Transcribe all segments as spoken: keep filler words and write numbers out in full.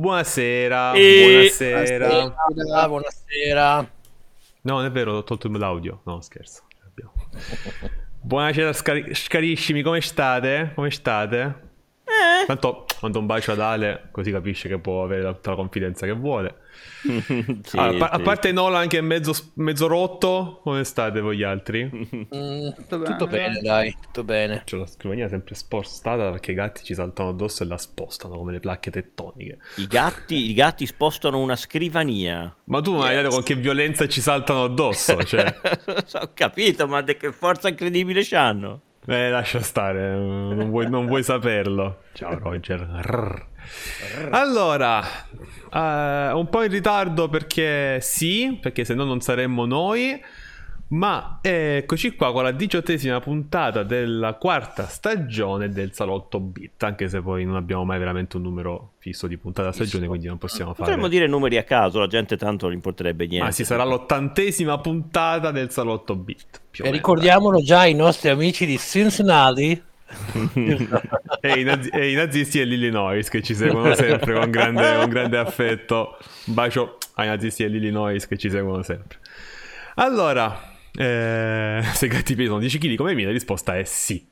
buonasera, E... buonasera. Buonasera, buonasera. No, non è vero, ho tolto l'audio. No, scherzo. Buonasera, scari- scarissimi, come state? Come state? Eh. Tanto mando un bacio ad Ale, così capisce che può avere tutta la confidenza che vuole. sì, Ah, a, pa- sì. a parte Nolan che è mezzo, mezzo rotto, come state voi gli altri? Mm, Tutto tutto bene, bene, dai, tutto bene. C'ho la scrivania sempre spostata perché i gatti ci saltano addosso e la spostano come le placche tettoniche. I gatti, I gatti spostano una scrivania. Ma tu non hai Yes. idea con che violenza ci saltano addosso, cioè... Ho capito, ma de che forza incredibile c'hanno. Eh, lascia stare, non vuoi, non vuoi saperlo. Ciao Roger. Rrr. Allora, eh, un po' in ritardo perché sì, perché se no non saremmo noi. Ma eccoci qua con la diciottesima puntata della quarta stagione del Salotto Beat. Anche se poi non abbiamo mai veramente un numero fisso di puntata a stagione, quindi non possiamo fare. Potremmo dire numeri a caso, la gente tanto non importerebbe niente. Ma sì, sarà l'ottantesima puntata del Salotto Beat. Più o E meno, ricordiamolo già ai nostri amici di Cincinnati. e, i nazi- e i nazisti dell'Illinois che ci seguono sempre con grande, con grande affetto. Un bacio ai nazisti dell'Illinois che ci seguono sempre. Allora, eh, se i gatti pesano dieci chili come me, la risposta è sì.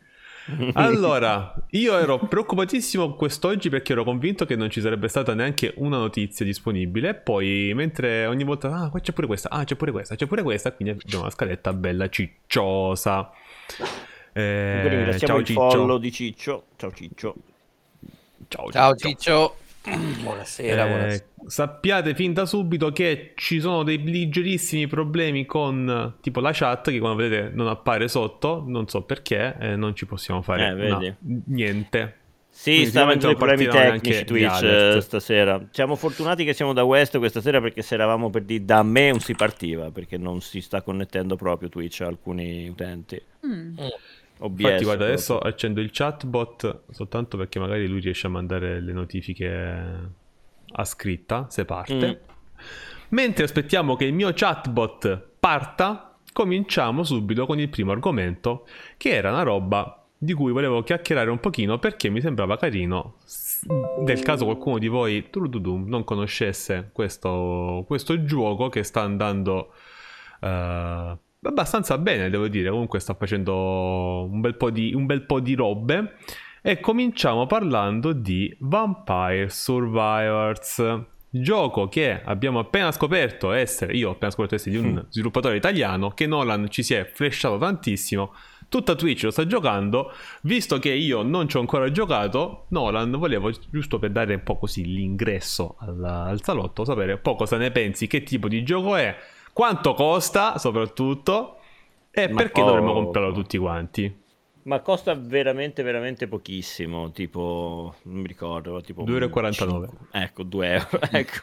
Allora, io ero preoccupatissimo quest'oggi perché ero convinto che non ci sarebbe stata neanche una notizia disponibile. E poi, mentre ogni volta, ah, qua c'è pure questa, ah, c'è pure questa, c'è pure questa, quindi abbiamo una scaletta bella cicciosa. Eh, Quindi ringraziamo ciao il Ciccio. follow di Ciccio. Ciao Ciccio. Ciao, Ciao Ciccio. Ciccio. Buonasera, Eh, buonasera. sappiate fin da subito che ci sono dei leggerissimi problemi con tipo la chat che quando vedete non appare sotto, non so perché, eh, non ci possiamo fare Eh, vedi. una- niente. Sì, Quindi stavano sicuramente dei non problemi partiranno tecnici neanche Twitch gli alert. eh, stasera. Siamo fortunati che siamo da West questa sera, perché se eravamo per dire da me non si partiva, perché non si sta connettendo proprio Twitch a alcuni utenti. Mm. O B S Infatti guarda, proprio. adesso accendo il chatbot soltanto perché magari lui riesce a mandare le notifiche a scritta se parte. Mm. Mentre aspettiamo che il mio chatbot parta, cominciamo subito con il primo argomento, che era una roba di cui volevo chiacchierare un pochino perché mi sembrava carino, s- nel caso qualcuno di voi trududum, non conoscesse questo, questo gioco che sta andando eh, abbastanza bene, devo dire. Comunque sta facendo un bel po' di, un bel po' di robe. E cominciamo parlando di Vampire Survivors, gioco che abbiamo appena scoperto essere, io ho appena scoperto essere di un sviluppatore italiano, che Nolan ci si è flashato tantissimo. Tutta Twitch lo sta giocando. Visto che io non ci ho ancora giocato, Nolan, volevo giusto per dare un po' così l'ingresso al, al salotto, sapere un po' cosa ne pensi, che tipo di gioco è, quanto costa soprattutto, e Ma perché dovremmo poco. comprarlo tutti quanti. Ma costa veramente veramente pochissimo, tipo, non mi ricordo, tipo due euro e quarantanove. cinque Ecco, due euro, ecco.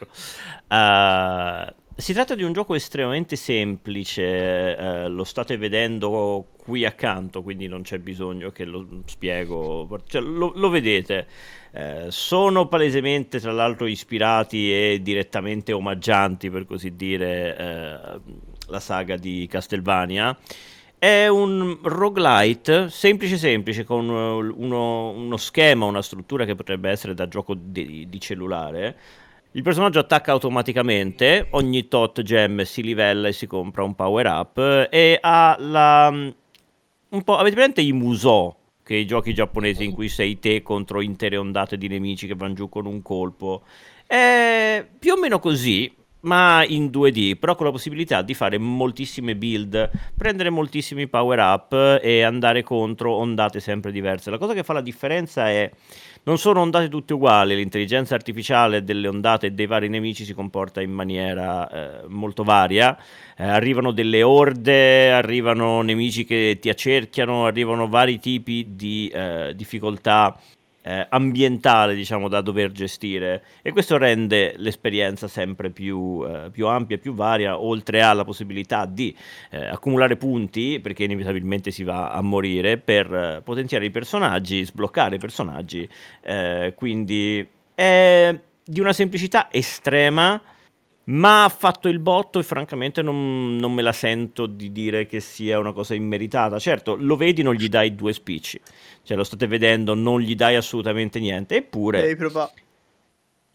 Uh, si tratta di un gioco estremamente semplice, uh, lo state vedendo qui accanto, quindi non c'è bisogno che lo spiego, cioè, lo, lo vedete. Uh, sono palesemente, tra l'altro, ispirati e direttamente omaggianti, per così dire, uh, la saga di Castlevania. È un roguelite semplice semplice, con uno, uno schema, una struttura che potrebbe essere da gioco di, di cellulare. Il personaggio attacca automaticamente, ogni tot gem si livella e si compra un power up, e ha la... un po', avete presente i Musou, che i giochi giapponesi in cui sei te contro intere ondate di nemici che vanno giù con un colpo? È più o meno così, ma in due D, però con la possibilità di fare moltissime build, prendere moltissimi power up e andare contro ondate sempre diverse. La cosa che fa la differenza è non sono ondate tutte uguali, l'intelligenza artificiale delle ondate e dei vari nemici si comporta in maniera eh, molto varia. Eh, arrivano delle orde, arrivano nemici che ti accerchiano, arrivano vari tipi di eh, difficoltà Eh, ambientale, diciamo, da dover gestire, e questo rende l'esperienza sempre più, eh, più ampia e più varia, oltre alla possibilità di eh, accumulare punti, perché inevitabilmente si va a morire, per eh, potenziare i personaggi, sbloccare i personaggi, eh, quindi è di una semplicità estrema, ma ha fatto il botto e francamente non, non me la sento di dire che sia una cosa immeritata. Certo, lo vedi, non gli dai due spicci, cioè lo state vedendo, non gli dai assolutamente niente, eppure Devi provare.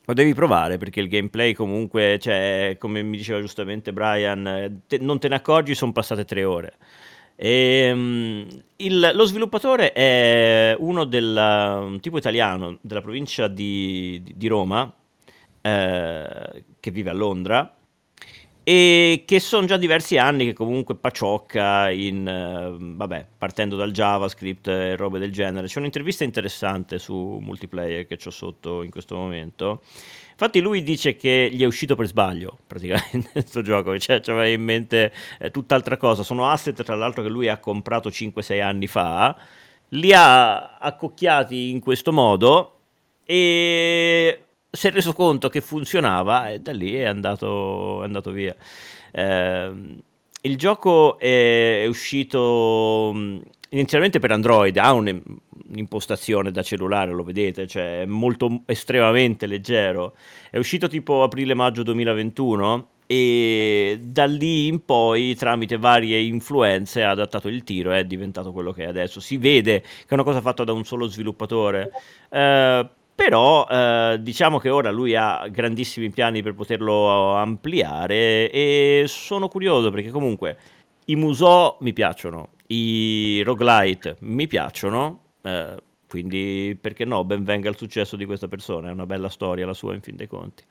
Lo devi provare perché il gameplay comunque, cioè, come mi diceva giustamente Brian, te, non te ne accorgi, sono passate tre ore. E, um, il, lo sviluppatore è uno del un tipo italiano della provincia di, di, di Roma, eh, che vive a Londra e che sono già diversi anni che comunque paciocca in, eh, vabbè, partendo dal JavaScript e robe del genere. C'è un'intervista interessante su Multiplayer che c'ho sotto in questo momento. Infatti lui dice che gli è uscito per sbaglio praticamente questo gioco, cioè aveva in mente eh, tutt'altra cosa. Sono asset tra l'altro che lui ha comprato cinque sei anni fa, li ha accocchiati in questo modo e si è reso conto che funzionava e da lì è andato, è andato via. Eh, il gioco è, è uscito mh, inizialmente per Android, ha un, un'impostazione da cellulare, lo vedete, cioè è molto estremamente leggero. È uscito tipo aprile-maggio duemilaventuno e da lì in poi tramite varie influenze ha adattato il tiro e è diventato quello che è adesso. Si vede che è una cosa fatta da un solo sviluppatore. Eh, Però eh, diciamo che ora lui ha grandissimi piani per poterlo ampliare e sono curioso perché comunque i Musou mi piacciono, i roguelite mi piacciono, eh, quindi perché no, ben venga il successo di questa persona, è una bella storia la sua in fin dei conti.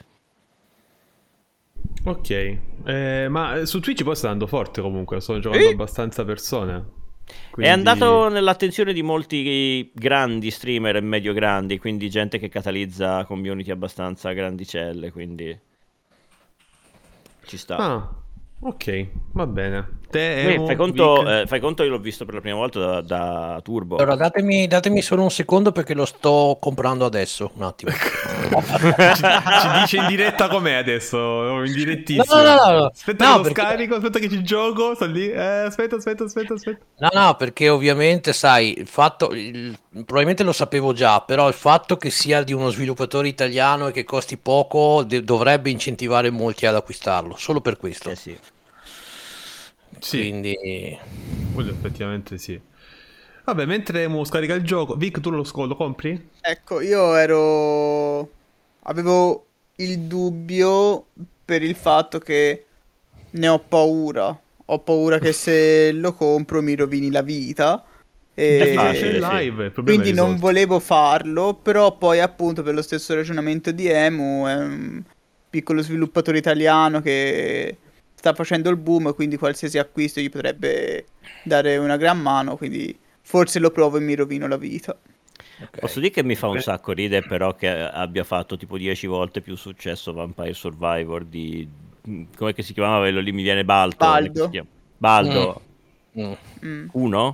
Ok, eh, ma su Twitch poi sta andando forte comunque, sto giocando Eh? abbastanza persone. È Quindi... andato nell'attenzione di molti grandi streamer e medio grandi, quindi gente che catalizza community abbastanza grandicelle, quindi ci sta. Ah, ok, va bene. Te, Beh, Emo, fai conto, Vic? eh, fai conto, io l'ho visto per la prima volta da, da Turbo. Allora, datemi, datemi solo un secondo perché lo sto comprando adesso. Un attimo. ci, ci dice in diretta com'è adesso, in direttissimo. No, no, no, no. Aspetta No, che lo perché- scarico, aspetta che ci gioco, sto lì. Eh, aspetta, aspetta, aspetta, aspetta. No, no, perché ovviamente, sai, il fatto, il- probabilmente lo sapevo già, però il fatto che sia di uno sviluppatore italiano e che costi poco de- dovrebbe incentivare molti ad acquistarlo, solo per questo. Eh sì. Sì, Quindi, quello effettivamente sì. Vabbè, mentre Emo scarica il gioco, Vic, tu lo, sc- lo compri? Ecco, io ero... avevo il dubbio per il fatto che ne ho paura. Ho paura che se lo compro mi rovini la vita. È facile, facile E... in sì. live, il problema Quindi è non risolto. volevo farlo, però poi appunto per lo stesso ragionamento di Emu è un piccolo sviluppatore italiano che sta facendo il boom, quindi qualsiasi acquisto gli potrebbe dare una gran mano, quindi forse lo provo e mi rovino la vita. ok. Posso dire che mi fa un Beh. sacco ridere però che abbia fatto tipo dieci volte più successo Vampire Survivor di... come che si chiamava quello lì? Mi viene Balto. Baldo. come si chiama? Baldo. Mm. Mm. Uno?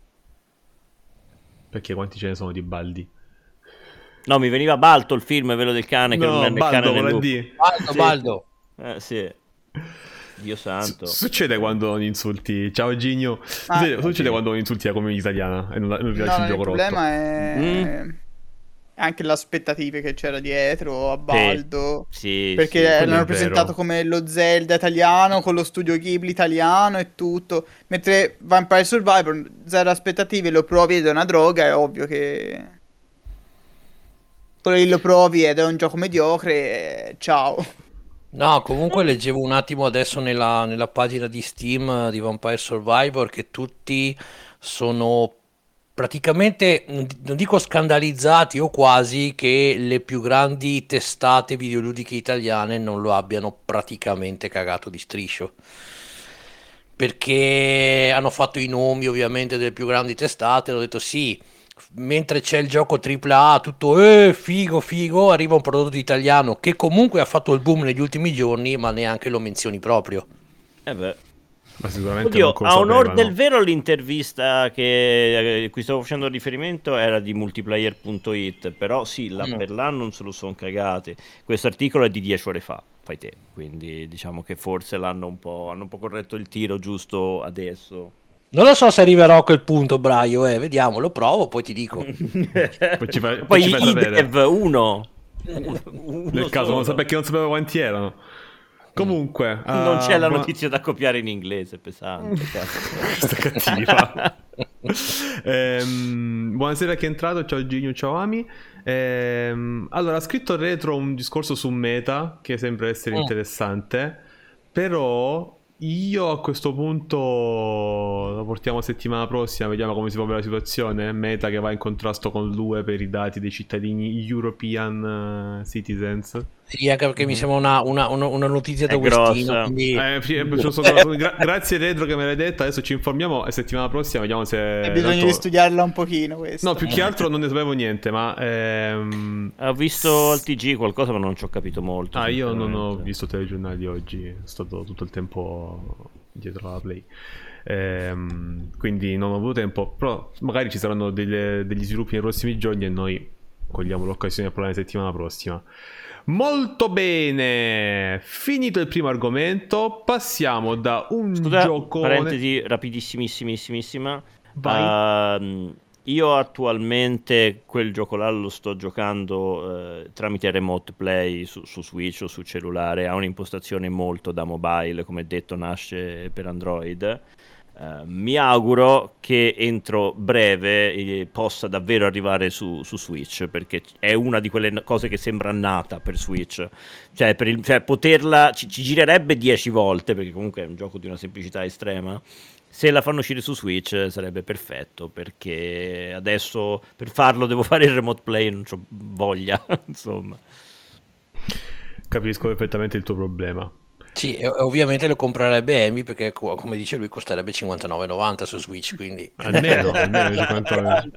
Perché quanti ce ne sono di Baldi? No, mi veniva Balto il film, quello del cane che non No, è il cane Baldo nel con la lupo. D. Baldo, Sì. Baldo. Eh, sì. Dio Su- santo. succede quando non insulti. Ciao Gigno. Ah, succede succede sì. quando non insulti la community italiana e non, la- non No, rilasci il il gioco rotto. problema è... Mm. è anche le aspettative che c'era dietro a Baldo. Sì, Perché sì. quello è l'hanno presentato vero. come lo Zelda italiano con lo studio Ghibli italiano e tutto. Mentre Vampire Survivor, zero aspettative, lo provi ed è una droga, è ovvio che... quello lì lo provi ed è un gioco mediocre, e ciao. No, comunque leggevo un attimo adesso nella, nella pagina di Steam eh, di Vampire Survivor che tutti sono praticamente, non di- non dico scandalizzati o quasi, che le più grandi testate videoludiche italiane non lo abbiano praticamente cagato di striscio. Perché hanno fatto i nomi ovviamente delle più grandi testate, hanno detto sì, mentre c'è il gioco tripla A, tutto eh, figo figo, arriva un prodotto italiano che comunque ha fatto il boom negli ultimi giorni, ma neanche lo menzioni proprio. Eh beh. Ma sicuramente Oddio, non lo a onor sapevano. del vero l'intervista che a cui stavo facendo riferimento era di multiplayer punto it, però sì, là Mm. per là non se lo sono cagati. Questo articolo è di dieci ore fa, fai te, quindi diciamo che forse l'hanno un po', hanno un po' corretto il tiro giusto adesso. Non lo so se arriverò a quel punto, Braio, eh, vediamo, lo provo, poi ti dico. Poi ci fai, poi Poi ci fai i sapere. dev, uno. Uno- uno Nel caso, non solo. so perché non sapevo quanti erano. Comunque, Non ah, c'è la buona- notizia da copiare in inglese, pesante. cazzo. Questa cattiva. Ehm, buonasera, chi è entrato? Ciao Gigno, ciao Ami. Ehm, allora, ha scritto Retro un discorso su meta che sembra essere Mm. interessante, però io a questo punto lo portiamo settimana prossima, vediamo come si muove la situazione. Meta che va in contrasto con l'U E per i dati dei cittadini European eh, citizens. Sì, anche perché mi sembra una, una- una- una notizia da È Westino, grossa. quindi... Eh, sì, eh, so- so- so- gra- grazie Retro che me l'hai detta, adesso ci informiamo e settimana prossima vediamo se... E bisogna tanto- di studiarla un pochino questa. No, più che altro non ne sapevo niente, ma... ehm, Ho visto al T G qualcosa, ma non ci ho capito molto. Ah, io non ho sinceramente. visto telegiornali di oggi, è stato tutto il tempo dietro alla Play. Ehm, quindi non ho avuto tempo, però magari ci saranno delle- degli sviluppi nei prossimi giorni e noi cogliamo l'occasione per la settimana prossima. Molto bene, finito il primo argomento, passiamo da un Scusa, giocone... parentesi rapidissimissimissima. Vai. Ehm, io attualmente quel gioco là lo sto giocando eh, tramite remote play su, su Switch o su cellulare. Ha un'impostazione molto da mobile, come detto, nasce per Android. Eh, mi auguro che entro breve eh, possa davvero arrivare su, su Switch, perché è una di quelle cose che sembra nata per Switch. Cioè, per il- cioè, poterla ci, ci girerebbe dieci volte, perché comunque è un gioco di una semplicità estrema. Se la fanno uscire su Switch sarebbe perfetto, perché adesso per farlo devo fare il remote play, non c'ho voglia, insomma. Capisco perfettamente il tuo problema. Sì, e ovviamente lo comprerebbe Amy perché, co- come dice lui, costerebbe cinquantanove e novanta su Switch, quindi... Almeno, almeno cinquanta.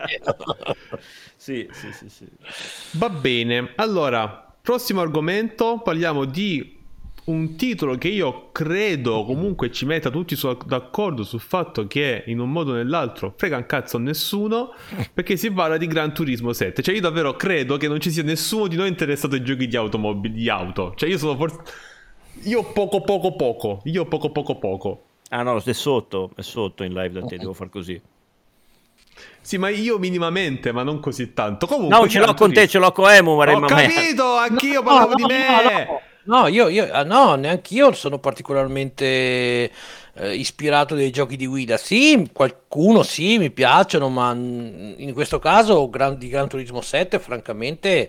Sì, sì, sì, sì. Va bene, allora, prossimo argomento, parliamo di un titolo che io credo comunque ci metta tutti su- d'accordo sul fatto che in un modo o nell'altro frega un cazzo a nessuno, perché si parla di Gran Turismo sette. Cioè io davvero credo che non ci sia nessuno di noi interessato ai giochi di automobili, di auto. Cioè io sono forse... Io poco poco poco, io poco poco poco. Ah no, è sotto, è sotto in live da te, devo far così. Sì, ma io minimamente, ma non così tanto. Comunque, No, ce l'ho Gran con te, Turismo- ce l'ho con Emu, Ho Maremma me. capito, anch'io No, parlavo no, di no, me. no, no, io, io ah, no, neanche io sono particolarmente eh, ispirato dai giochi di guida. Sì, qualcuno sì, mi piacciono, ma mm, in questo caso Gran- di Gran Turismo sette, francamente,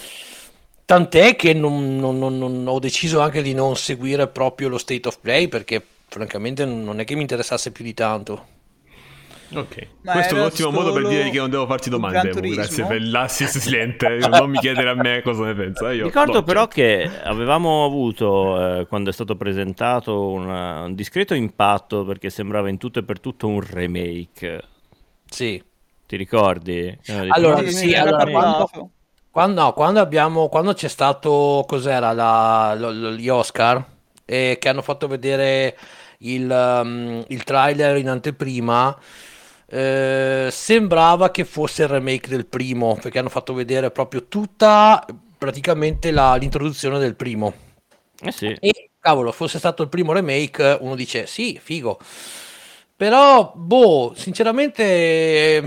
tant'è che non, non- non- non- ho deciso anche di non seguire proprio lo State of Play perché francamente non è che mi interessasse più di tanto. Ok, Ma questo è un era ottimo modo per solo dire che non devo farti un domande. Gran Emu. Turismo? Grazie per l'assist silente. Non mi chiedere a me cosa ne pensa. Io, Ricordo no, però certo. che avevamo avuto, eh, quando è stato presentato, una- un discreto impatto perché sembrava in tutto e per tutto un remake. Sì. Ti ricordi? Eh, detto, Allora, "Ma sì, che allora, remake?" quando- Quando, no, quando abbiamo, quando c'è stato, cos'era, la- lo- lo- gli Oscar, e che hanno fatto vedere il, um, il trailer in anteprima, eh, sembrava che fosse il remake del primo, perché hanno fatto vedere proprio tutta, praticamente la- l'introduzione del primo. Eh sì. E cavolo, fosse stato il primo remake, uno dice sì, figo. Però, boh, sinceramente,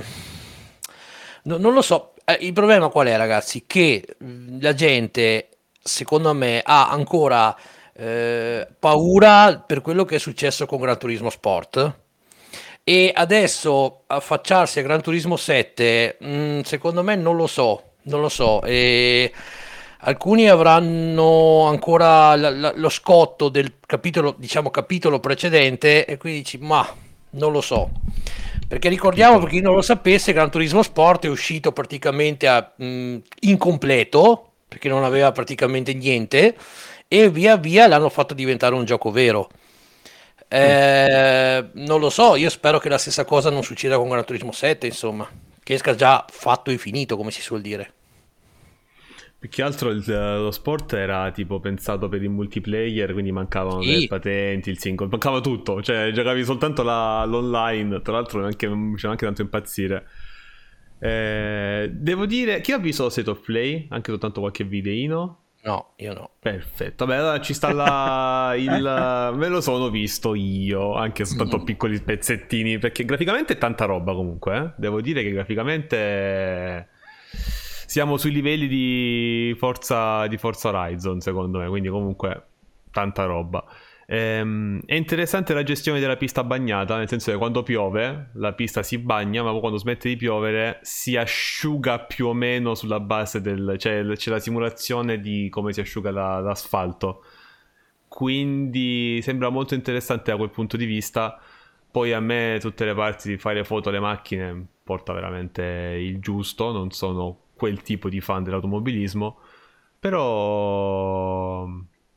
no- non lo so. Eh, il problema qual è, ragazzi? Che mh, la gente, secondo me, ha ancora eh, paura per quello che è successo con Gran Turismo Sport. E adesso affacciarsi a Gran Turismo sette, mh, secondo me non lo so, non lo so. E alcuni avranno ancora la- la- lo scotto del capitolo, diciamo, capitolo precedente, e quindi dici, ma non lo so. Perché ricordiamo, per chi non lo sapesse, Gran Turismo Sport è uscito praticamente a, mh, incompleto, perché non aveva praticamente niente, e via via l'hanno fatto diventare un gioco vero. Eh, non lo so, io spero che la stessa cosa non succeda con Gran Turismo sette, insomma, che esca già fatto e finito, come si suol dire. Più che altro il- lo sport era tipo pensato per il multiplayer, quindi mancavano Sì. le patenti, il single, mancava tutto, cioè giocavi soltanto la- l'online, tra l'altro neanche, non c'era neanche tanto impazzire. Eh, devo dire, chi ha visto lo State of Play? Anche soltanto qualche videino? No, io no. Perfetto, vabbè, allora ci sta là il... me lo sono visto io, anche soltanto piccoli pezzettini, perché graficamente è tanta roba comunque, eh? Devo dire che graficamente siamo sui livelli di Forza, di Forza Horizon, secondo me, quindi comunque tanta roba. Ehm, è interessante la gestione della pista bagnata, nel senso che quando piove la pista si bagna, ma poi quando smette di piovere si asciuga più o meno sulla base del... cioè c'è la simulazione di come si asciuga la- l'asfalto. Quindi sembra molto interessante da quel punto di vista. Poi a me tutte le parti di fare foto alle macchine porta veramente il giusto, non sono quel tipo di fan dell'automobilismo, però...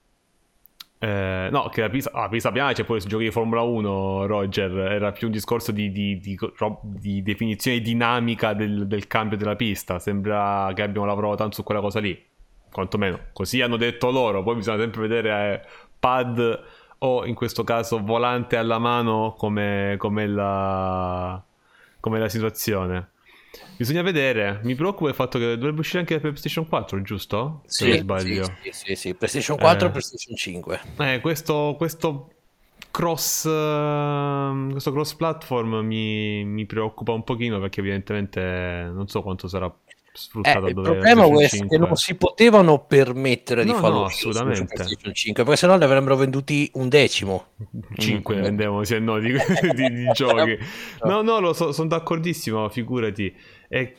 Eh, no, che la pista, ah, la pista piana c'è pure sui giochi di Formula uno, Roger, era più un discorso di, di, di, di definizione dinamica del, del cambio della pista, sembra che abbiano lavorato tanto su quella cosa lì, quantomeno, così hanno detto loro, poi bisogna sempre vedere eh, pad o in questo caso volante alla mano come, come la, come la situazione. Bisogna vedere, mi preoccupa il fatto che dovrebbe uscire anche per PlayStation quattro, giusto? Se non Sì, sbaglio. sì, sì, sì, sì. PlayStation quattro Eh. e PlayStation cinque. Eh, questo, questo cross eh, questo cross platform mi, mi preoccupa un pochino perché evidentemente non so quanto sarà Eh, sfruttato il dove problema PlayStation è che cinque. non si potevano permettere di No, farlo no, uscire su- su assolutamente. PlayStation cinque, perché sennò ne avrebbero venduti un decimo. cinque Mm. vendevo sì e no di, di- di giochi. No, no, lo so, sono d'accordissimo, figurati. È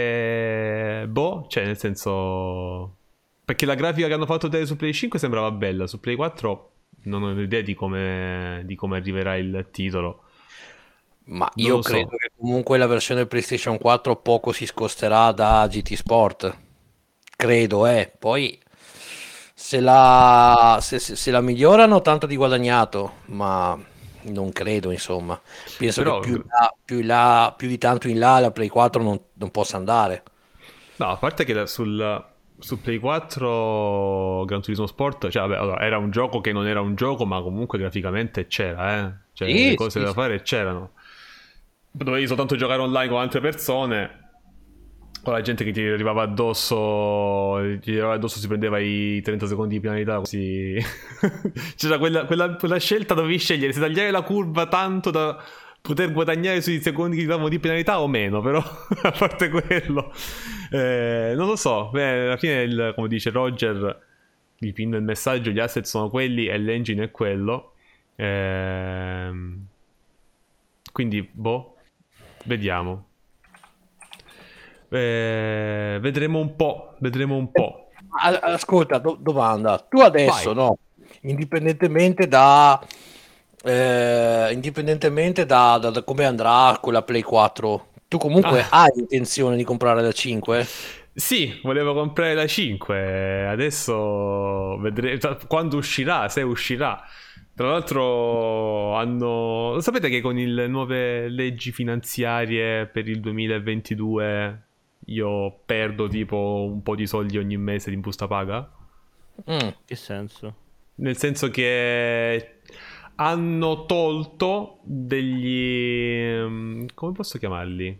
che boh, cioè nel senso, perché la grafica che hanno fatto vedere su Play cinque sembrava bella, su Play quattro non ho idea di come, di come arriverà il titolo. Ma Non io lo so. credo che comunque la versione PlayStation quattro poco si scosterà da G T Sport. Credo, eh. Poi se la, se, se- se la migliorano, tanto di guadagnato, ma non credo, insomma. Penso Però che più, in là- più, in là- più di tanto in là la Play quattro non, non possa andare. no, a parte che la- sul, su Play quattro Gran Turismo Sport, cioè vabbè, allora, era un gioco che non era un gioco, ma comunque graficamente c'era, eh. Cioè Sì, le cose sì, da sì. fare c'erano. Dovevi soltanto giocare online con altre persone. Con la gente che ti arrivava addosso, ti arrivava addosso si prendeva i trenta secondi di penalità, così c'era quella, quella, quella scelta, dovevi scegliere se tagliare la curva tanto da poter guadagnare sui secondi che ti davano di penalità o meno, però a parte quello eh, non lo so. Beh, alla fine il- come dice Roger, gli pinno il messaggio, gli asset sono quelli e l'engine è quello. Ehm, quindi boh, vediamo. Eh, vedremo un po', vedremo un po'. A- Ascolta, do- domanda. Tu adesso, Vai. no? Indipendentemente da, eh, indipendentemente da, da- da come andrà con la Play quattro, tu comunque Ah. hai intenzione di comprare la cinque? Sì, volevo comprare la cinque, adesso vedremo quando uscirà, se uscirà. Tra l'altro hanno... Lo sapete che con le nuove leggi finanziarie per il duemilaventidue io perdo tipo un po' di soldi ogni mese di busta paga? Mm. Che senso? Nel senso che hanno tolto degli... mm, come posso chiamarli?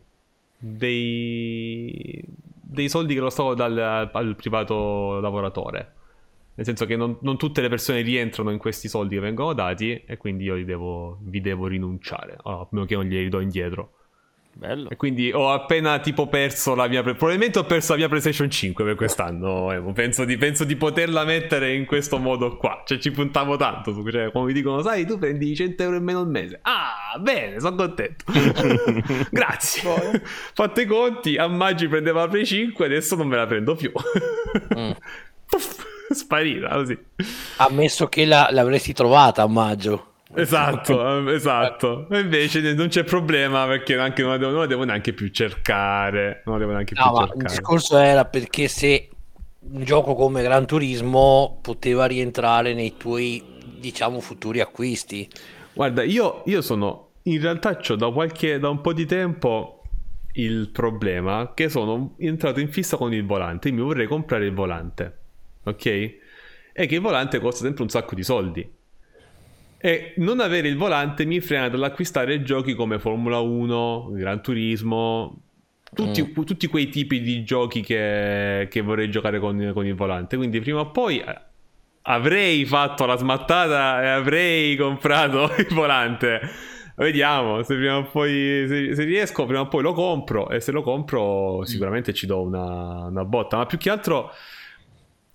Dei... dei soldi che lo stavo dal al privato lavoratore. Nel senso che non, non tutte le persone rientrano in questi soldi che vengono dati e quindi io li devo, vi devo rinunciare, a meno che non glieli do indietro. Bello. E quindi ho appena tipo perso la mia... pre- probabilmente ho perso la mia PlayStation cinque per quest'anno, Emo. Penso di, penso di poterla mettere in questo modo qua. Cioè ci puntavo tanto su, cioè, come mi dicono, sai, tu prendi cento euro in meno al mese. Ah, bene, sono contento. Grazie. Fatto i conti, a maggio prendeva la Play cinque, adesso non me la prendo più. Mm. Puff, sparita così. Ammesso che la- l'avresti trovata a maggio. Esatto, eh, esatto. E invece non c'è problema perché anche non la devo, non la devo neanche più cercare. Non la devo neanche No, più ma il cercare. discorso era perché se un gioco come Gran Turismo poteva rientrare nei tuoi, diciamo, futuri acquisti. Guarda, io, io sono... In realtà c'ho da qualche... da un po' di tempo il problema che sono entrato in fissa con il volante. Io mi vorrei comprare il volante, ok? E che il volante costa sempre un sacco di soldi. E non avere il volante mi frena dall'acquistare giochi come Formula uno, Gran Turismo, tutti, Mm. tutti quei tipi di giochi che, che vorrei giocare con, con il volante. Quindi prima o poi eh, avrei fatto la smattata e avrei comprato il volante. Vediamo se prima o poi se, se riesco, prima o poi lo compro. E se lo compro, sicuramente ci do una, una botta. Ma più che altro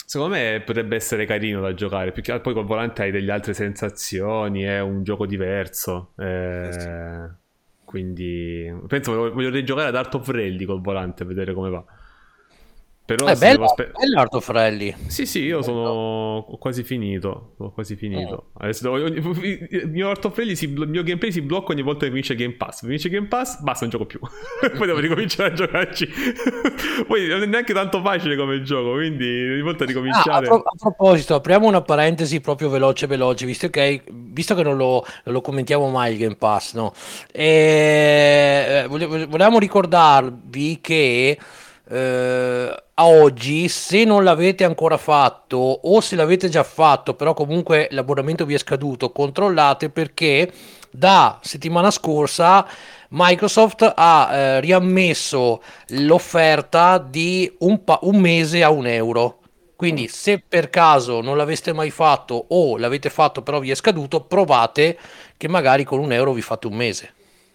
Secondo me potrebbe essere carino da giocare, perché poi col volante hai delle altre sensazioni, è un gioco diverso. Eh, sì. Quindi penso voglio, voglio rigiocare ad Art of Rally col volante, vedere come va. Però è bello, spe- bello Art of Rally. Sì, sì, io sono ho quasi finito. Ho quasi finito. Oh. Adesso devo, il mio Art of Rally, si, il mio gameplay si blocca ogni volta che finisce Game Pass. Finisce Game Pass, basta, non gioco più. Poi devo ricominciare a giocarci. Poi non è neanche tanto facile come gioco, quindi ogni volta ricominciare. Ah, a, pro- a proposito, apriamo una parentesi proprio veloce veloce, visto che, visto che non, lo, non lo commentiamo mai il Game Pass, no? E, volevamo ricordarvi che eh, a oggi, se non l'avete ancora fatto o se l'avete già fatto però comunque l'abbonamento vi è scaduto, controllate, perché da settimana scorsa Microsoft ha eh, riammesso l'offerta di un, pa- un mese a un euro. Quindi se per caso non l'aveste mai fatto o l'avete fatto però vi è scaduto, provate che magari con un euro vi fate un mese.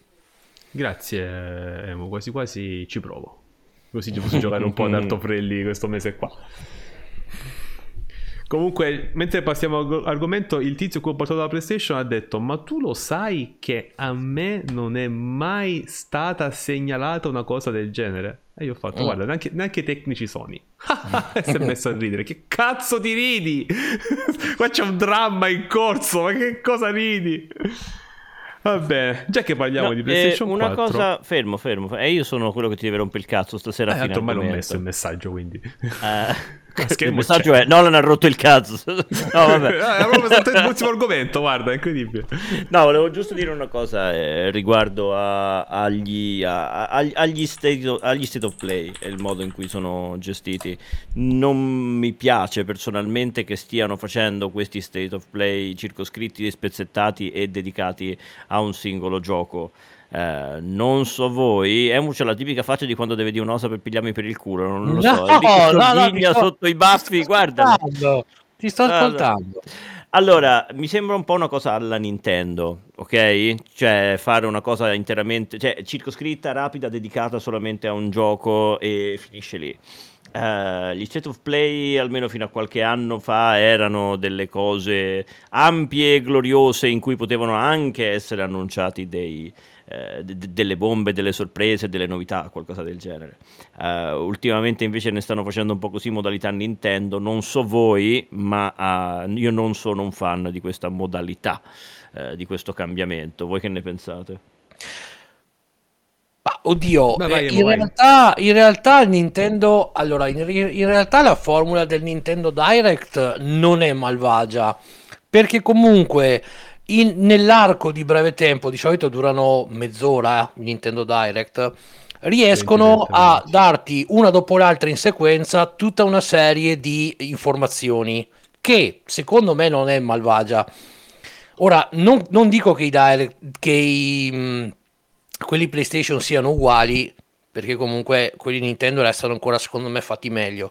Grazie Emo, quasi quasi ci provo. Così ci posso giocare un po' ad Art of Rally questo mese qua. Comunque, mentre passiamo all'argomento, il tizio che ho portato la PlayStation ha detto: ma tu lo sai che a me non è mai stata segnalata una cosa del genere? E io ho fatto, oh. guarda, neanche, neanche i tecnici Sony. E si è messo a ridere. Che cazzo ti ridi? Qua c'è un dramma in corso, ma che cosa ridi? Vabbè, già che parliamo no, di PlayStation eh, una quattro, cosa, fermo, fermo, e eh, io sono quello che ti deve rompere il cazzo stasera. Eh, ormai l'ho messo il messaggio, quindi eh, il messaggio c'è. È Nolan ha rotto il cazzo. No, vabbè. È proprio l'ultimo argomento, guarda, è incredibile. No, volevo giusto dire una cosa eh, riguardo a, agli, a, a, agli, state of, agli state of play e il modo in cui sono gestiti. Non mi piace personalmente che stiano facendo questi state of play circoscritti, spezzettati e dedicati a un singolo gioco. Eh, non so voi, Emu c'ha la tipica faccia di quando deve dire un'osa per pigliarmi per il culo, non lo no, so, è lì che no, no, sto, sotto i baffi, guarda. Ti sto ascoltando. Allora, mi sembra un po' una cosa alla Nintendo, ok? Cioè fare una cosa interamente, cioè circoscritta, rapida, dedicata solamente a un gioco e finisce lì. Uh, gli State of Play almeno fino a qualche anno fa erano delle cose ampie e gloriose in cui potevano anche essere annunciati dei, uh, d- delle bombe, delle sorprese, delle novità, qualcosa del genere. Uh, ultimamente invece ne stanno facendo un po' così modalità Nintendo, non so voi, ma uh, io non sono un fan di questa modalità, uh, di questo cambiamento. Voi che ne pensate? Ah, oddio, Beh, vai, eh, in, realtà, in realtà Nintendo, allora in, in realtà la formula del Nintendo Direct non è malvagia, perché comunque in, nell'arco di breve tempo, di solito durano mezz'ora i Nintendo Direct, riescono a darti una dopo l'altra in sequenza tutta una serie di informazioni che secondo me non è malvagia. Ora non, non dico che i Direct, che i mh, quelli PlayStation siano uguali, perché comunque quelli Nintendo restano ancora secondo me fatti meglio.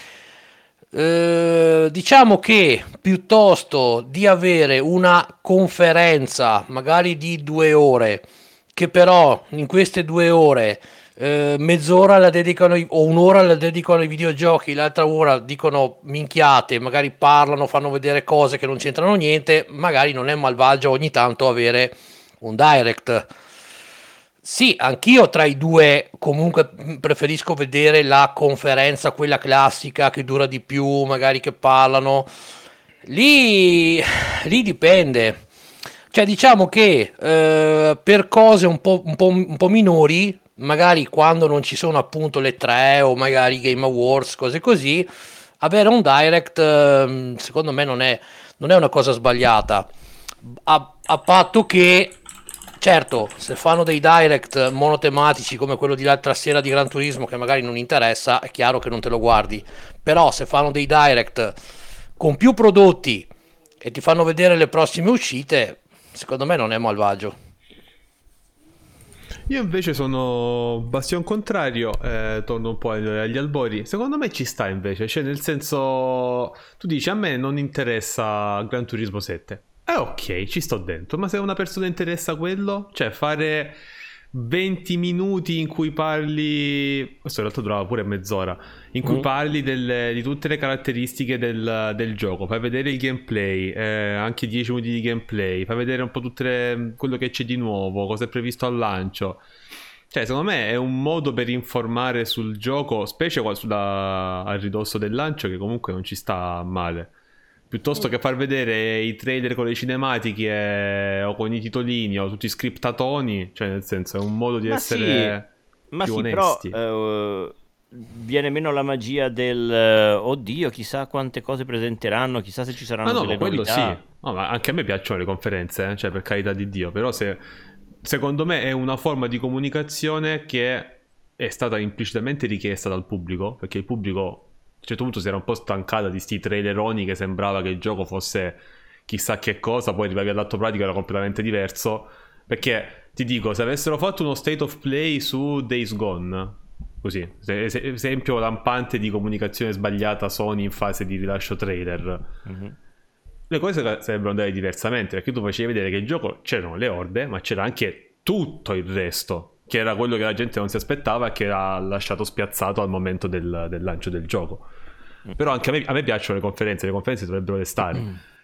Eh, diciamo che piuttosto di avere una conferenza magari di due ore, che però in queste due ore eh, mezz'ora la dedicano o un'ora la dedicano ai videogiochi, l'altra ora dicono minchiate, magari parlano, fanno vedere cose che non c'entrano niente, magari non è malvagio ogni tanto avere un Direct. Sì, anch'io tra i due comunque preferisco vedere la conferenza, quella classica che dura di più, magari che parlano. Lì, lì dipende. Cioè diciamo che eh, per cose un po', un, po', un po' minori, magari quando non ci sono appunto le tre o magari Game Awards, cose così, avere un Direct eh, secondo me non è, non è una cosa sbagliata. A, a patto che... Certo, se fanno dei direct monotematici come quello di l'altra sera di Gran Turismo che magari non interessa, è chiaro che non te lo guardi. Però se fanno dei direct con più prodotti e ti fanno vedere le prossime uscite, secondo me non è malvagio. Io invece sono bastion contrario, eh, torno un po' agli albori. Secondo me ci sta invece, cioè nel senso, tu dici a me non interessa Gran Turismo sette. Eh ok, ci sto dentro, ma se a una persona interessa quello, cioè fare venti minuti in cui parli, questo in realtà durava pure mezz'ora, in cui Mm. parli del- di tutte le caratteristiche del, del gioco, fai vedere il gameplay, eh, anche dieci minuti di gameplay, fai vedere un po' tutte le- quello che c'è di nuovo, cosa è previsto al lancio. Cioè, secondo me è un modo per informare sul gioco, specie qua sulla- al ridosso del lancio, che comunque non ci sta male. Piuttosto che far vedere i trailer con le cinematiche o con i titolini o tutti scriptatoni, cioè nel senso è un modo di Ma essere sì, ma più sì, però onesti. eh, viene meno la magia del eh, oddio, chissà quante cose presenteranno, chissà se ci Ah saranno no, delle ma quello sì. novità. No, ma anche a me piacciono le conferenze, eh, cioè per carità di Dio, però se secondo me è una forma di comunicazione che è stata implicitamente richiesta dal pubblico, perché il pubblico a un certo punto si era un po' stancata di sti traileroni che sembrava che il gioco fosse chissà che cosa, poi arrivavi all'atto pratico era completamente diverso, perché ti dico, se avessero fatto uno state of play su Days Gone, così, se- se- esempio lampante di comunicazione sbagliata Sony in fase di rilascio trailer, Mhm. le cose sarebbero andate diversamente, perché tu facevi vedere che il gioco c'erano le orde, ma c'era anche tutto il resto, che era quello che la gente non si aspettava e che ha lasciato spiazzato al momento del, del lancio del gioco. Però anche a me, a me piacciono le conferenze, le conferenze dovrebbero restare.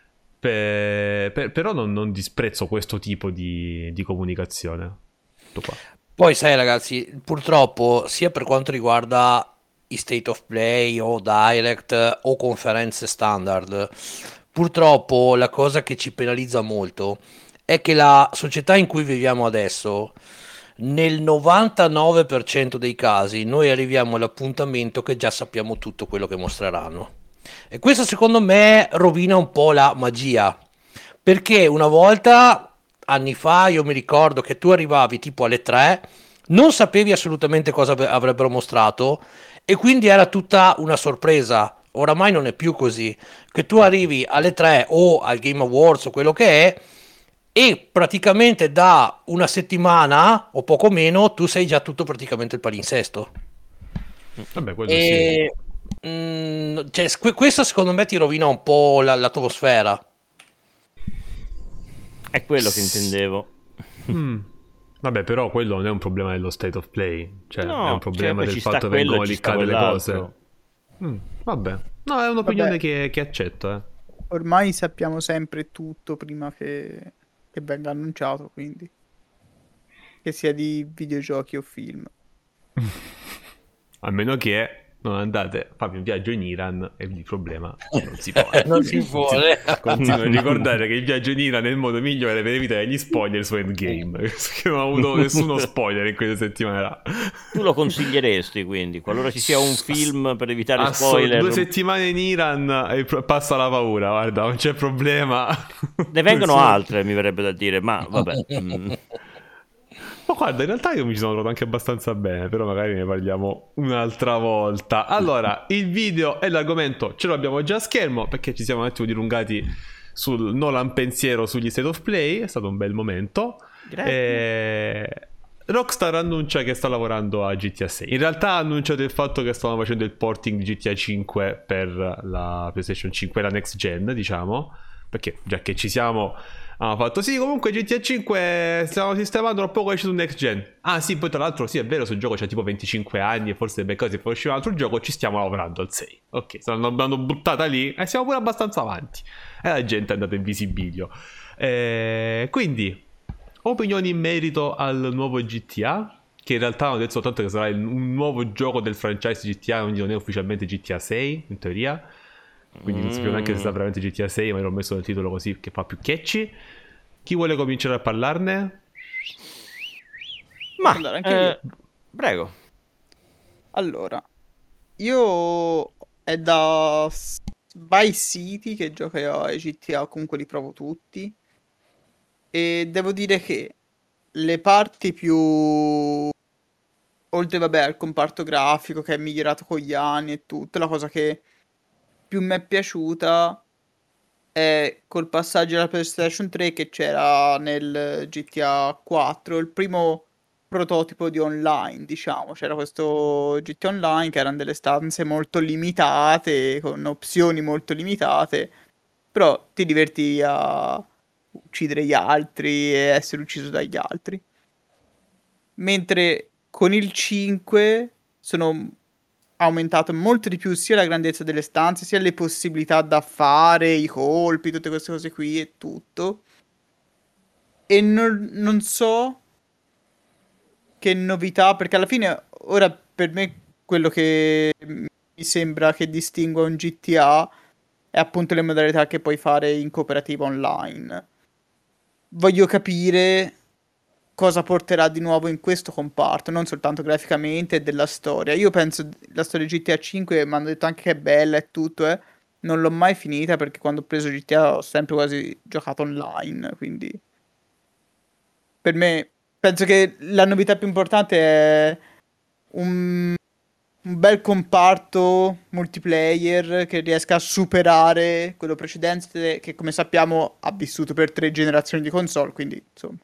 Per- per- però non, non disprezzo questo tipo di, di comunicazione. Tutto qua. Poi sai ragazzi, purtroppo sia per quanto riguarda i state of play o direct o conferenze standard, purtroppo la cosa che ci penalizza molto è che la società in cui viviamo adesso, nel novantanove per cento dei casi, noi arriviamo all'appuntamento che già sappiamo tutto quello che mostreranno. E questo secondo me rovina un po' la magia. Perché una volta, anni fa, io mi ricordo che tu arrivavi tipo alle tre, non sapevi assolutamente cosa ave- avrebbero mostrato e quindi era tutta una sorpresa. Oramai non è più così, che tu arrivi alle tre o al Game Awards o quello che è e praticamente da una settimana o poco meno tu sei già tutto praticamente il palinsesto. Vabbè, quello sì. E mm, cioè, que- questo secondo me ti rovina un po' la- l'atmosfera. È quello che intendevo. Mm. Vabbè, però quello non è un problema dello state of play, cioè No, è un problema cioè, poi del ci sta fatto che quello vengono e ci sta liccate le cose. quell'altro. Mm, vabbè, no, è un'opinione Vabbè. che, che accetto, eh. Ormai sappiamo sempre tutto prima che, che venga annunciato, quindi che sia di videogiochi o film. A meno che non andate a farvi un viaggio in Iran e il problema non si pone. Non si vuole. Continuo a ricordare che il viaggio in Iran è il modo migliore per evitare gli spoiler su Endgame, che non ho avuto nessuno spoiler in queste settimane là. Tu lo consiglieresti quindi, qualora ci sia un film per evitare Assolut- spoiler? due settimane in Iran e pro- passa la paura, guarda, non c'è problema. Ne vengono Nessuno- altre, mi verrebbe da dire, ma vabbè. mm. Ma guarda, in realtà io mi ci sono trovato anche abbastanza bene, però magari ne parliamo un'altra volta. Allora, il video e l'argomento ce l'abbiamo già a schermo, perché ci siamo un attimo dilungati sul Nolan pensiero sugli State of Play, è stato un bel momento. Grazie. E... Rockstar annuncia che sta lavorando a G T A sei. In realtà ha annunciato il fatto che stavano facendo il porting di G T A cinque per la PlayStation cinque, la next gen, diciamo, perché già che ci siamo... hanno fatto sì, comunque G T A cinque stiamo sistemando un po' esce su next gen. Ah sì, poi tra l'altro sì, è vero, sul gioco c'ha tipo venticinque anni e forse per caso poi uscirà un altro gioco, ci stiamo lavorando al sei. Ok, l'hanno buttata lì e siamo pure abbastanza avanti. E la gente è andata in visibilio. Eh, quindi, opinioni in merito al nuovo G T A, che in realtà hanno detto soltanto che sarà il- un nuovo gioco del franchise G T A, quindi non è ufficialmente G T A sei, in teoria. Quindi non sapevo neanche se sta veramente G T A sei, ma l'ho messo nel titolo così che fa più catchy. Chi vuole cominciare a parlarne? Ma, Allora, anche eh, io. prego. Allora, io è da S- Vice City che gioco ai G T A, comunque li provo tutti. E devo dire che le parti più... oltre vabbè al comparto grafico che è migliorato con gli anni e tutto, la cosa che più mi è piaciuta è col passaggio alla PlayStation tre che c'era nel G T A quattro, il primo prototipo di online, diciamo. C'era questo G T A Online che erano delle stanze molto limitate, con opzioni molto limitate, però ti diverti a uccidere gli altri e essere ucciso dagli altri. mentre con il cinque sono aumentate molto di più sia la grandezza delle stanze, sia le possibilità da fare, i colpi, tutte queste cose qui e tutto. E non, non so che novità, perché alla fine ora per me quello che mi sembra che distingua un G T A è appunto le modalità che puoi fare in cooperativa online. Voglio capire cosa porterà di nuovo in questo comparto, non soltanto graficamente e della storia. Io penso la storia di G T A cinque, mi hanno detto anche che è bella e tutto, eh. Non l'ho mai finita perché quando ho preso G T A ho sempre quasi giocato online, quindi per me penso che la novità più importante è un, un bel comparto multiplayer che riesca a superare quello precedente che, come sappiamo, ha vissuto per tre generazioni di console, quindi insomma.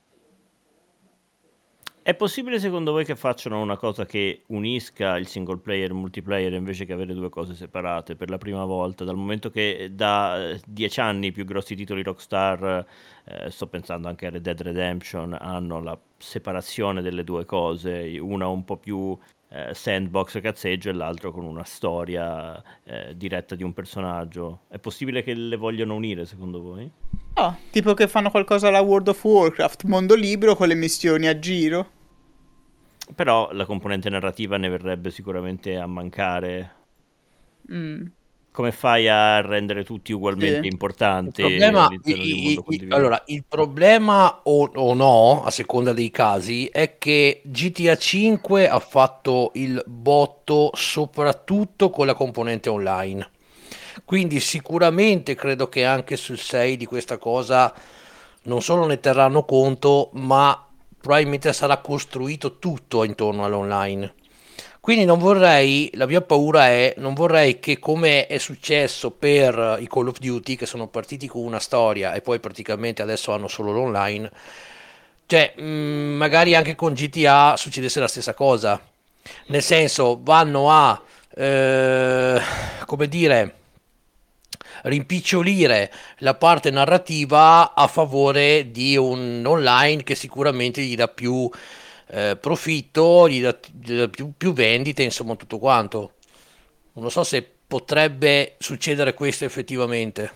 È possibile secondo voi che facciano una cosa che unisca il single player e il multiplayer invece che avere due cose separate per la prima volta, dal momento che da dieci anni i più grossi titoli Rockstar, eh, sto pensando anche a Red Dead Redemption, hanno la separazione delle due cose, una un po' più eh, sandbox cazzeggio e l'altro con una storia eh, diretta di un personaggio. È possibile che le vogliono unire secondo voi? Ah, tipo che fanno qualcosa alla World of Warcraft, mondo libero con le missioni a giro. Però la componente narrativa ne verrebbe sicuramente a mancare. Mm. Come fai a rendere tutti ugualmente Sì. importanti Il problema, all'interno di un i- mondo i- condiviso? allora, il problema o, o no, a seconda dei casi, è che G T A cinque ha fatto il botto soprattutto con la componente online. Quindi sicuramente credo che anche sul sei di questa cosa non solo ne terranno conto, ma probabilmente sarà costruito tutto intorno all'online. Quindi non vorrei, la mia paura è, non vorrei che come è successo per i Call of Duty, che sono partiti con una storia e poi praticamente adesso hanno solo l'online, cioè mh, magari anche con G T A succedesse la stessa cosa. Nel senso, vanno a, eh, come dire, rimpicciolire la parte narrativa a favore di un online che sicuramente gli dà più eh, profitto, gli dà, gli dà più, più vendite, insomma tutto quanto. Non so se potrebbe succedere questo effettivamente.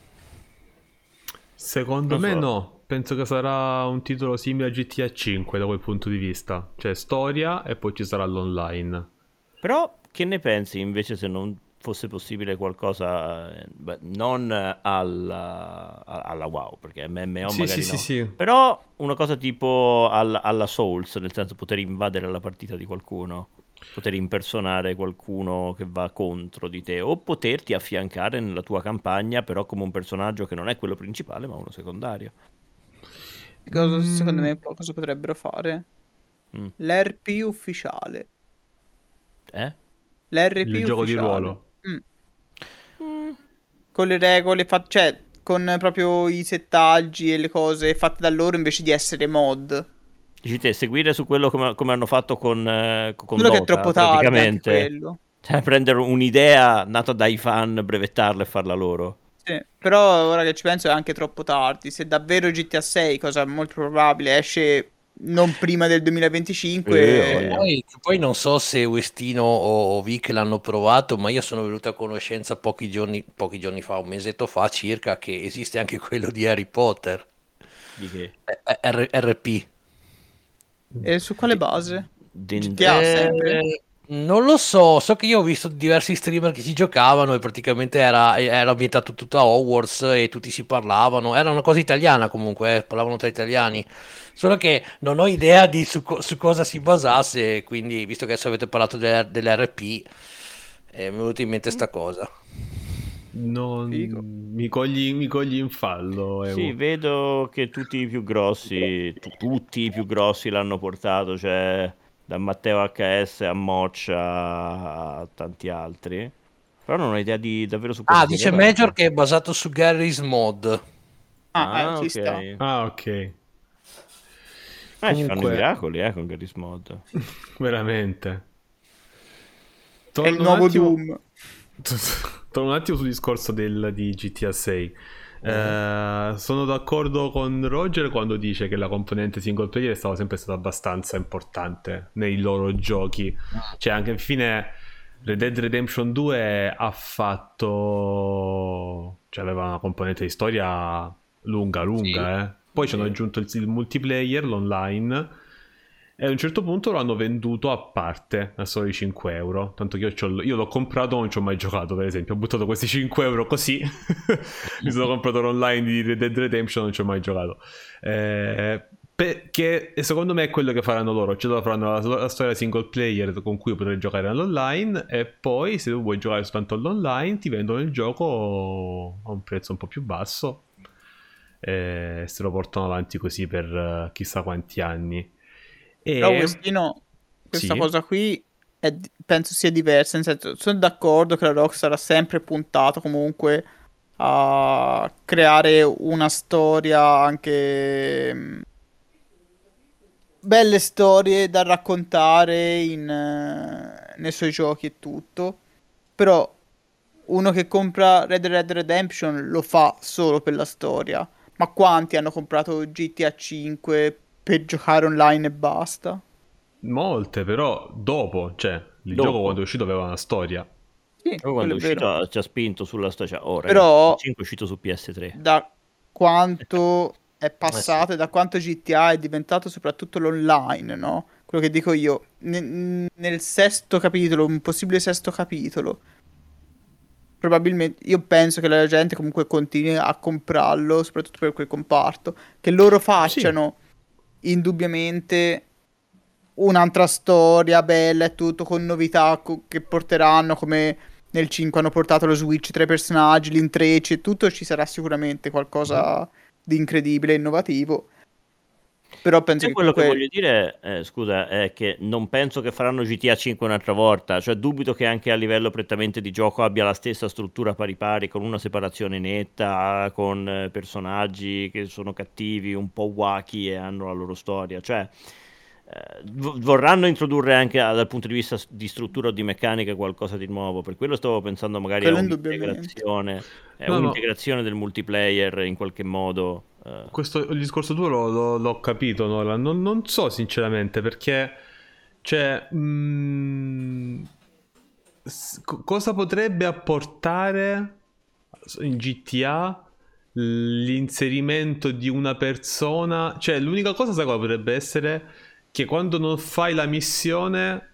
Secondo Non me so. no, penso che sarà un titolo simile a G T A cinque da quel punto di vista, cioè storia e poi ci sarà l'online. Però che ne pensi invece se non fosse possibile qualcosa, eh, beh, non alla, a- alla WoW, perché M M O Sì, magari sì, no, sì, sì. però una cosa tipo al- alla Souls, nel senso poter invadere la partita di qualcuno, poter impersonare qualcuno che va contro di te, o poterti affiancare nella tua campagna, però come un personaggio che non è quello principale, ma uno secondario. Cosa, secondo Mm, me cosa potrebbero fare? Mm. L'R P ufficiale. Eh? L'R P il gioco di ufficiale. ruolo. Mm. Con le regole, fa- cioè con proprio i settaggi e le cose fatte da loro invece di essere mod. Dici te, seguire su quello come, come hanno fatto con, eh, con Solo che è Dota, troppo tardi anche praticamente. quello. Cioè, prendere un'idea nata dai fan, brevettarla e farla loro. Sì, però ora che ci penso è anche troppo tardi. Se davvero G T A sei, cosa molto probabile, esce non prima del Eh, duemilaventicinque, voglia. Poi, poi non so se Westino o Vic l'hanno provato, ma io sono venuto a conoscenza pochi giorni, pochi giorni fa, un mesetto fa circa, che esiste anche quello di Harry Potter, Di che? eh, R- R P. e su quale base? Den- G T A sempre? Eh, non lo so, so che io ho visto diversi streamer che ci giocavano e praticamente era, era ambientato tutto a Hogwarts e tutti si parlavano, era una cosa italiana comunque, eh, parlavano tra italiani, solo che non ho idea di su, co- su cosa si basasse, quindi visto che adesso avete parlato delle- dell'R P, eh, mi è venuta in mente sta cosa. Non... Figo. Mi cogli, mi cogli in fallo, Evo. Sì, vedo che tutti i più grossi, tu- tutti i più grossi l'hanno portato, cioè da Matteo H S a Moccia a tanti altri. Però non ho idea di davvero su cosa Ah, sia dice basato. Major che è basato su Garry's Mod. Ah, eh, Ah, ci ok. sta. Eh, Ah, ok. ci fanno i Comunque- miracoli, eh, con Garry's Mod. Veramente. È il Torno un nuovo attimo- Doom. Torno un attimo sul discorso del, di G T A sei. Eh, sono d'accordo con Roger quando dice che la componente single player è stata sempre stata abbastanza importante nei loro giochi. Cioè, anche infine Red Dead Redemption due ha fatto, cioè aveva una componente di storia lunga lunga, Sì. eh. Poi ci Sì. hanno aggiunto il, il multiplayer, l'online, e a un certo punto lo hanno venduto a parte a solo cinque euro. Tanto che io, c'ho- io l'ho comprato, ma non ci ho mai giocato. Per esempio, ho buttato questi cinque euro così. Mi sono comprato l'online di Red Dead Redemption, non ci ho mai giocato. Eh, perché secondo me è quello che faranno loro. Cioè, loro faranno la, la storia single player con cui potrai giocare all'online. E poi, se tu vuoi giocare soltanto all'online, ti vendono il gioco a un prezzo un po' più basso. E se lo portano avanti così per eh, chissà quanti anni. E... Però Westino, questa Sì. cosa qui è di- penso sia diversa, nel senso, sono d'accordo che la Rockstar ha sempre puntato comunque a creare una storia anche mh, belle storie da raccontare in, eh, nei suoi giochi e tutto. Però uno che compra Red Dead Redemption lo fa solo per la storia. Ma quanti hanno comprato G T A cinque per giocare online e basta? Molte, però dopo, cioè, il Dopo. gioco quando è uscito aveva una storia. Sì, Poi quando quello è è vero. uscito ha- ci ha spinto sulla storia. Oh, Però- ragazzi, il cinque è uscito su P S tre. Da quanto è passato e da quanto G T A è diventato soprattutto l'online, no? Quello che dico io. Ne- nel sesto capitolo, un possibile sesto capitolo, probabilmente io penso che la gente comunque continui a comprarlo, soprattutto per quel comparto, che loro facciano indubbiamente un'altra storia bella e tutto, con novità co- che porteranno, come nel cinque hanno portato lo Switch, tre personaggi, l'intrecci e tutto, ci sarà sicuramente qualcosa di incredibile e innovativo. Però penso Io che quello che comunque voglio dire, eh, scusa, è che non penso che faranno G T A cinque un'altra volta, cioè dubito che anche a livello prettamente di gioco abbia la stessa struttura pari pari, con una separazione netta, con eh, personaggi che sono cattivi, un po' wacky e hanno la loro storia, cioè eh, vo- vorranno introdurre anche ah, dal punto di vista s- di struttura o di meccanica qualcosa di nuovo, per quello stavo pensando magari a quello indubbiamente. un'integrazione, eh, No, no. un'integrazione del multiplayer in qualche modo. eh. Questo, il discorso tuo l'ho, l'ho- l'ho capito, Nolan. Non, non so sinceramente perché, cioè, mm, s- co- cosa potrebbe apportare in G T A l'inserimento di una persona? Cioè, l'unica cosa, sai cosa potrebbe essere? Che quando non fai la missione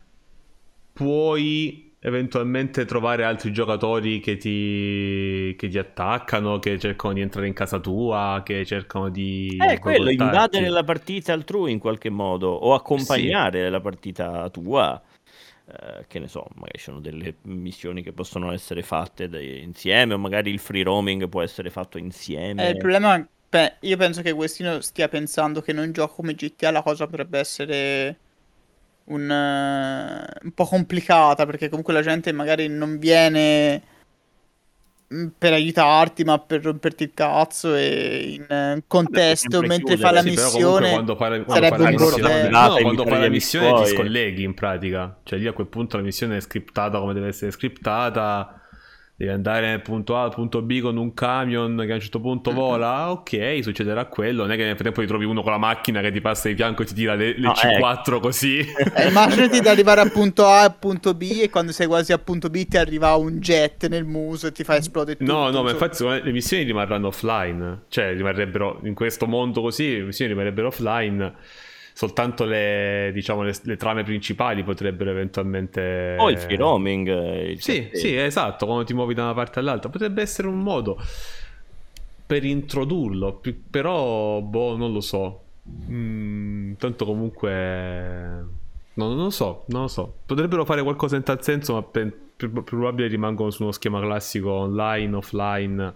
puoi eventualmente trovare altri giocatori che ti, che ti attaccano, che cercano di entrare in casa tua, che cercano di Eh, quello, boicottarti. invadere la partita altrui in qualche modo, o accompagnare la partita tua, eh, che ne so, magari ci sono delle missioni che possono essere fatte de- insieme, o magari il free roaming può essere fatto insieme. Eh, il problema, beh, io penso che Questino stia pensando che in un gioco come G T A la cosa potrebbe essere un, eh, un po' complicata, perché comunque la gente magari non viene mm, per aiutarti, ma per romperti il cazzo, e in eh, contesto, sempre mentre chiudere. fa la Sì, però comunque missione quando fai la, quando sarebbe fai la un loro missione, bordello. data, no, quando invitare fai gli la amici missione ti tuoi. scolleghi in pratica. Cioè lì a quel punto la missione è scriptata come deve essere scriptata. Devi andare nel punto A al punto B con un camion che a un certo punto vola. Ok, succederà quello. Non è che nel frattempo ti trovi uno con la macchina che ti passa di fianco e ti tira le, le No, C quattro così. Eh, immaginati di arrivare a punto A e a punto B, e quando sei quasi a punto B ti arriva un jet nel muso e ti fa esplodere tutto. No, no, ma insomma. infatti secondo me le missioni rimarranno offline. Cioè, rimarrebbero in questo mondo così, le missioni rimarrebbero offline. Soltanto le, diciamo, le, le trame principali potrebbero eventualmente... O il free roaming. eh, il Sì, castello. sì, esatto, quando ti muovi da una parte all'altra. Potrebbe essere un modo per introdurlo, pi- però, boh, non lo so. Mm, tanto comunque... No, non lo so, non lo so. Potrebbero fare qualcosa in tal senso, ma per, per- probabilmente rimangono su uno schema classico online, offline.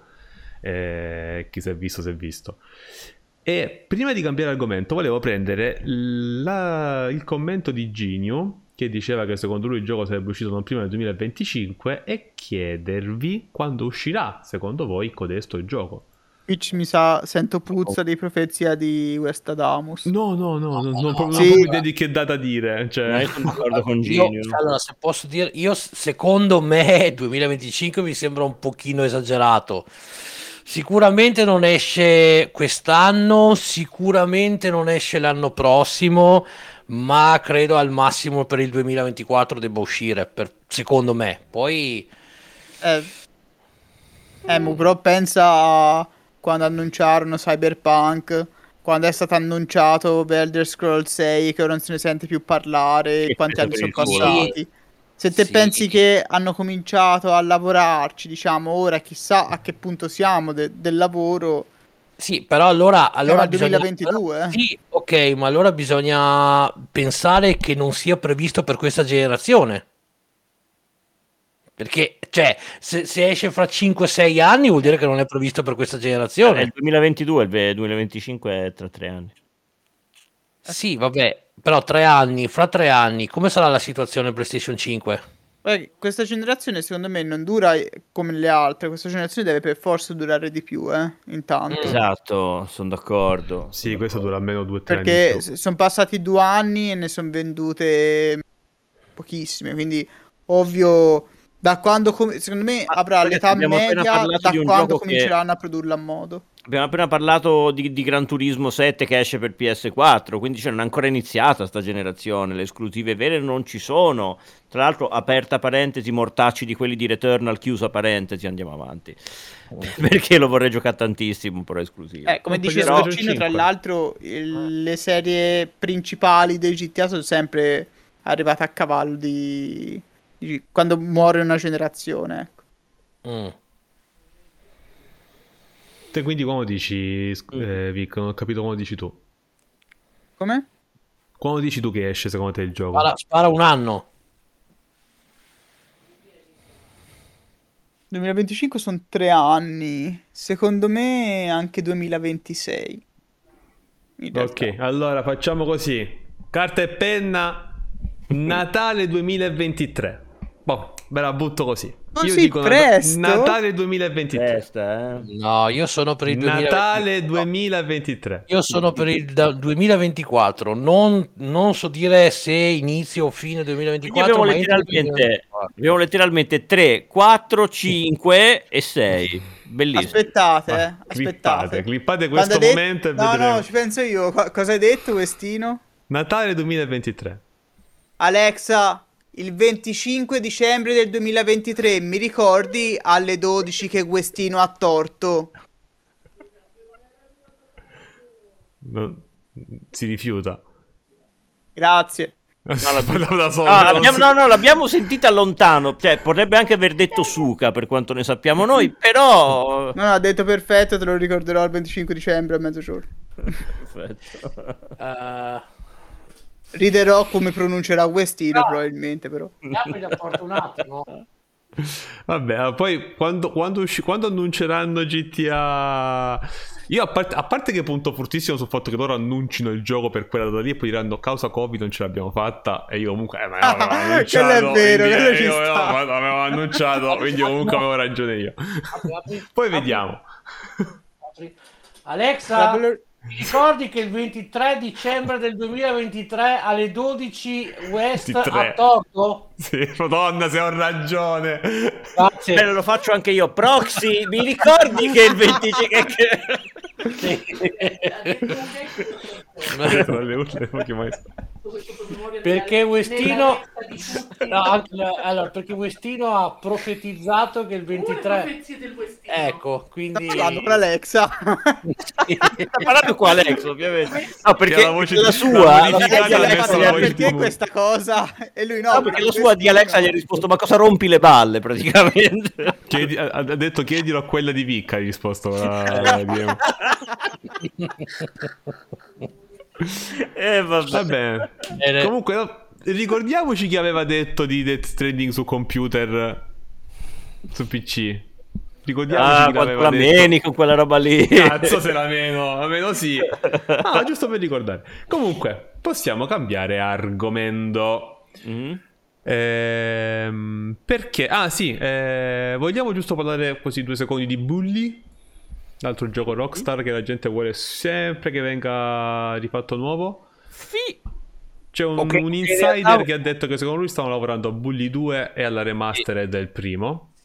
E chi si è visto, si è visto. E prima di cambiare argomento, volevo prendere la- il commento di Ginyu, che diceva che secondo lui il gioco sarebbe uscito non prima del duemilaventicinque, e chiedervi quando uscirà, secondo voi, codesto gioco. Twitch mi sa, sento puzza di profezia di Westadamus. No, no, no, no, non proprio, Sì. non proprio idea di che data dire. Cioè... No, io sono d'accordo con Io, Genio. allora, se posso dire, io secondo me duemilaventicinque mi sembra un pochino esagerato. sicuramente non esce quest'anno, sicuramente non esce l'anno prossimo, ma credo al massimo per il duemilaventiquattro debba uscire, per, secondo me. Poi Eh, eh, mo però pensa a quando annunciarono Cyberpunk, quando è stato annunciato The Elder Scrolls sei, che ora non se ne sente più parlare, Che quanti anni presa sono per il culo. passati. Se te Sì. pensi che hanno cominciato a lavorarci, diciamo, ora chissà a che punto siamo de- del lavoro. sì, però allora, allora al bisogna, duemilaventidue, allora- eh. sì, ok, ma allora bisogna pensare che non sia previsto per questa generazione. Perché, cioè, se, se esce fra cinque sei anni vuol dire che non è previsto per questa È generazione. il duemilaventidue, il duemilaventicinque è tra tre anni. Sì, vabbè, però tre anni, fra tre anni, come sarà la situazione PlayStation cinque? Beh, questa generazione secondo me non dura eh, come le altre, questa generazione deve per forza durare di più, eh, intanto. Esatto, sono d'accordo. Sì, son questo dura d'accordo. almeno due o tre anni in Perché più. sono passati due anni e ne sono vendute pochissime, quindi ovvio, da quando com- secondo me Ma avrà ragazzi, l'età abbiamo appena media parlato da di un quando gioco che- cominceranno a produrla a modo. Abbiamo appena parlato di, di Gran Turismo sette che esce per P S quattro, quindi cioè, non è ancora iniziata sta generazione, le esclusive vere non ci sono. Tra l'altro, aperta parentesi, mortacci di quelli di Returnal, chiusa parentesi, andiamo avanti. Perché lo vorrei giocare tantissimo, però esclusivo. Eh, come Non dice perché Scoccino, PlayStation tra cinque. l'altro il- le serie principali dei G T A sono sempre arrivate a cavallo di, di quando muore una generazione, ecco. Mm. Te quindi quando dici, sc- eh, Vic, non ho capito come dici tu. Come? Quando dici tu che esce secondo te il gioco? Spara, spara un anno. duemilaventicinque sono tre anni, secondo me anche duemilaventisei. In realtà. Ok, allora facciamo così. Carta e penna, Natale duemilaventitré. Boh, ve la butto così. Così Nat- presto? Natale duemilaventitré. Testa, eh. No, io sono per il Natale duemilaventiquattro. duemilaventitré. Io sono per il da- duemilaventiquattro, non, non so dire se inizio o fine Quindi duemilaventiquattro, abbiamo ma entro il letteralmente, duemilaventiquattro. abbiamo letteralmente tre, quattro, cinque e sei. Bellissimo. Aspettate, eh, Ah, clippate, aspettate. clippate Quando questo hai det- momento e No, vedremo. no, ci penso io. Qu- cosa hai detto, Questino? Natale duemilaventitré. Alexa, il venticinque dicembre del duemilaventitré, mi ricordi alle dodici che Questino ha torto? Non- si rifiuta. Grazie. No, da solo, No, non l'abbiamo, si- no, no, l'abbiamo sentita lontano. Cioè, potrebbe anche aver detto Suka per quanto ne sappiamo noi, però. No, no, ha detto perfetto, te lo ricorderò il venticinque dicembre a mezzogiorno. Perfetto. Eh, Riderò come pronuncerà Questino, No. probabilmente, però. apri la porta un attimo. Vabbè, poi quando, quando, usci- quando annunceranno G T A... Io a parte, a parte che punto fortissimo sul fatto che loro annuncino il gioco per quella data lì e poi diranno causa Covid non ce l'abbiamo fatta e io comunque eh, ma no, avevo annunciato, Quello è vero, quindi, quello eh, ci io, sta. no, ma l'avevo annunciato, quindi comunque avevo ragione io. Apri, apri, Poi apri, vediamo. apri. Alexa, Traveler- mi ricordi che il ventitré dicembre del duemilaventitré alle dodici West ventitré. ha torto? Sì, madonna se ho ragione. Grazie. Bene, lo faccio anche io. Proxy, mi ricordi che il venticinque. Le urla, che mai- Perché Westino no, anche- allora, perché Westino ha profetizzato che il ventitré ecco, quindi Sto parlando con Alexa. Sta parlando qua Alex, ovviamente. No, perché Che la voce la di- sua, la la modificata voce di ha Alexa messo gli la ha voce di Perché Comunque. questa cosa? E lui no. No, perché la sua di Alexa gli ha risposto: ma cosa rompi le balle praticamente? Chiedi- ha, ha detto chiedilo a quella di Vic, hai risposto la, la D M. Eh, vabbè. Va bene. Bene. Comunque, no, ricordiamoci chi aveva detto di Death Stranding su computer, su P C. Ricordiamoci Ah, chi quanto l'aveva la detto. meni con quella roba lì. Cazzo se la meno, almeno sì. Ah, giusto per ricordare. Comunque, possiamo cambiare argomento. Mhm. Ehm, perché? Ah sì, eh, vogliamo giusto parlare così due secondi di Bully, l'altro gioco Rockstar che la gente vuole sempre che venga rifatto nuovo. Sì. C'è un, Ok, un in insider realtà- che ha detto che secondo lui stavano lavorando a Bully due e alla remastered del primo.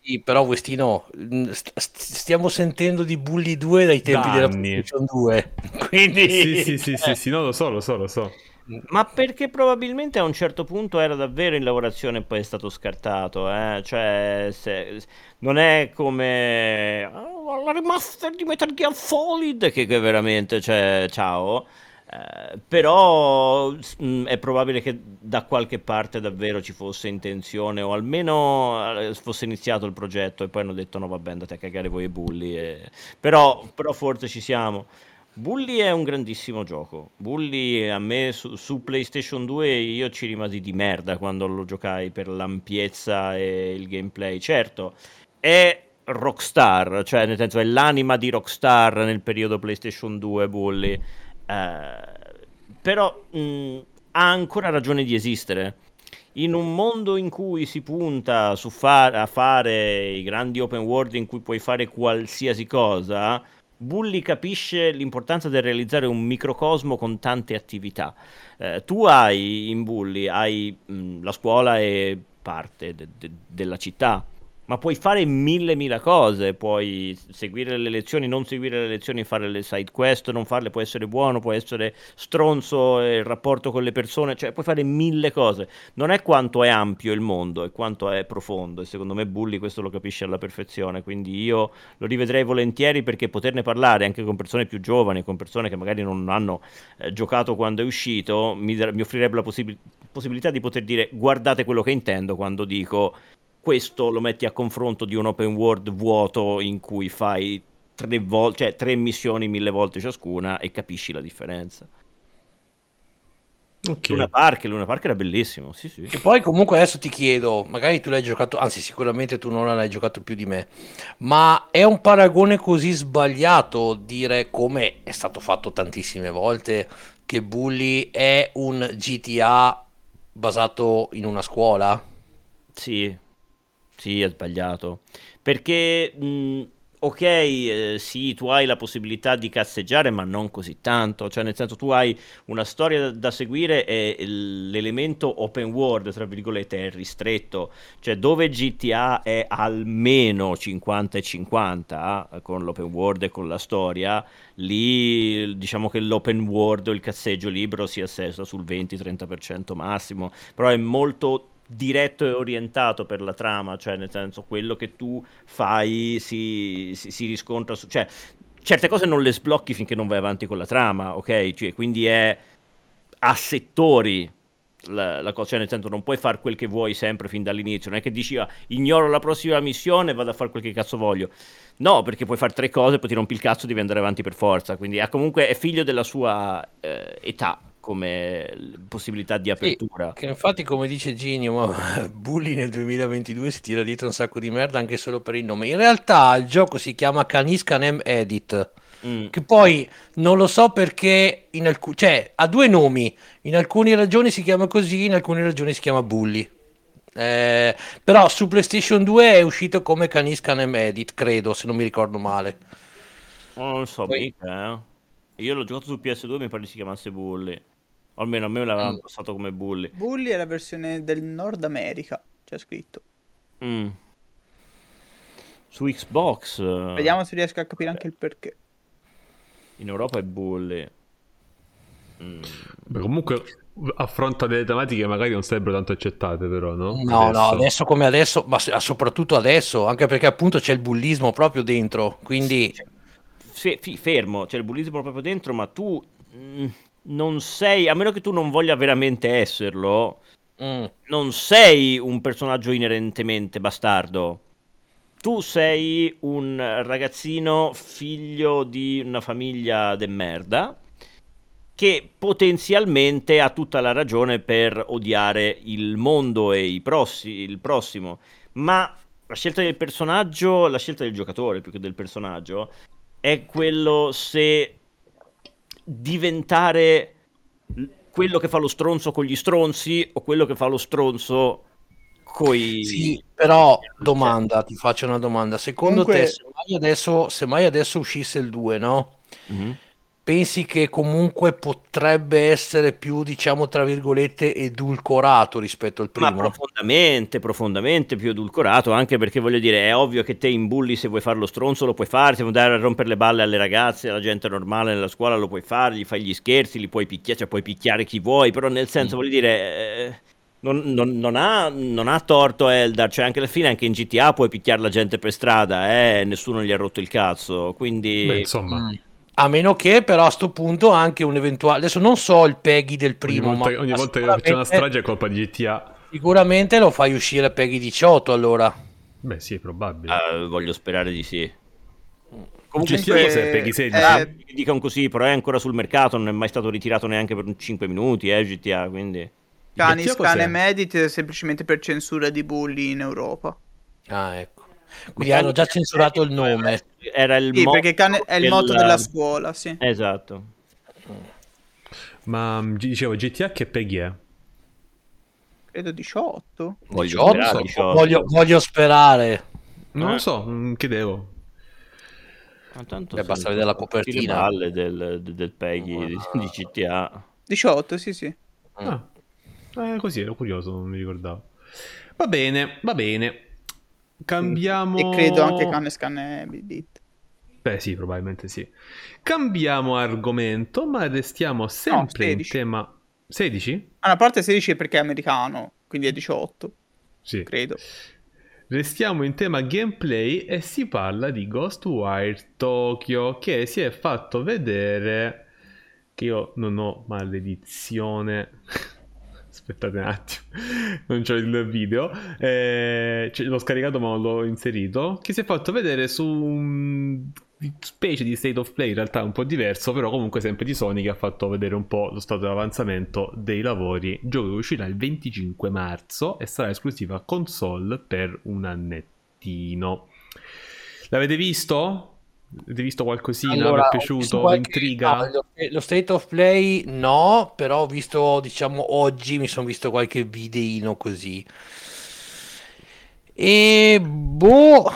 Sì, però Westino, mh, st- st- stiamo sentendo di Bully due dai tempi Da della anni. PlayStation due, quindi Sì, sì, sì, cioè, sì, sì, no, lo so, lo so, lo so. Ma perché probabilmente a un certo punto era davvero in lavorazione e poi è stato scartato, eh? Cioè, se- non è come "Oh, la remaster di Metal Gear Solid che, che veramente, cioè, ciao. Eh, però s- mh, è probabile che da qualche parte davvero ci fosse intenzione o almeno eh, fosse iniziato il progetto e poi hanno detto no vabbè andate a cagare voi e Bully. e- Però, però forse ci siamo. Bully è un grandissimo gioco. Bully a me su, su PlayStation due io ci rimasi di merda quando lo giocai per l'ampiezza e il gameplay. Certo, è Rockstar, cioè nel senso è l'anima di Rockstar nel periodo PlayStation due Bully. Eh, però mh, ha ancora ragione di esistere. In un mondo in cui si punta su fa- a fare i grandi open world in cui puoi fare qualsiasi cosa, Bully capisce l'importanza del realizzare un microcosmo con tante attività. Eh, tu hai in Bully hai mh, la scuola e parte de- de- della città, ma puoi fare mille mila cose, puoi seguire le lezioni, non seguire le lezioni, fare le side quest, non farle, puoi essere buono, puoi essere stronzo, eh, il rapporto con le persone, cioè puoi fare mille cose. Non è quanto è ampio il mondo, è quanto è profondo e secondo me Bully questo lo capisce alla perfezione, quindi io lo rivedrei volentieri perché poterne parlare anche con persone più giovani, con persone che magari non hanno eh, giocato quando è uscito, mi, dar- mi offrirebbe la possib- possibilità di poter dire guardate quello che intendo quando dico questo lo metti a confronto di un open world vuoto in cui fai tre volte, cioè tre missioni mille volte ciascuna e capisci la differenza. Ok. Luna Park, Luna Park era bellissimo, sì sì. E poi comunque adesso ti chiedo, magari tu l'hai giocato, anzi sicuramente tu non l'hai giocato più di me, ma è un paragone così sbagliato dire, come è stato fatto tantissime volte, che Bully è un G T A basato in una scuola? Sì, sì, è sbagliato. Perché, mh, ok, eh, sì, tu hai la possibilità di cazzeggiare, ma non così tanto. Cioè, nel senso, tu hai una storia da, da seguire e l'elemento open world, tra virgolette, è ristretto. Cioè, dove G T A è almeno cinquanta e cinquanta, eh, con l'open world e con la storia, lì diciamo che l'open world o il cazzeggio libero si assesta sul venti-trenta per cento massimo, però è molto diretto e orientato per la trama, cioè nel senso quello che tu fai si, si, si riscontra su, cioè certe cose non le sblocchi finché non vai avanti con la trama, ok? Cioè, quindi è a settori la, la cosa, cioè nel senso non puoi fare quel che vuoi sempre fin dall'inizio, non è che dici ah, ignoro la prossima missione e vado a fare quel che cazzo voglio. No, perché puoi fare tre cose, poi ti rompi il cazzo e devi andare avanti per forza. Quindi è comunque è figlio della sua eh, età come possibilità di Sì, apertura. che infatti come dice Ginio, ma Bully nel duemilaventidue si tira dietro un sacco di merda anche solo per il nome. In realtà il gioco si chiama Caniscan Edit, Mm. che poi non lo so perché in alcuni, cioè ha due nomi, in alcune regioni si chiama così, in alcune regioni si chiama Bully. Eh, però su PlayStation due è uscito come Caniscan Edit, credo, se non mi ricordo male. Non lo so Poi, mica, eh. Io l'ho giocato su P S due, mi pare si chiamasse Bully. O almeno a me me l'avevano mm, passato come Bully. Bully è la versione del Nord America, c'è scritto. Mm. Su Xbox eh, Vediamo se riesco a capire anche il perché. in Europa è Bully. Mm. Beh, comunque affronta delle tematiche che magari non sarebbero tanto accettate, però, no? no, no, Adesso. adesso come adesso, ma se- soprattutto adesso, anche perché appunto c'è il bullismo proprio dentro, Sì, quindi cioè, fe- fi- fermo, c'è il bullismo proprio dentro, ma tu mm, non sei, a meno che tu non voglia veramente esserlo, mm, non sei un personaggio inerentemente bastardo. Tu sei un ragazzino figlio di una famiglia de merda che potenzialmente ha tutta la ragione per odiare il mondo e i prossi- il prossimo, ma la scelta del personaggio, la scelta del giocatore più che del personaggio, è quello se diventare l- quello che fa lo stronzo con gli stronzi o quello che fa lo stronzo coi... sì, però Cioè, domanda, ti faccio una domanda, secondo te Comunque, se mai adesso, se mai adesso uscisse il due, no? mhm. pensi che comunque potrebbe essere più, diciamo, tra virgolette, edulcorato rispetto al Ma primo? profondamente, profondamente più edulcorato, anche perché voglio dire, è ovvio che te in Bully, se vuoi fare lo stronzo lo puoi fare, se vuoi andare a rompere le balle alle ragazze, alla gente normale nella scuola lo puoi fare, gli fai gli scherzi, li puoi picchiare, cioè puoi picchiare chi vuoi, però nel senso, Mm. voglio dire, eh, non, non- non ha, non ha torto Eldar, cioè anche alla fine anche in G T A puoi picchiare la gente per strada, eh, nessuno gli ha rotto il cazzo, Beh, quindi... insomma, Mm. A meno che però a sto punto anche un eventuale, adesso non so il Peggy del ogni primo, volta, ma ogni ma volta che c'è una sicuramente, strage è colpa di G T A. sicuramente lo fai uscire Peggy diciotto allora. Beh, sì, è probabile. eh, voglio sperare di sì. G T A Comunque cos'è, Peggy Comunque, sedici? ah, eh, dicono così, però è ancora sul mercato, non è mai stato ritirato neanche per cinque minuti, eh, G T A, quindi... Canis G T A cos'è? Canem Edit semplicemente per censura di bulli in Europa. Ah, ecco. Quindi hanno già censurato il nome. Era il Sì, motto perché cane- è il del- motto della scuola, sì. Esatto. Ma mm, dicevo, G T A che Peggy è? Credo diciotto. Voglio diciotto? sperare, diciotto. Voglio, voglio sperare. Non Eh. lo so, mm, chiedevo. Ma tanto Beh, basta sono vedere la tutte copertina. le balle del, del, del Peggy di, di G T A. diciotto, sì, sì. Ah, eh, così ero curioso, non mi ricordavo. Va bene, va bene. Cambiamo... E credo anche Canis Canem Edit. Beh sì, probabilmente sì. Cambiamo argomento, ma restiamo sempre in sedici. tema... sedici? Ah, una parte sedici è perché è americano, quindi è diciotto, Sì. credo. Restiamo in tema gameplay e si parla di Ghostwire Tokyo, che si è fatto vedere, che io non ho maledizione. Aspettate un attimo, non c'ho il video. Eh, cioè, l'ho scaricato ma non l'ho inserito. Che si è fatto vedere su un specie di state of play, in realtà un po' diverso, però comunque sempre di Sony, che ha fatto vedere un po' lo stato di avanzamento dei lavori. Gioco che uscirà il venticinque marzo e sarà esclusiva console per un annettino. L'avete visto? Avete visto qualcosina? Vi Allora, è ho piaciuto? visto Vi qualche- intriga? no, lo, lo State of Play no, però ho visto, diciamo, oggi mi sono visto qualche videino così. E boh,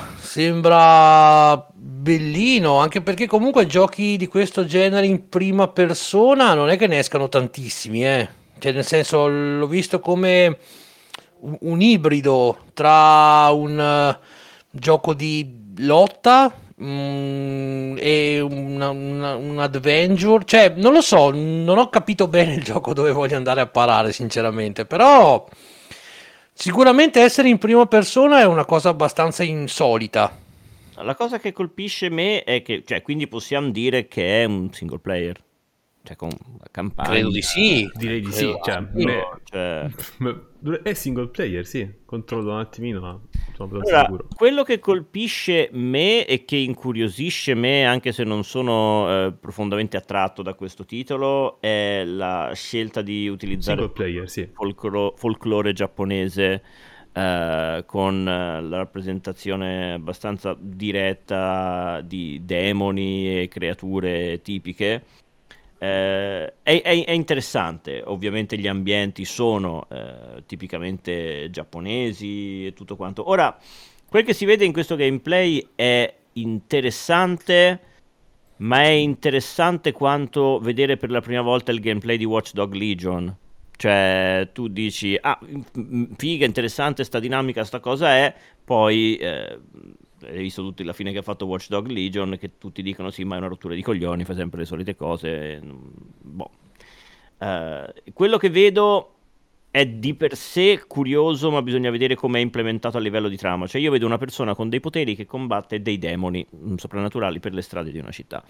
sembra bellino, anche perché comunque giochi di questo genere in prima persona non è che ne escano tantissimi, eh. Cioè, nel senso, l'ho visto come un, un ibrido tra un eh, gioco di lotta mm, e una- una- un adventure. Cioè, non lo so, non ho capito bene il gioco dove voglio andare a parare, sinceramente, però sicuramente essere in prima persona è una cosa abbastanza insolita. La cosa che colpisce me è che, cioè, quindi possiamo dire che è un single player. Cioè, con la campagna. Credo di sì. Direi di Credo- sì, cioè, sì. me- Cioè... è single player, sì. Controllo un attimino, ma sono abbastanza Allora, sicuro. quello che colpisce me e che incuriosisce me, anche se non sono eh, profondamente attratto da questo titolo, è la scelta di utilizzare Single player, sì. folclo- folklore giapponese eh, con eh, la rappresentazione abbastanza diretta di demoni e creature tipiche. Eh, è, è- è interessante, ovviamente gli ambienti sono eh, tipicamente giapponesi e tutto quanto. Ora, quel che si vede in questo gameplay è interessante, ma è interessante quanto vedere per la prima volta il gameplay di Watch Dog Legion. Cioè, tu dici, ah, m- m- figa, interessante sta dinamica, sta cosa è, poi eh, hai visto tutti la fine che ha fatto Watch Dog Legion, che tutti dicono sì, ma è una rottura di coglioni, fa sempre le solite cose. mm, Boh. Eh, quello che vedo è di per sé curioso, ma bisogna vedere come è implementato a livello di trama. Cioè, io vedo una persona con dei poteri che combatte dei demoni mm, soprannaturali per le strade di una città.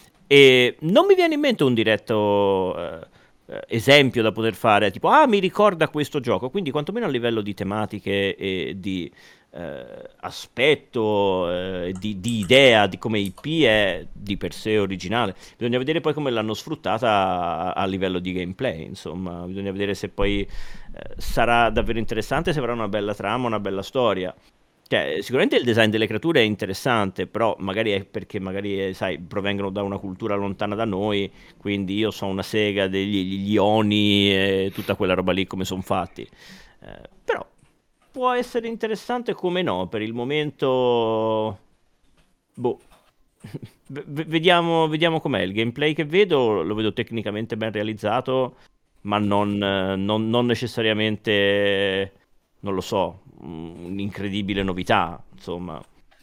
E non mi viene in mente un diretto eh, eh, esempio da poter fare, tipo, ah, mi ricorda questo gioco. Quindi, quantomeno a livello di tematiche e di eh, aspetto, eh, di, di idea, di come I P è di per sé originale. Bisogna vedere poi come l'hanno sfruttata a, a livello di gameplay, insomma. Bisogna vedere se poi eh, sarà davvero interessante, se avrà una bella trama, una bella storia. Cioè, sicuramente il design delle creature è interessante, però magari è perché magari, eh, sai, provengono da una cultura lontana da noi, quindi io so una sega degli gli oni e tutta quella roba lì come sono fatti. Eh, però può essere interessante come no, per il momento... Boh, v- vediamo, vediamo com'è. Il gameplay che vedo lo vedo tecnicamente ben realizzato, ma non, eh, non- non necessariamente, non lo so, un'incredibile novità, insomma.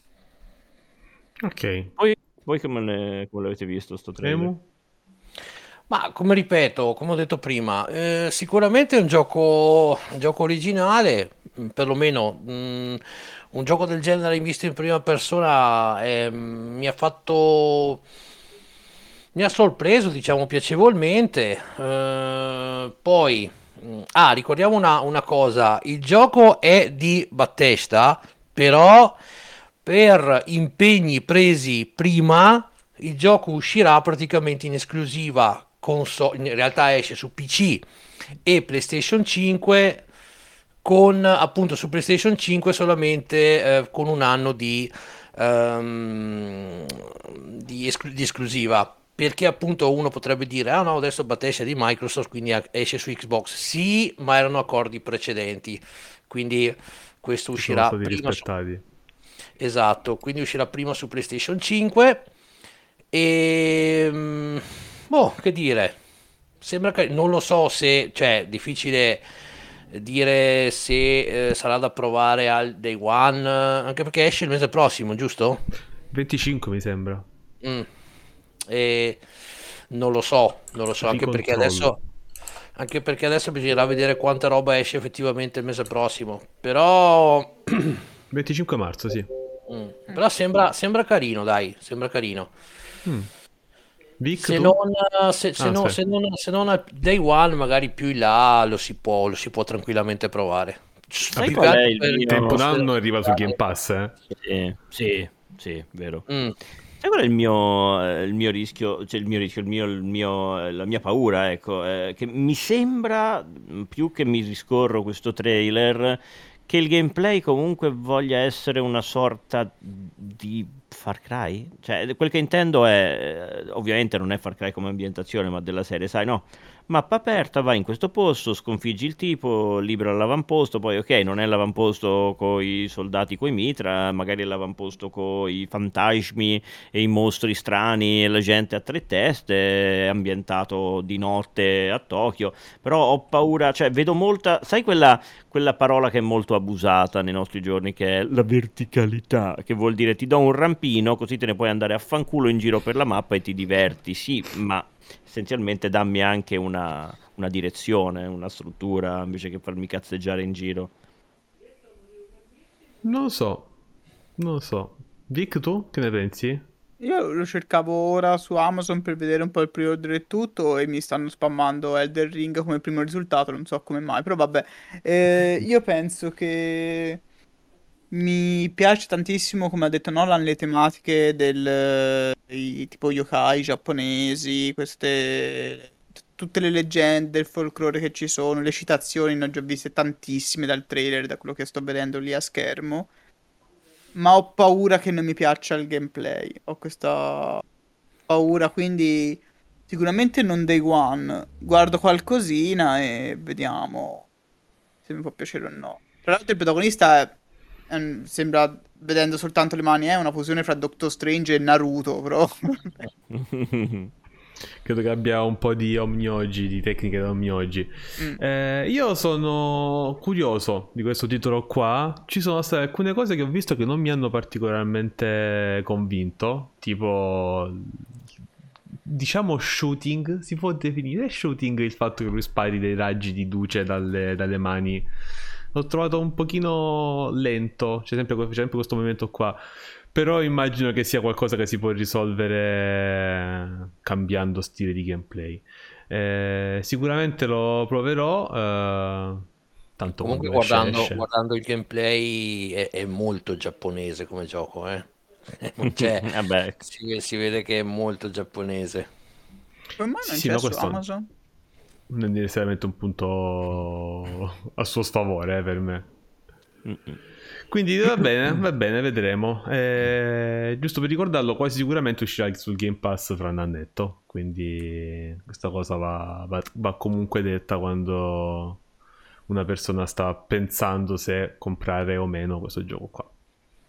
Ok. Voi, voi come, ne- come l'avete visto sto trailer? Emu? Ma come ripeto, come ho detto prima, eh, sicuramente è un gioco, un gioco originale, mh, perlomeno mh, un gioco del genere visto in prima persona eh, mi ha fatto, mi ha sorpreso, diciamo, piacevolmente. Eh, poi, mh, ah, ricordiamo una, una cosa, il gioco è di Bethesda, però per impegni presi prima il gioco uscirà praticamente in esclusiva console, in realtà esce su P C e PlayStation cinque con appunto su PlayStation cinque solamente eh, con un anno di, ehm, di, esclu- di esclusiva. Perché appunto uno potrebbe dire, ah no, adesso Bethesda è di Microsoft, quindi a- esce su Xbox. Sì, ma erano accordi precedenti, quindi questo Che sono uscirà stati prima su... rispettati. Esatto, quindi uscirà prima su PlayStation cinque e... mm, boh, che dire, sembra che... Non lo so se... Cioè, è difficile dire se eh, sarà da provare al Day One, anche perché esce il mese prossimo, giusto? venticinque mi sembra. Mm. E non lo so, non lo so, anche perché Ricontrollo. adesso... Anche perché adesso bisognerà vedere quanta roba esce effettivamente il mese prossimo. Però... venticinque marzo, sì. Mm. Però sembra, sembra carino, dai, sembra carino. Mm. Vic, Se tu? non, se, se Ah, no- aspetta. se non, se non al day one, magari più in là lo si può, lo si può tranquillamente provare. Sai Più che qual è altro il per Tempo un mio... anno arriva sul Game considerare. Pass, eh? Sì, sì, sì, vero. Mm. Sai qual è il mio, eh, il mio rischio, cioè il mio rischio, il mio, il mio, eh, la mia paura, ecco, eh, che mi sembra, mh, più che mi riscorro questo trailer, che il gameplay comunque voglia essere una sorta di Far Cry? Cioè, quel che intendo è, eh, ovviamente non è Far Cry come ambientazione, ma della serie, sai, no? Mappa aperta, vai in questo posto, sconfiggi il tipo, libera l'avamposto, poi ok, non è l'avamposto con i soldati coi mitra, magari è l'avamposto con i fantasmi e i mostri strani e la gente a tre teste, è ambientato di notte a Tokyo, però ho paura, cioè vedo molta, sai quella, quella parola che è molto abusata nei nostri giorni, che è la verticalità, che vuol dire ti do un rampino così te ne puoi andare a fanculo in giro per la mappa e ti diverti, sì, ma essenzialmente dammi anche una, una direzione, una struttura, invece che farmi cazzeggiare in giro. Non lo so. Non lo so. Vic, tu che ne pensi? Io lo cercavo ora su Amazon per vedere un po' il pre-order e tutto e mi stanno spammando Elden Ring come primo risultato, non so come mai, però vabbè. Eh, io penso che mi piace tantissimo, come ha detto Nolan, le tematiche del i- tipo yokai giapponesi, queste t- tutte le leggende, il folklore che ci sono, le citazioni, ne ho già viste tantissime dal trailer, da quello che sto vedendo lì a schermo. Ma ho paura che non mi piaccia il gameplay. Ho questa paura, quindi sicuramente non day one. Guardo qualcosina e vediamo se mi può piacere o no. Tra l'altro il protagonista è, è un- sembra, vedendo soltanto le mani, è una fusione fra Doctor Strange e Naruto, però. Credo che abbia un po' di omniogi, di tecniche da omniogi. Mm. Eh, io sono curioso di questo titolo qua. Ci sono state alcune cose che ho visto che non mi hanno particolarmente convinto, tipo diciamo shooting, si può definire shooting il fatto che lui spari dei raggi di luce dalle, dalle mani. L'ho trovato un pochino lento, c'è sempre, c'è sempre questo movimento qua. Però immagino che sia qualcosa che si può risolvere cambiando stile di gameplay. Eh, sicuramente lo proverò. eh, tanto Comunque quando esce guardando, esce. guardando il gameplay è, è molto giapponese come gioco, eh. Cioè, Vabbè, si, si vede che è molto giapponese. Come mai Sì, non sì, c'è ma su questo Amazon? non è necessariamente un punto a suo sfavore, eh, per me. mm-mm. Quindi va bene, va bene, vedremo. Eh, giusto per ricordarlo, quasi sicuramente uscirà sul Game Pass fra un annetto. Quindi questa cosa va, va- va comunque detta quando una persona sta pensando se comprare o meno questo gioco qua.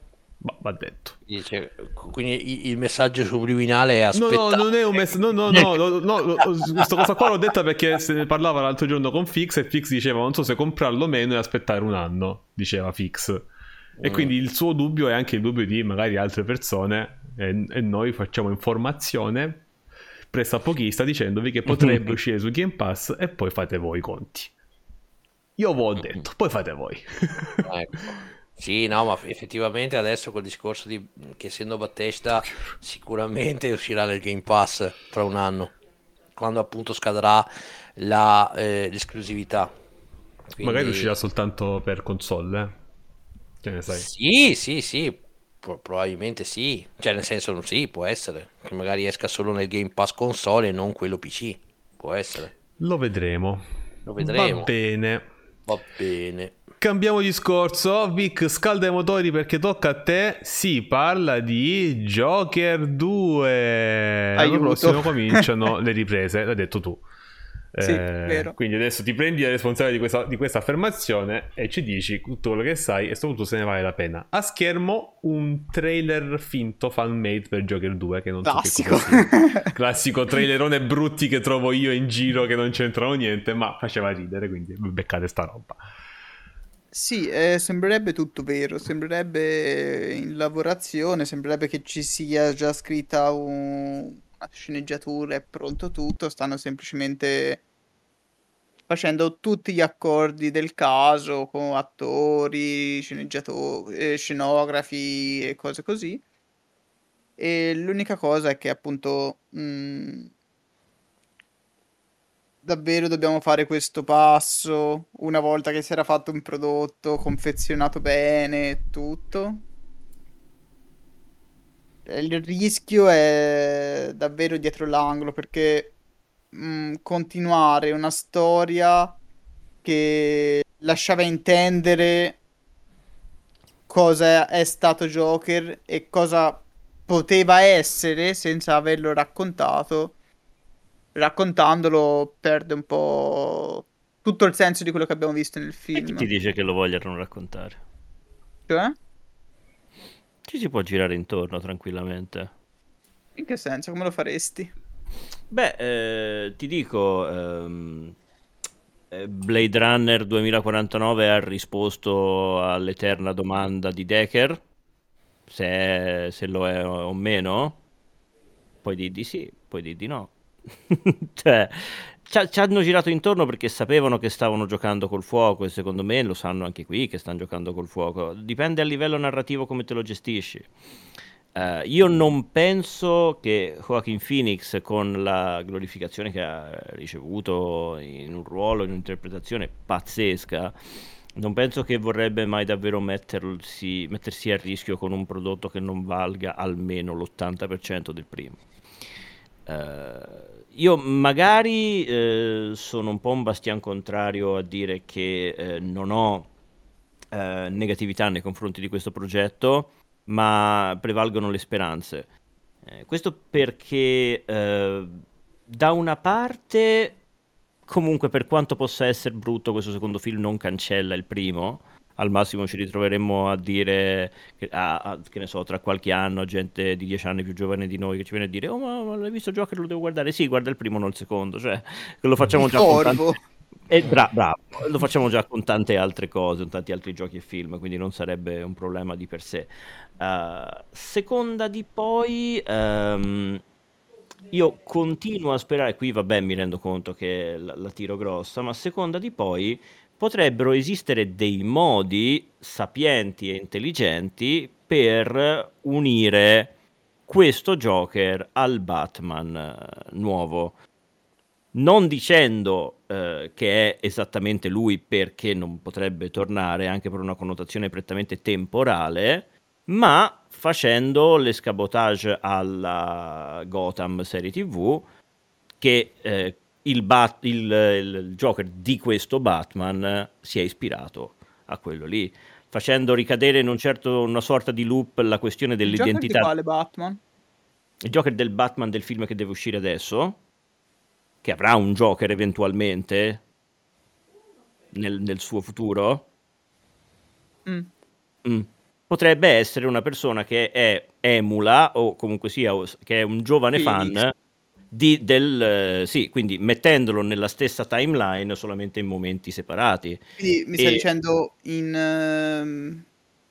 Ma va detto. Dice, quindi il messaggio subliminale è No, aspettare. no, non è un messaggio. No, no, no, no, no, questa cosa qua l'ho detta perché se ne parlava l'altro giorno con Fix e Fix diceva non so se comprarlo o meno e aspettare un anno, diceva Fix. E quindi il suo dubbio è anche il dubbio di magari altre persone e, e noi facciamo informazione presso a pochi sta dicendovi che potrebbe uscire su Game Pass e poi fate voi i conti. Io ve l'ho detto, poi fate voi. Ecco. Sì, no, ma effettivamente adesso col discorso di che essendo Bethesda sicuramente uscirà nel Game Pass tra un anno, quando appunto scadrà la, eh, l'esclusività. Quindi... Magari uscirà soltanto per console, eh? Che ne sai? Sì, sì, sì, pro- probabilmente sì, cioè nel senso sì, può essere, che magari esca solo nel Game Pass console e non quello P C, può essere, Lo vedremo. lo vedremo. Va bene. Va bene. Cambiamo discorso. Vic, scalda i motori perché tocca a te. Si parla di Joker due. L'anno Aiuto. prossimo cominciano le riprese, l'hai detto tu. Sì, Eh, vero. quindi adesso ti prendi la responsabilità di questa, di questa affermazione e ci dici tutto quello che sai e soprattutto se ne vale la pena. A schermo un trailer finto fan-made per Joker due che non Classico. so che cosa sia. Classico trailerone brutti che trovo io in giro che non c'entrano niente, ma faceva ridere, quindi beccate sta roba. Sì, eh, sembrerebbe tutto vero, sembrerebbe in lavorazione, sembrerebbe che ci sia già scritta un- una sceneggiatura, è pronto tutto, stanno semplicemente facendo tutti gli accordi del caso con attori, sceneggiatori, eh, scenografi e cose così. E l'unica cosa è che appunto mh, davvero dobbiamo fare questo passo una volta che si era fatto un prodotto confezionato bene e tutto. E il rischio è davvero dietro l'angolo perché mh, continuare una storia che lasciava intendere cosa è stato Joker e cosa poteva essere senza averlo raccontato. Raccontandolo perde un po' tutto il senso di quello che abbiamo visto nel E chi ti film. dice che lo vogliano raccontare? Cioè? Ci si può girare intorno tranquillamente. In che senso? Come lo faresti? Beh, eh, ti dico, ehm, eh, Blade Runner duemilaquarantanove ha risposto all'eterna domanda di Decker, se, se lo è o meno. Puoi dir di sì, puoi dir di no. Cioè, ci, ci hanno girato intorno perché sapevano che stavano giocando col fuoco e secondo me lo sanno anche qui che stanno giocando col fuoco. Dipende a livello narrativo come te lo gestisci. Eh, io non penso che Joaquin Phoenix, con la glorificazione che ha ricevuto in un ruolo, in un'interpretazione pazzesca, non penso che vorrebbe mai davvero mettersi, mettersi a rischio con un prodotto che non valga almeno l'ottanta per cento del primo. Eh, io magari eh, sono un po' un bastian contrario a dire che eh, non ho eh, negatività nei confronti di questo progetto, ma prevalgono le speranze. Eh, questo perché eh, da una parte, comunque, per quanto possa essere brutto, questo secondo film non cancella il primo. Al massimo ci ritroveremmo a dire, che, a- a- che ne so, tra qualche anno, gente di dieci anni più giovane di noi che ci viene a dire: Oh, ma, ma l'hai visto Joker? Lo devo guardare. Sì, guarda il primo, non il secondo. Cioè, che lo facciamo Il già con tante... corvo. Eh, bra- bravo, lo facciamo già con tante altre cose, con tanti altri giochi e film, quindi non sarebbe un problema di per sé. Uh, seconda di poi, ehm, io continuo a sperare, qui vabbè mi rendo conto che la, la tiro grossa, ma seconda di poi potrebbero esistere dei modi sapienti e intelligenti per unire questo Joker al Batman eh, nuovo. Non dicendo eh, che è esattamente lui perché non potrebbe tornare anche per una connotazione prettamente temporale, ma facendo l'escabotage alla Gotham serie tivù che eh, il, Bat- il, il Joker di questo Batman si è ispirato a quello lì, facendo ricadere in un certo, una sorta di loop la questione Il Joker di dell'identità. quale Batman? Il Joker del Batman del film che deve uscire adesso, che avrà un Joker eventualmente nel, nel suo futuro. Mm. Mm. potrebbe essere una persona che è emula o comunque sia che è un giovane Phoenix. fan di, del eh, sì, quindi mettendolo nella stessa timeline solamente in momenti separati. Quindi mi E- sta dicendo in, ehm,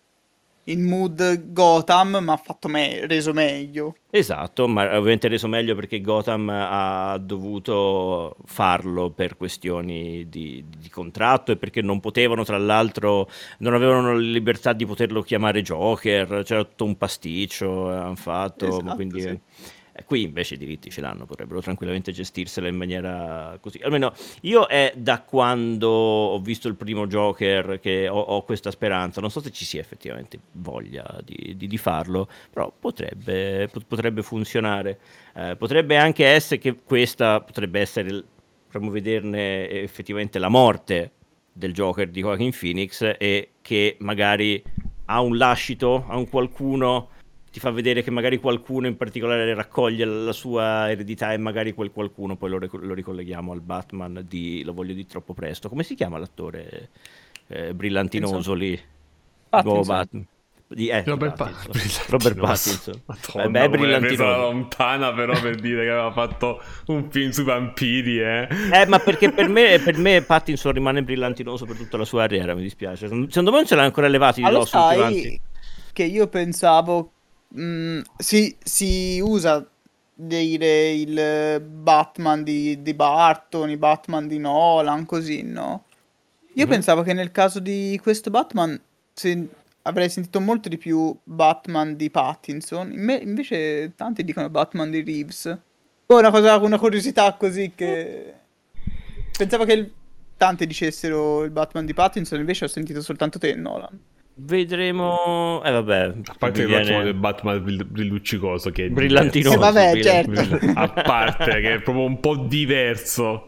in mood Gotham, ma fatto me- reso meglio. Esatto, ma ovviamente reso meglio perché Gotham ha dovuto farlo per questioni di, di contratto e perché non potevano, tra l'altro, non avevano la libertà di poterlo chiamare Joker, c'era tutto un pasticcio, eh, hanno fatto, ma Esatto, quindi... sì. eh, qui invece i diritti ce l'hanno, potrebbero tranquillamente gestirsela in maniera così. Almeno io è da quando ho visto il primo Joker che ho, ho questa speranza, non so se ci sia effettivamente voglia di, di- di farlo, però potrebbe, pot- potrebbe funzionare. Eh, potrebbe anche essere che questa potrebbe essere, il- potremmo vederne effettivamente la morte del Joker di Joaquin Phoenix e che magari ha un lascito, ha un qualcuno, ti fa vedere che magari qualcuno in particolare raccoglie la sua eredità e magari quel qualcuno poi lo, ric- lo ricolleghiamo al Batman di, lo voglio dire troppo presto, come si chiama l'attore eh, brillantinoso lì, il nuovo Pattinson. Batman? Di, eh, di Robert Pattinson. Pattinson. Robert Pattinson. Eh, Madonna, beh, è come l'hai presa brillantinoso. lontana però per dire che aveva fatto un film sui vampiri, eh. Eh, ma perché per me, per me Pattinson rimane brillantinoso per tutta la sua carriera, mi dispiace. Secondo me non ce l'ha ancora levati di Ma lo dosso tutti quanti. sai che io pensavo mh, si, si usa dire il Batman di, di Barton, i Batman di Nolan, così, no? Io Mhm. pensavo che nel caso di questo Batman se- avrei sentito molto di più Batman di Pattinson, Inve- invece tanti dicono Batman di Reeves. Poi una cosa, una curiosità così che... Pensavo che il- tanti dicessero il Batman di Pattinson, invece ho sentito soltanto te, Nolan. Vedremo. Eh, vabbè. A parte mi che l'ho viene- chiamato il Batman brill- brilluccicoso, che è Brillantinoso. Eh, vabbè, brillant- certo. brillant- diverso. A parte che è proprio un po' diverso.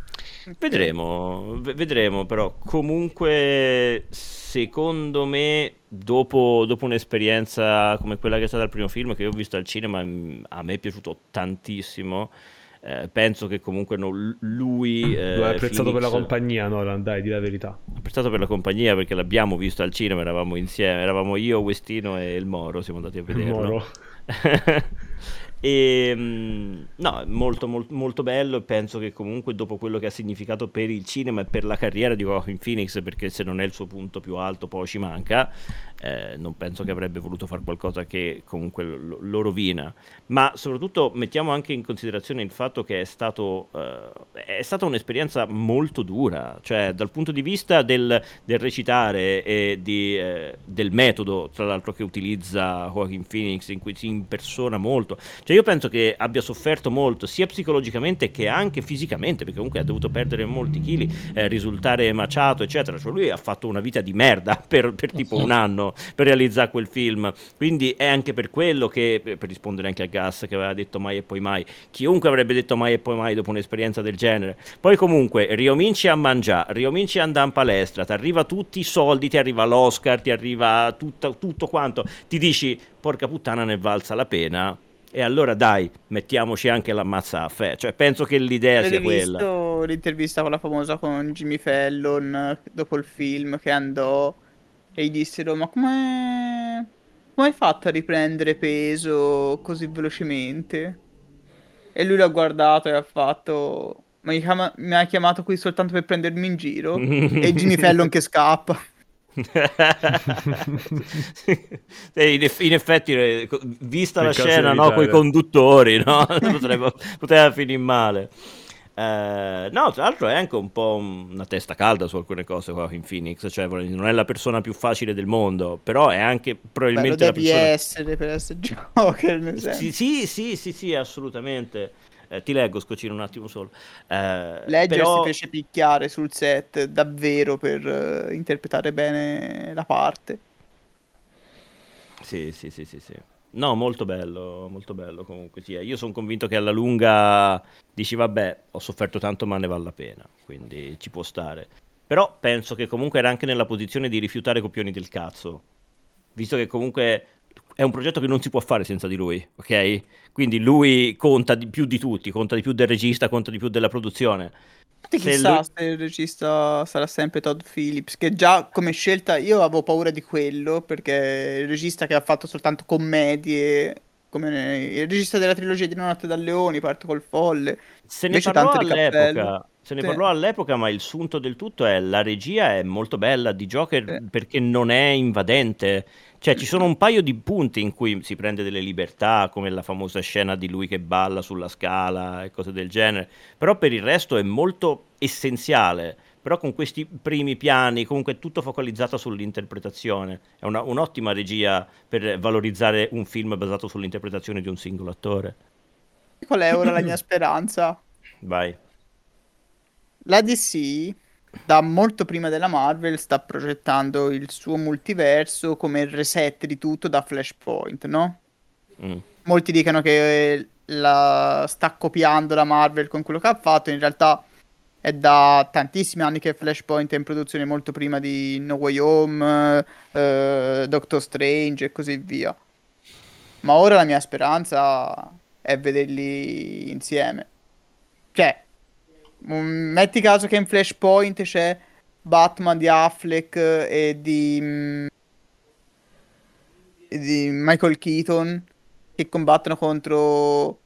Vedremo, v- vedremo, però comunque secondo me dopo, dopo un'esperienza come quella che è stata il primo film che io ho visto al cinema, mh, a me è piaciuto tantissimo, eh, penso che comunque no- lui... eh, Lo hai apprezzato per la Phoenix- compagnia, Nolan, dai, di la verità. apprezzato per la compagnia perché l'abbiamo visto al cinema, eravamo insieme, eravamo io, Westino e il Moro, siamo andati a vederlo. Moro. E mm, no, molto, molto, molto bello e penso che comunque dopo quello che ha significato per il cinema e per la carriera di Joaquin Phoenix, perché se non è il suo punto più alto poi ci manca, eh, non penso che avrebbe voluto fare qualcosa che comunque lo, lo rovina, ma soprattutto mettiamo anche in considerazione il fatto che è stato eh, è stata un'esperienza molto dura, cioè dal punto di vista del, del recitare e di, eh, del metodo tra l'altro che utilizza Joaquin Phoenix, in cui si impersona molto. Cioè io penso che abbia sofferto molto sia psicologicamente che anche fisicamente, perché comunque ha dovuto perdere molti chili, eh, risultare emaciato eccetera, cioè lui ha fatto una vita di merda per, per tipo un anno per realizzare quel film, quindi è anche per quello che, per rispondere anche a Gas che aveva detto mai e poi mai, chiunque avrebbe detto mai e poi mai dopo un'esperienza del genere, poi comunque riominci a mangiare, riominci a andare in palestra, ti arriva tutti i soldi, ti arriva l'Oscar, ti arriva tutto, tutto quanto, ti dici porca puttana ne valsa la pena. E allora dai, mettiamoci anche l'ammazza a fe. Cioè, penso che l'idea Avete sia quella. visto l'intervista quella famosa con Jimmy Fallon eh, dopo il film che andò e gli dissero ma come come hai fatto a riprendere peso così velocemente? E lui l'ha guardato e ha fatto ma mi, chiama- mi ha chiamato qui soltanto per prendermi in giro? E Jimmy Fallon che scappa. Eh, in, eff- in effetti, eh, co- vista Nel la caso scena, di no, con i evitare. conduttori, no? Potrebbe- poteva finire male. Eh, no, tra l'altro è anche un po' un- una testa calda su alcune cose qua in Phoenix, cioè non è la persona più facile del mondo, però è anche Beh, lo probabilmente la devi persona... essere per essere Joker, nel senso. Sì, sì, sì, sì, sì, assolutamente. Eh, ti leggo, Scocino, un attimo solo. Eh, Ledger però... si fece picchiare sul set davvero per eh, interpretare bene la parte. Sì, sì, sì, sì, sì. No, molto bello, molto bello comunque sia. Io sono convinto che alla lunga dici, vabbè, ho sofferto tanto ma ne vale la pena, quindi ci può stare. Però penso che comunque era anche nella posizione di rifiutare copioni del cazzo, visto che comunque è un progetto che non si può fare senza di lui, ok? Quindi lui conta di più di tutti, conta di più del regista, conta di più della produzione. Infatti Se chissà lui- se il regista sarà sempre Todd Phillips, che già come scelta io avevo paura di quello, perché è il regista che ha fatto soltanto commedie, come il regista della trilogia di Notte da Leoni, Parto col Folle, Se ne invece parlò tanto di cappello. all'epoca, se ne Sì, parlò all'epoca, ma il sunto del tutto è la regia è molto bella di Joker sì. perché non è invadente. Cioè, ci sono un paio di punti in cui si prende delle libertà, come la famosa scena di lui che balla sulla scala e cose del genere. Però per il resto è molto essenziale. Però con questi primi piani, comunque è tutto focalizzato sull'interpretazione. È una- un'ottima regia per valorizzare un film basato sull'interpretazione di un singolo attore. Qual è ora la mia speranza? Vai. La D C, da molto prima della Marvel, sta progettando il suo multiverso come il reset di tutto da Flashpoint, no? Mm. Molti dicono che eh, la sta copiando la Marvel con quello che ha fatto, in realtà è da tantissimi anni che Flashpoint è in produzione, molto prima di No Way Home, eh, Doctor Strange e così via. Ma ora la mia speranza è vederli insieme. Cioè, mm, metti caso che in Flashpoint c'è Batman di Affleck e di, mm, e di Michael Keaton che combattono contro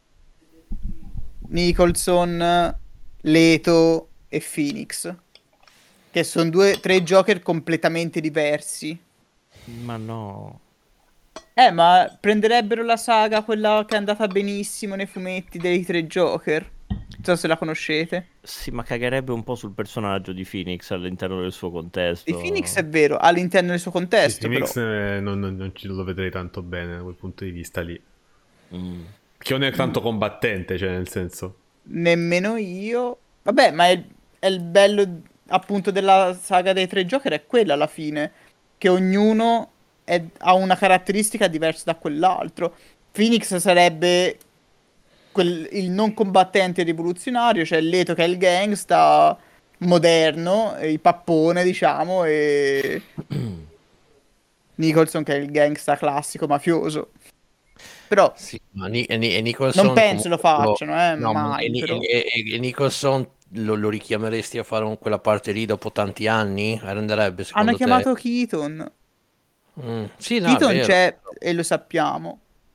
Nicholson, Leto e Phoenix, che sono due, tre Joker completamente diversi. Ma no. Eh, ma prenderebbero la saga, quella che è andata benissimo nei fumetti dei tre Joker. Non so se la conoscete. Sì, ma cagherebbe un po' sul personaggio di Phoenix all'interno del suo contesto. Di Phoenix è vero, all'interno del suo Sì, contesto, Phoenix però. eh, non, non, non ci lo vedrei tanto bene da quel punto di vista lì. Mm. Che non è tanto combattente, cioè nel senso. Nemmeno io. Vabbè, ma è il, è il bello appunto della saga dei tre Joker, è quella alla fine. Che ognuno è- ha una caratteristica diversa da quell'altro. Phoenix sarebbe quel- il non combattente rivoluzionario, cioè Leto che è il gangsta moderno, e il pappone, diciamo, e Nicholson che è il gangsta classico mafioso. Però Sì, ma Ni- e, Ni- e Nicholson non penso lo comunque lo- facciano, eh, no, ma e, mai, Ni- però. e- e- e Nicholson lo, lo richiameresti a fare un- quella parte lì dopo tanti anni? Renderebbe Hanno secondo te? chiamato Keaton. Mm, sì, no, è Keaton vero. c'è e lo sappiamo.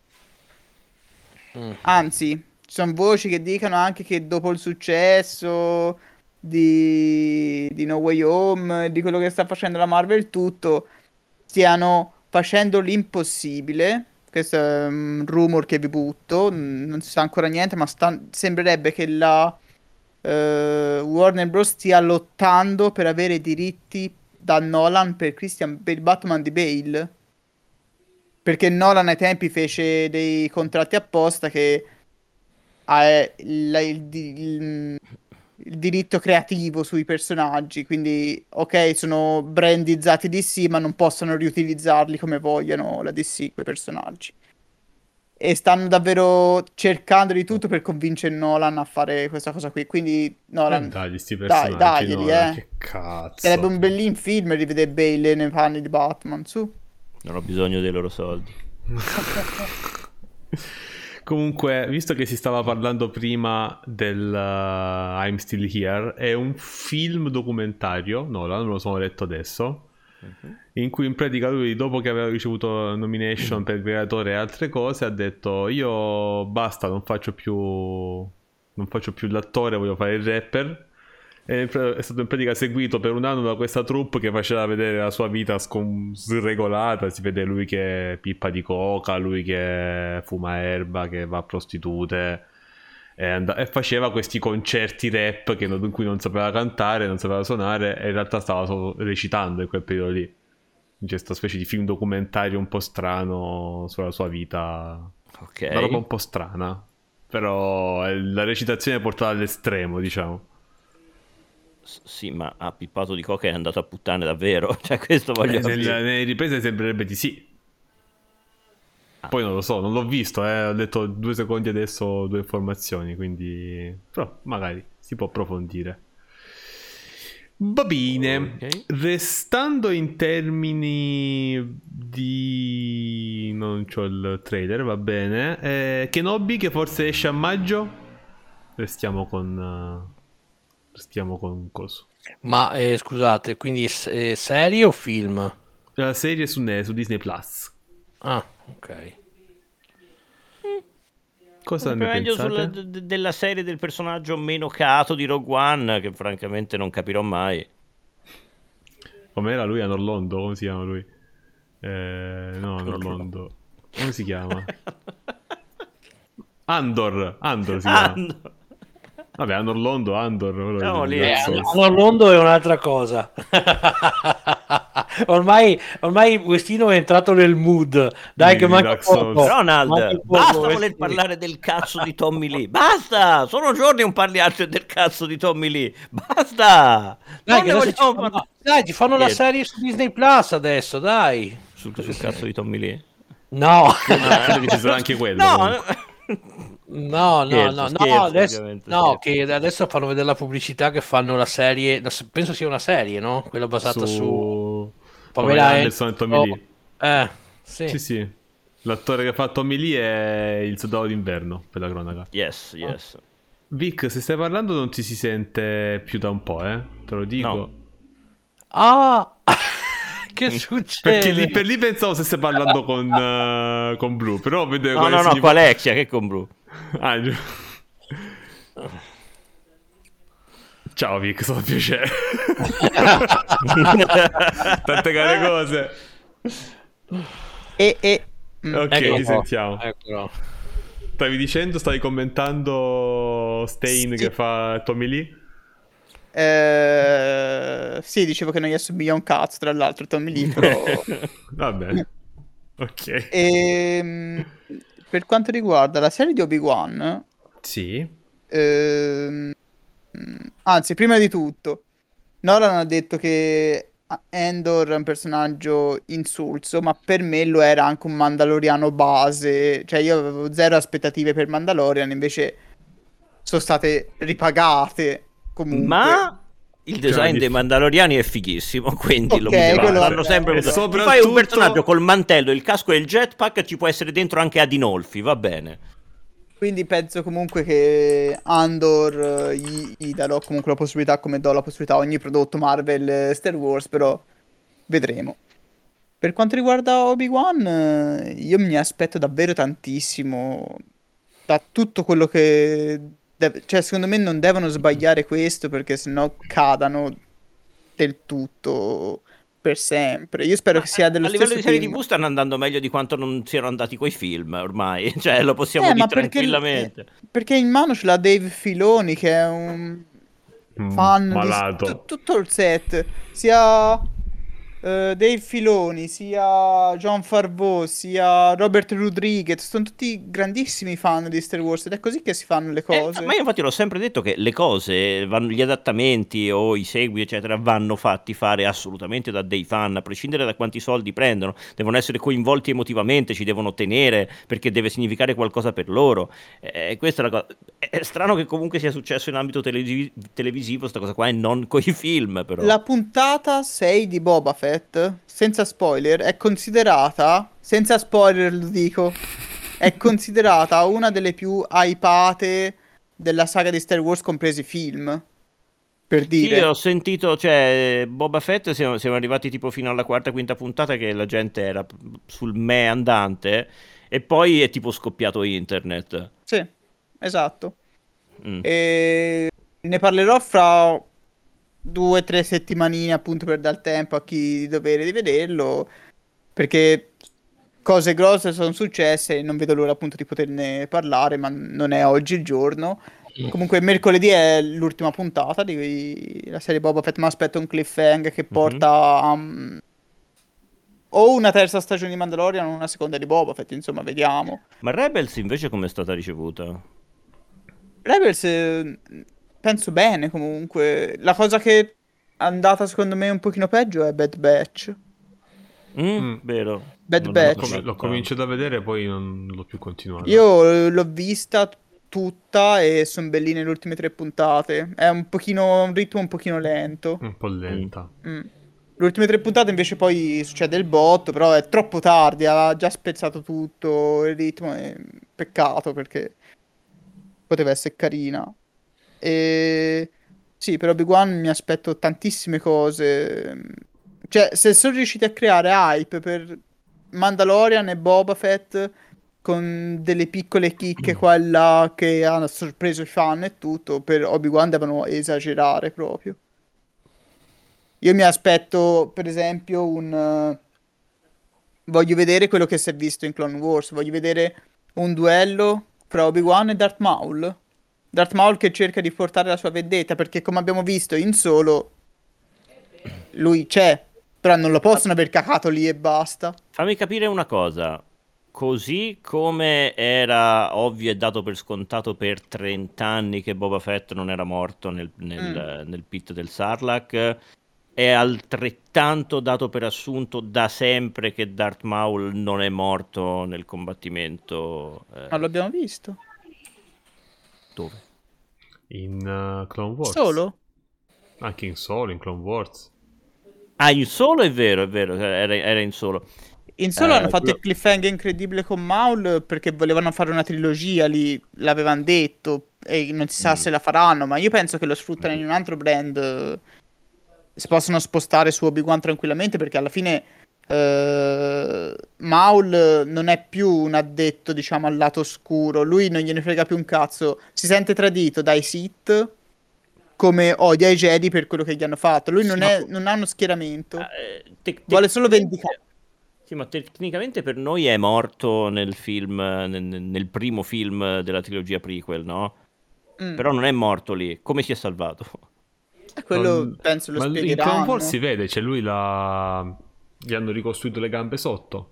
Mm. Anzi, ci sono voci che dicono anche che dopo il successo di, di No Way Home, di quello che sta facendo la Marvel, tutto, stiano facendo l'impossibile. Questo è un rumor che vi butto, n- non si sa ancora niente, ma sta- sembrerebbe che la eh, Warner Bros. Stia lottando per avere i diritti da Nolan per Christian, per il Batman di Bale. Perché Nolan ai tempi fece dei contratti apposta che ha eh, il, il di- il- il diritto creativo sui personaggi. Quindi, ok, sono brandizzati D C, ma non possono riutilizzarli come vogliono la D C, quei personaggi. E stanno davvero cercando di tutto per convincere Nolan a fare questa cosa qui. Quindi, Eh, Nolan, dagli sti dai, personaggi, daglieli, Nolan, eh. che cazzo. Sarebbe un bellin film rivedere Bale nei panni di Batman, su. Non ho bisogno dei loro soldi. Comunque, visto che si stava parlando prima del uh, I'm Still Here, è un film documentario, Nolan, me lo sono letto adesso, in cui in pratica lui, dopo che aveva ricevuto nomination per Gladiatore e altre cose, ha detto io basta, non faccio più non faccio più l'attore, voglio fare il rapper. E è stato in pratica seguito per un anno da questa troupe che faceva vedere la sua vita scom- sregolata. Si vede lui che pippa di coca, lui che fuma erba, che va a prostitute e, and- e faceva questi concerti rap che non- in cui non sapeva cantare, non sapeva suonare e in realtà stava solo recitando in quel periodo lì. C'è questa specie di film documentario un po' strano sulla sua vita, Ok. una roba un po' strana, però è la recitazione è portata all'estremo, diciamo. S- sì, ma ha pippato di coca e è andato a puttane davvero. Cioè, questo voglio Eh, nel- capire. nelle riprese sembrerebbe di sì. Poi non lo so, non l'ho visto, eh. Ho detto due secondi adesso due informazioni, quindi però magari si può approfondire. Va bene, Ok. restando in termini di... non c'ho il trailer, va bene. Eh, Kenobi che forse esce a maggio. Restiamo con... eh, Restiamo con coso. Ma eh, scusate, quindi s- eh, serie o film? La serie su, Ne- su Disney Plus. Ah, ok. Cosa ne Meglio sulla, pensate? d- della serie del personaggio meno cato di Rogue One, che francamente non capirò mai. Com'era lui? Anorlondo? Come si chiama lui? Eh, no, Anorlondo. Come si chiama? Andor. Andor si chiama. Ah, no. Vabbè, Anorlondo, Andor. quello Siamo di lì. Dark Eh, Souls. Orlando è un'altra cosa. ormai, ormai Westino è entrato nel mood. Dai, Di- che di manca Dark poco. Souls. Manca Ronald, poco, basta Westino. voler parlare del cazzo di Tommy Lee. Basta! Sono giorni non parli altro del cazzo di Tommy Lee. Basta! Dai, Non che ne adesso ci vogliamo fanno, parlare. dai, ci fanno la Niente. serie su Disney Plus adesso, dai. Sul, sul cazzo di Tommy Lee. No. Ah, credo che ci sarà anche quello. No, comunque. No, no, Scherzo, no, no, scherzo, adesso, ovviamente, no, scherzo. che adesso fanno vedere la pubblicità che fanno la serie, la- penso sia una serie, no? Quella basata su, Pamela Anderson e Tommy Lee. Eh, sì. Sì, sì. L'attore che fa Tommy Lee è il Soldato d'inverno, per la cronaca. Yes, yes. Vic, se stai parlando non ti si sente più da un po', eh? Te lo dico. No. Ah, che succede? Perché lì per lì pensavo stesse parlando con, eh, con Blue, però vedo No, no, no, con Alexia, che con Bru. Ah, giu- Ciao Vic, sono piacere. Tante care cose. E, e mm, Ok, Eccolo ci qua, sentiamo. eccolo. Stavi dicendo, stavi commentando Stain Sì. che fa Tommy Lee? eh, sì, dicevo che non gli assomiglia un cazzo, tra l'altro, Tommy Lee, però... Va bene. Ok. Ehm, per quanto riguarda la serie di Obi-Wan, Sì. ehm, anzi, prima di tutto, Nolan ha detto che Endor è un personaggio insulso, ma per me lo era anche un Mandaloriano base. Cioè, io avevo zero aspettative per Mandalorian, invece sono state ripagate comunque. Ma il design Cioè, dei di- Mandaloriani è fighissimo, quindi lo Ok, potevano- quello l'hanno vabbè. sempre E usato. Ti soprattutto- fai un personaggio col mantello, il casco e il jetpack, ci può essere dentro anche Adinolfi, va bene. Quindi penso comunque che Andor eh, gli, gli darò comunque la possibilità, come do la possibilità a ogni prodotto Marvel eh, Star Wars, però vedremo. Per quanto riguarda Obi-Wan, eh, io mi aspetto davvero tantissimo da tutto quello che... deve- Cioè, secondo me non devono sbagliare questo perché sennò cadano del tutto per sempre. Io spero che sia dello A livello stesso di serie film. tivù stanno andando meglio di quanto non siano andati coi film ormai, cioè lo possiamo Eh, dire ma perché, tranquillamente. eh, perché in mano ce l'ha Dave Filoni, che è un Mm, fan di malato. tu- tutto il set, sia eh, Dave Filoni, sia John Favreau, sia Robert Rodriguez, sono tutti grandissimi fan di Star Wars ed è così che si fanno le Eh, cose. ma io infatti l'ho sempre detto che le cose, vanno- gli adattamenti o i segui, eccetera, vanno fatti fare assolutamente da dei fan, a prescindere da quanti soldi prendono, devono essere coinvolti emotivamente, ci devono tenere perché deve significare qualcosa per loro. Eh, questa è la cosa. È strano che comunque sia successo in ambito televisi- televisivo, sta cosa qua, e non coi film, però. La puntata sei di Boba Fett, senza spoiler, è considerata, senza spoiler lo dico, è considerata una delle più hypate della saga di Star Wars, compresi i film, per Sì, dire. ho sentito, cioè, Boba Fett siamo, siamo arrivati tipo fino alla quarta, quinta puntata che la gente era sul me andante e poi è tipo scoppiato internet. Sì, esatto. Mm. E ne parlerò fra due o tre settimanine, appunto, per dar tempo a chi di dovere di vederlo, perché cose grosse sono successe e non vedo l'ora appunto di poterne parlare, ma non è oggi il giorno. Comunque mercoledì è l'ultima puntata di la serie Boba Fett, ma aspetto un cliffhanger che porta a um, o una terza stagione di Mandalorian o una seconda di Boba Fett, insomma, vediamo. Ma Rebels invece come è stata ricevuta? Rebels eh, penso bene comunque. La cosa che è andata secondo me un pochino peggio è Bad Batch. Mm, Mm. Bad Vero. Non l'ho Batch. Come- conosciuta. l'ho cominciato a vedere, poi non l'ho più continuato. Io l'ho vista tutta e sono belline le ultime tre puntate. È un pochino, un ritmo un pochino lento. Un po' lenta. Mm. Le ultime tre puntate invece poi succede il botto, però è troppo tardi, ha già spezzato tutto il ritmo, è peccato perché poteva essere carina. E sì, per Obi-Wan mi aspetto tantissime cose. Cioè, se sono riusciti a creare hype per Mandalorian e Boba Fett con delle piccole chicche qua e là che hanno sorpreso i fan e tutto, per Obi-Wan devono esagerare proprio. Io mi aspetto, per esempio, un... eh, voglio vedere quello che si è visto in Clone Wars. Voglio vedere un duello fra Obi-Wan e Darth Maul. Darth Maul che cerca di portare la sua vendetta, perché come abbiamo visto in Solo, lui c'è, però non lo possono aver cacato lì e basta. Fammi capire una cosa. Così come era ovvio e dato per scontato per trenta anni che Boba Fett non era morto nel, nel, nel pit del Sarlacc, è altrettanto dato per assunto da sempre che Darth Maul non è morto nel combattimento. eh, Ma l'abbiamo visto. Dove? In uh, Clone Wars. Solo? Anche in Solo, in Clone Wars. Ah, in Solo è vero, è vero, era, era in Solo. In Solo Eh, hanno fatto quello- il cliffhanger incredibile con Maul perché volevano fare una trilogia lì, l'avevano detto, e non si sa Mm. se la faranno, ma io penso che lo sfruttano in un altro brand. eh, Si possono spostare su Obi-Wan tranquillamente perché alla fine eh, Maul non è più un addetto, diciamo, al lato oscuro. Lui non gliene frega più un cazzo. Si sente tradito dai Sith come odia i Jedi per quello che gli hanno fatto. Lui non, Sì, è- ma- non ha uno schieramento. Eh, tec- Vuole solo tecnicamente- vendicare. Sì, ma tecnicamente per noi è morto nel film, nel, nel primo film della trilogia prequel, no? Mm. Però non è morto lì. Come si è salvato? E quello Non- penso lo Ma in Clone spiegheranno. Wars si vede, cioè lui l'ha... gli hanno ricostruito le gambe sotto.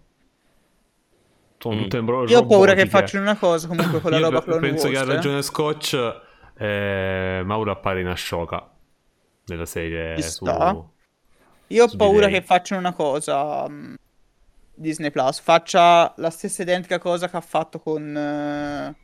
Sono Mm. tutte ro- Io ho paura che robotiche. facciano una cosa comunque con la Io roba pe- Clone penso Wars. che ha eh. ragione Scotch. eh, Mauro appare in Ashoka nella serie Ci su... sta. Io ho su paura D-Day. che facciano una cosa. mh, Disney Plus faccia la stessa identica cosa che ha fatto con, eh,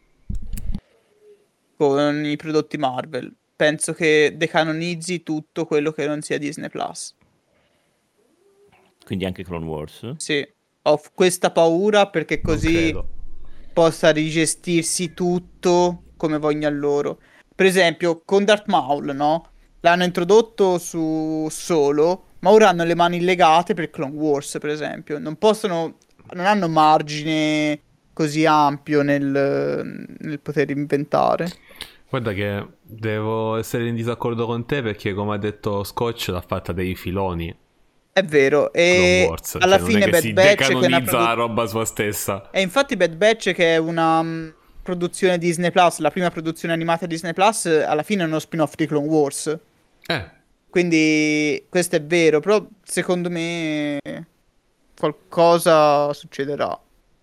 con i prodotti Marvel. Penso che decanonizzi tutto quello che non sia Disney Plus. Quindi anche Clone Wars? Sì, ho f- questa paura perché Non così credo. possa rigestirsi tutto come vogliono loro. Per esempio, con Darth Maul, no? L'hanno introdotto su Solo, ma ora hanno le mani legate per Clone Wars, per esempio. Non possono, non hanno margine così ampio nel, nel poter inventare. Guarda che devo essere in disaccordo con te perché come ha detto Scotch l'ha fatta dei filoni È vero, Clone e Wars. alla Cioè, non fine è che Bad si Batch che è una decanonizza produ- la roba sua stessa. E infatti Bad Batch che è una mh, produzione Disney Plus, la prima produzione animata Disney Plus, eh, alla fine è uno spin-off di Clone Wars. Eh, Quindi questo è vero, però secondo me qualcosa succederà.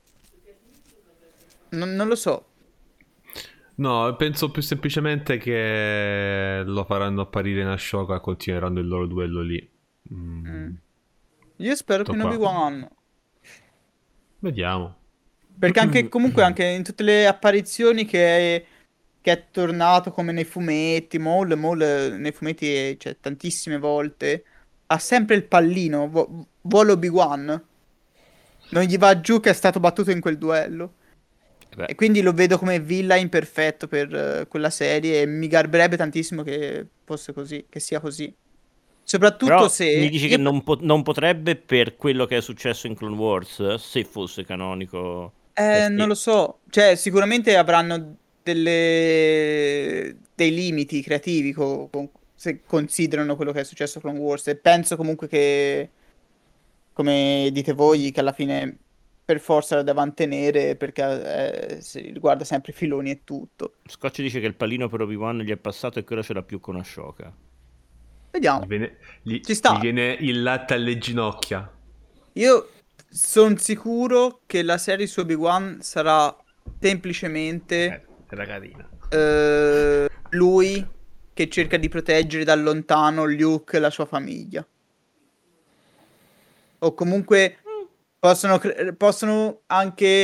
Non, non lo so. no, penso più semplicemente che lo faranno apparire in Ashoka e continueranno il loro duello lì. Mm, Mm. Io spero Tutto che qua. Obi-Wan. Vediamo. Perché anche comunque anche in tutte le apparizioni che è, che è tornato come nei fumetti, Maul, Maul eh, nei fumetti eh, c'è tantissime volte, ha sempre il pallino, vu- vuole Obi-Wan. Non gli va giù che è stato battuto in quel duello. Beh, E quindi lo vedo come villain perfetto per eh, quella serie e mi garberebbe tantissimo che fosse così, che sia così. Soprattutto però se... mi dici io- che non, po- non potrebbe per quello che è successo in Clone Wars, se fosse canonico. Eh, Eh sì. non lo so, cioè sicuramente avranno delle... dei limiti creativi co- con- se considerano quello che è successo a Clone Wars e penso comunque che, come dite voi, che alla fine per forza la devono tenere perché eh, si riguarda sempre i filoni e tutto. Scotch dice che il pallino per Obi-Wan gli è passato e che ora ce l'ha più con Ashoka. Vediamo. Gli viene, gli, Ci sta. gli viene il latte alle ginocchia. Io sono sicuro che la serie su Obi-Wan sarà semplicemente Era carina. eh, lui che cerca di proteggere da lontano Luke e la sua famiglia. O comunque possono, cre- possono anche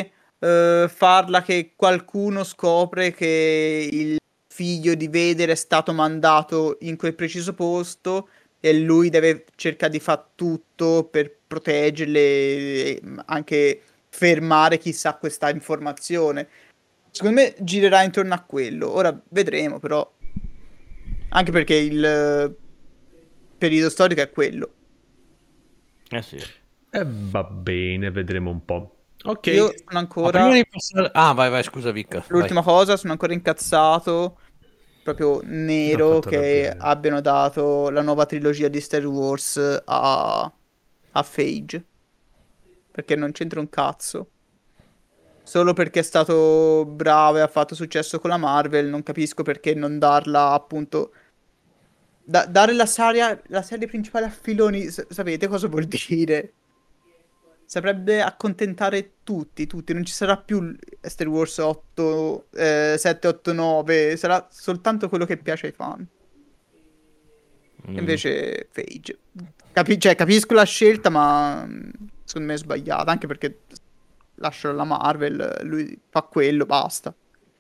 eh, farla che qualcuno scopre che il figlio di Vader è stato mandato in quel preciso posto e lui deve cercare di fare tutto per proteggerle e anche fermare chissà questa informazione. Secondo me girerà intorno a quello. Ora vedremo, però. Anche perché il eh, periodo storico è quello. Eh sì. E va bene, vedremo un po'. Ok. Io sono Ma ancora. prima di passare... Ah, vai, vai, scusa, Vic. L'ultima cosa, sono ancora incazzato. Proprio Non nero fatto che arrabbiare. abbiano dato la nuova trilogia di Star Wars a, a Phage. Perché non c'entra un cazzo. Solo perché è stato bravo e ha fatto successo con la Marvel, non capisco perché non darla appunto. Da- dare la serie, la serie principale a filoni, s- sapete cosa vuol dire? Saprebbe accontentare tutti, tutti, non ci sarà più l- Star Wars otto, eh, sette, otto, nove, sarà soltanto quello che piace ai fan. Mm. Invece Phage. Capi- cioè, capisco la scelta, ma mm, secondo me è sbagliata, anche perché lasciano la Marvel, lui fa quello, basta.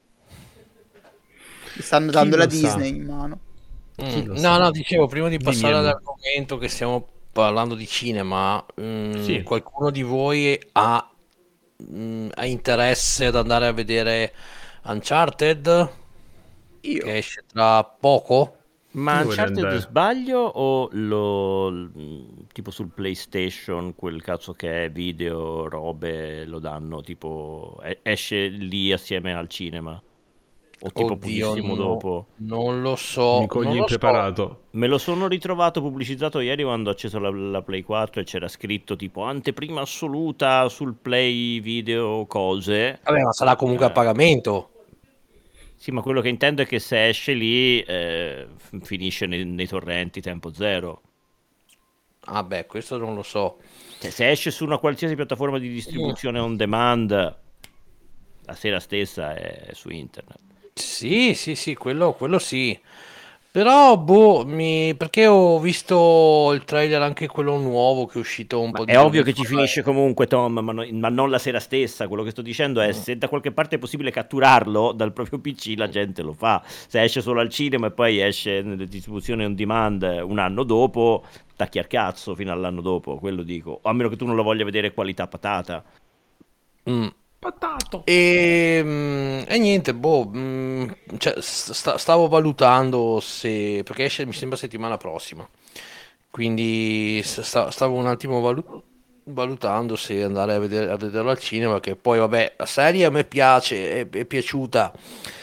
Gli stanno Chi dando la lo sa? Disney in mano. Chi Mm, lo no, sa? no, dicevo, prima di Dimmi, passare Emu. all'argomento che stiamo parlando di cinema, mm, Sì. qualcuno di voi ha, mm, ha interesse ad andare a vedere Uncharted, Io. che esce tra poco? Ma Io vorrei Uncharted andare. sbaglio o lo l- tipo sul PlayStation, quel cazzo che è video, robe, lo danno tipo e- esce lì assieme al cinema o tipo Oddio, pochissimo no, dopo? non lo Mi so, cogli non lo so. impreparato. Me lo sono ritrovato pubblicizzato ieri quando ho acceso la, la Play quattro e c'era scritto tipo anteprima assoluta sul Play video cose. Vabbè, ma sarà comunque a Eh, pagamento. sì, ma quello che intendo è che se esce lì eh, f- finisce nei, nei torrenti tempo zero. Ah, beh, questo non lo so. Cioè, se esce su una qualsiasi piattaforma di distribuzione on demand, la sera stessa è su internet. Sì, sì, sì, quello, quello sì. Però, boh, mi... perché ho visto il trailer anche quello nuovo che è uscito un Ma po' di è ovvio giorni che ci fa. finisce comunque, Tom, ma, no- ma non la sera stessa. Quello che sto dicendo è se da qualche parte è possibile catturarlo dal proprio P C, la gente lo fa. Se esce solo al cinema e poi esce nelle distribuzioni on demand un anno dopo, tacchi al cazzo fino all'anno dopo, quello dico. A meno che tu non lo voglia vedere qualità patata. Mm. Patato. E, mm, e niente, boh, mm, cioè, sta- stavo valutando se, perché esce mi sembra settimana prossima, quindi sta- stavo un attimo valu- valutando se andare a, vedere, a vederlo al cinema, che poi vabbè, la serie a me piace, è, è piaciuta,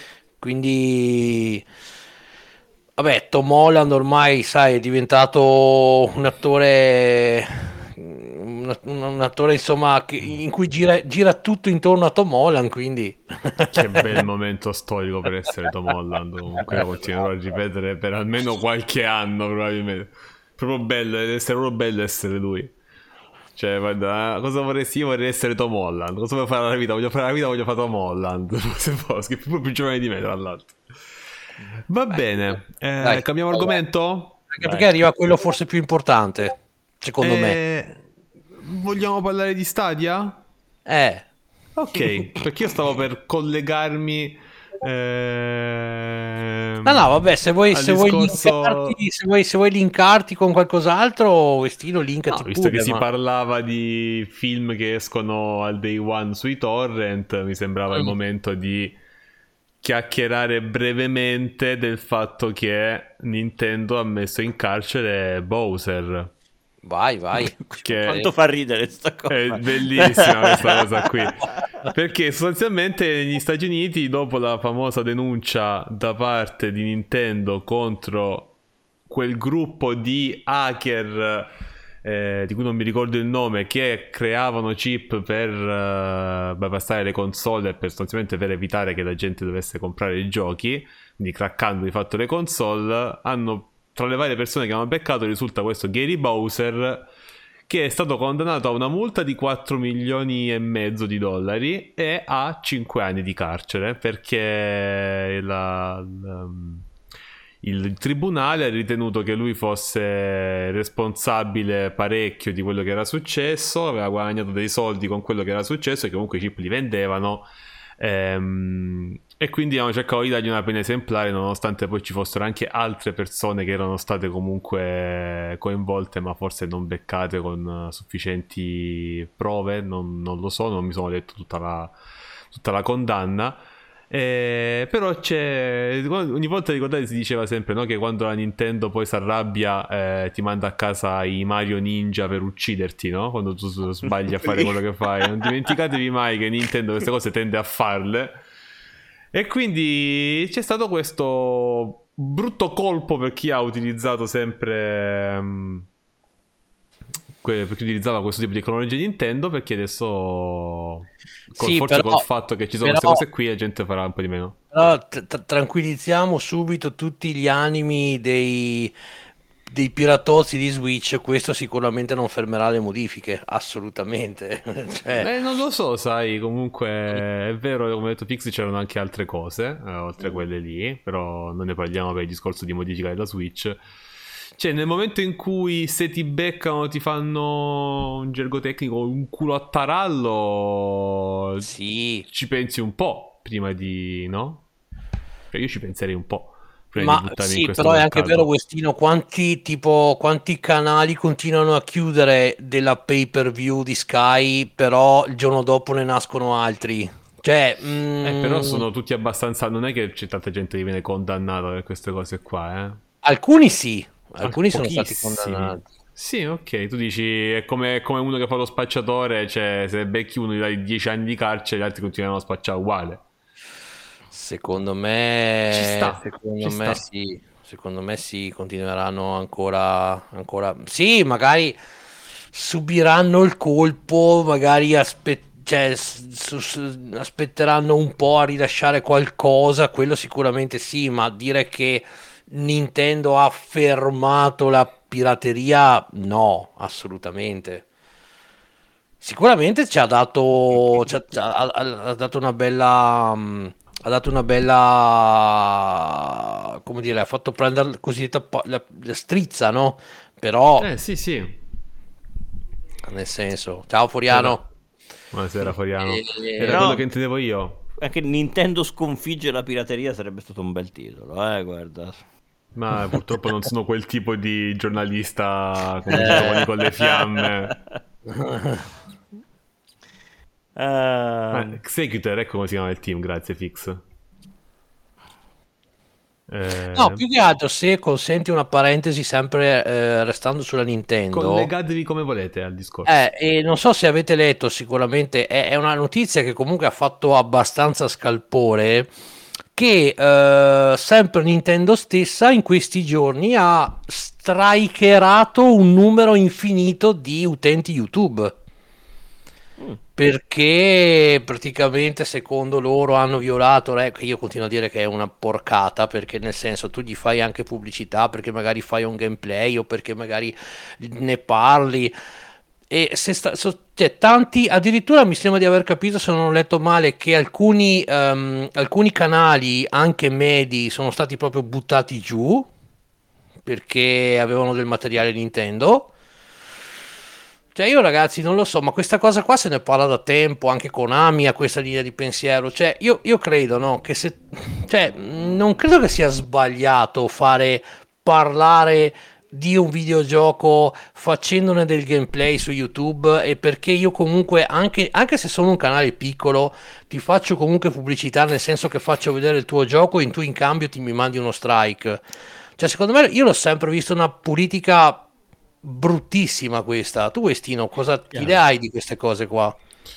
quindi vabbè, Tom Holland ormai, sai, è diventato un attore, un, un- un attore insomma che- in cui gira, gira tutto intorno a Tom Holland, quindi... Che bel momento storico per essere Tom Holland. Comunque lo continuerò a ripetere per almeno qualche anno, probabilmente. Proprio bello, deve essere proprio bello essere lui. Cioè, guarda, cosa vorresti? Io vorrei essere Tom Holland. Cosa vuoi fare nella vita? Voglio fare la vita, voglio fare Tom Holland. Se posso, che è più, più giovane di me, tra l'altro. Va bene, eh, Dai, cambiamo vai, vai. argomento? Anche Vai. perché arriva quello forse più importante, secondo me. Eh, Vogliamo parlare di Stadia? Eh, Ok, perché io stavo per collegarmi. ehm, no, no, vabbè, se vuoi, al se vuoi, discorso- linkarti, se vuoi, se vuoi linkarti con qualcos'altro, Westino, linkati No, visto pure, che si ma- parlava di film che escono al day one sui torrent, mi sembrava il Mm. momento di chiacchierare brevemente del fatto che Nintendo ha messo in carcere Bowser. Vai, vai. Che- Quanto fa ridere sta cosa. È bellissima questa cosa qui. Perché sostanzialmente negli Stati Uniti, dopo la famosa denuncia da parte di Nintendo contro quel gruppo di hacker, eh, di cui non mi ricordo il nome, che creavano chip per eh, bypassare le console e per sostanzialmente per evitare che la gente dovesse comprare i giochi, quindi craccando di fatto le console, hanno, tra le varie persone che hanno beccato, risulta questo Gary Bowser, che è stato condannato a una multa di quattro milioni e mezzo di dollari e a cinque anni di carcere, perché la, la- il tribunale ha ritenuto che lui fosse responsabile parecchio di quello che era successo, aveva guadagnato dei soldi con quello che era successo e che comunque i chip li vendevano, ehm, e quindi hanno cercato di dargli una pena esemplare, nonostante poi ci fossero anche altre persone che erano state comunque coinvolte ma forse non beccate con sufficienti prove, non, non lo so, non mi sono letto tutta la, tutta la condanna. Eh, però c'è, ogni volta ricordate si diceva sempre, no, che quando la Nintendo poi si arrabbia, eh, ti manda a casa i Mario Ninja per ucciderti, no? Quando tu sbagli a fare quello che fai. Non dimenticatevi mai che Nintendo queste cose tende a farle. E quindi c'è stato questo brutto colpo per chi ha utilizzato sempre um, que- per chi utilizzava questo tipo di tecnologia Nintendo, perché adesso col, Sì, forse però, col fatto che ci sono però, queste cose qui la gente farà un po' di meno. però t- t- tranquillizziamo subito tutti gli animi dei, dei piratozzi di Switch. Questo sicuramente non fermerà le modifiche, assolutamente. Cioè, Eh, non lo so, sai, comunque è vero, come ha detto Pixie, c'erano anche altre cose, eh, oltre a quelle lì, però non ne parliamo per il discorso di modifica della Switch. Cioè, nel momento in cui se ti beccano, ti fanno un gergo tecnico, un culo a tarallo, sì, ci pensi un po' prima di, no? Cioè, io ci penserei un po' prima di ma buttarmi in sì, questo però è anche mercato. vero, Westino, quanti tipo quanti canali continuano a chiudere della pay per view di Sky, però il giorno dopo ne nascono altri. Cioè, Eh, però mm, sono tutti abbastanza... Non è che c'è tanta gente che viene condannata per queste cose qua, eh? alcuni sì, Al- alcuni sono stati pochissimi. condannati. Sì, ok, tu dici è come, è come uno che fa lo spacciatore, cioè se becchi uno gli dai dieci anni di carcere, gli altri continuano a spacciare uguale. Secondo Ci me, sta, secondo ci me sta. sì, secondo me sì, continueranno ancora, ancora, sì, magari subiranno il colpo, magari aspe- cioè, s- s- s- aspetteranno un po' a rilasciare qualcosa, quello sicuramente sì, ma dire che Nintendo ha fermato la pirateria, no, assolutamente. Sicuramente ci ha dato, ci ha, ci ha- ha- ha dato una bella, mm, ha dato una bella, come dire, ha fatto prendere la cosiddetta pa- la, la strizza, no? Però, Eh, sì, sì. nel senso, ciao Buona- Foriano. Buonasera, Foriano. Eh, Era quello che Però intendevo io. anche Nintendo sconfigge la pirateria sarebbe stato un bel titolo, eh, guarda. Ma purtroppo non sono quel tipo di giornalista come Giovanni eh, con le fiamme. Ma Ehm, Executor, ecco come si chiama il team, grazie Fix. no, Eh, più che altro, se consenti una parentesi, sempre eh, restando sulla Nintendo. collegatevi come volete al discorso. Eh, e non so se avete letto, sicuramente è, è una notizia che comunque ha fatto abbastanza scalpore, che eh, sempre Nintendo stessa in questi giorni ha strikerato un numero infinito di utenti YouTube. mm, Perché praticamente secondo loro hanno violato, re- che io continuo a dire che è una porcata, perché nel senso tu gli fai anche pubblicità, perché magari fai un gameplay o perché magari ne parli. E se sta, so- cioè, tanti, addirittura mi sembra di aver capito, se non ho letto male, che alcuni, ehm, alcuni canali, anche medi, sono stati proprio buttati giù perché avevano del materiale Nintendo. Cioè io ragazzi non lo so, ma questa cosa qua se ne parla da tempo, anche Konami ha questa linea di pensiero, cioè io, io credo, no, che se, cioè non credo che sia sbagliato fare parlare di un videogioco facendone del gameplay su YouTube, e perché io comunque anche, anche se sono un canale piccolo ti faccio comunque pubblicità, nel senso che faccio vedere il tuo gioco e tu in cambio ti mi mandi uno strike. Cioè secondo me io l'ho sempre visto una politica bruttissima questa. Tu Westino, cosa ti le Chiaro. hai di queste cose qua?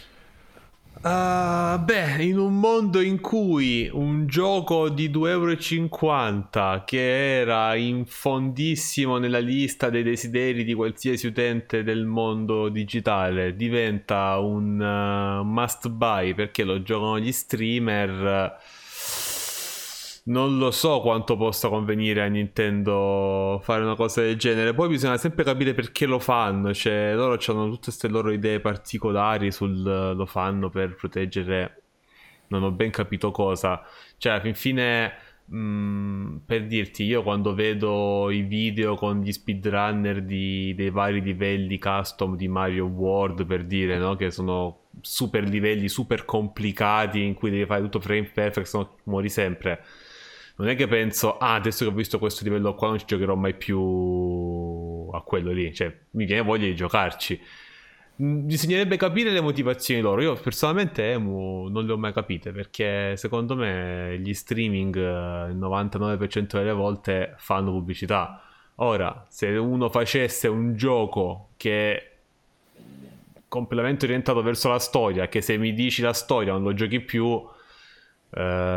Ah, beh, in un mondo in cui un gioco di due e cinquanta euro che era in fondissimo nella lista dei desideri di qualsiasi utente del mondo digitale diventa un uh, must buy perché lo giocano gli streamer, non lo so quanto possa convenire a Nintendo fare una cosa del genere. Poi bisogna sempre capire perché lo fanno. Cioè, loro hanno tutte queste loro idee particolari sul lo fanno per proteggere. Non ho ben capito cosa. Cioè, alla fin fine Mm, per dirti, io quando vedo i video con gli speedrunner di, dei vari livelli custom di Mario World, per dire, no? Che sono super livelli super complicati in cui devi fare tutto frame perfect, se no muori sempre. Non è che penso, ah, adesso che ho visto questo livello qua non ci giocherò mai più a quello lì. Cioè, mi viene voglia di giocarci. Bisognerebbe capire le motivazioni loro. Io personalmente Emu non le ho mai capite, perché secondo me gli streaming il novantanove per cento delle volte fanno pubblicità. Ora, se uno facesse un gioco che è completamente orientato verso la storia, che se mi dici la storia non lo giochi più, eh,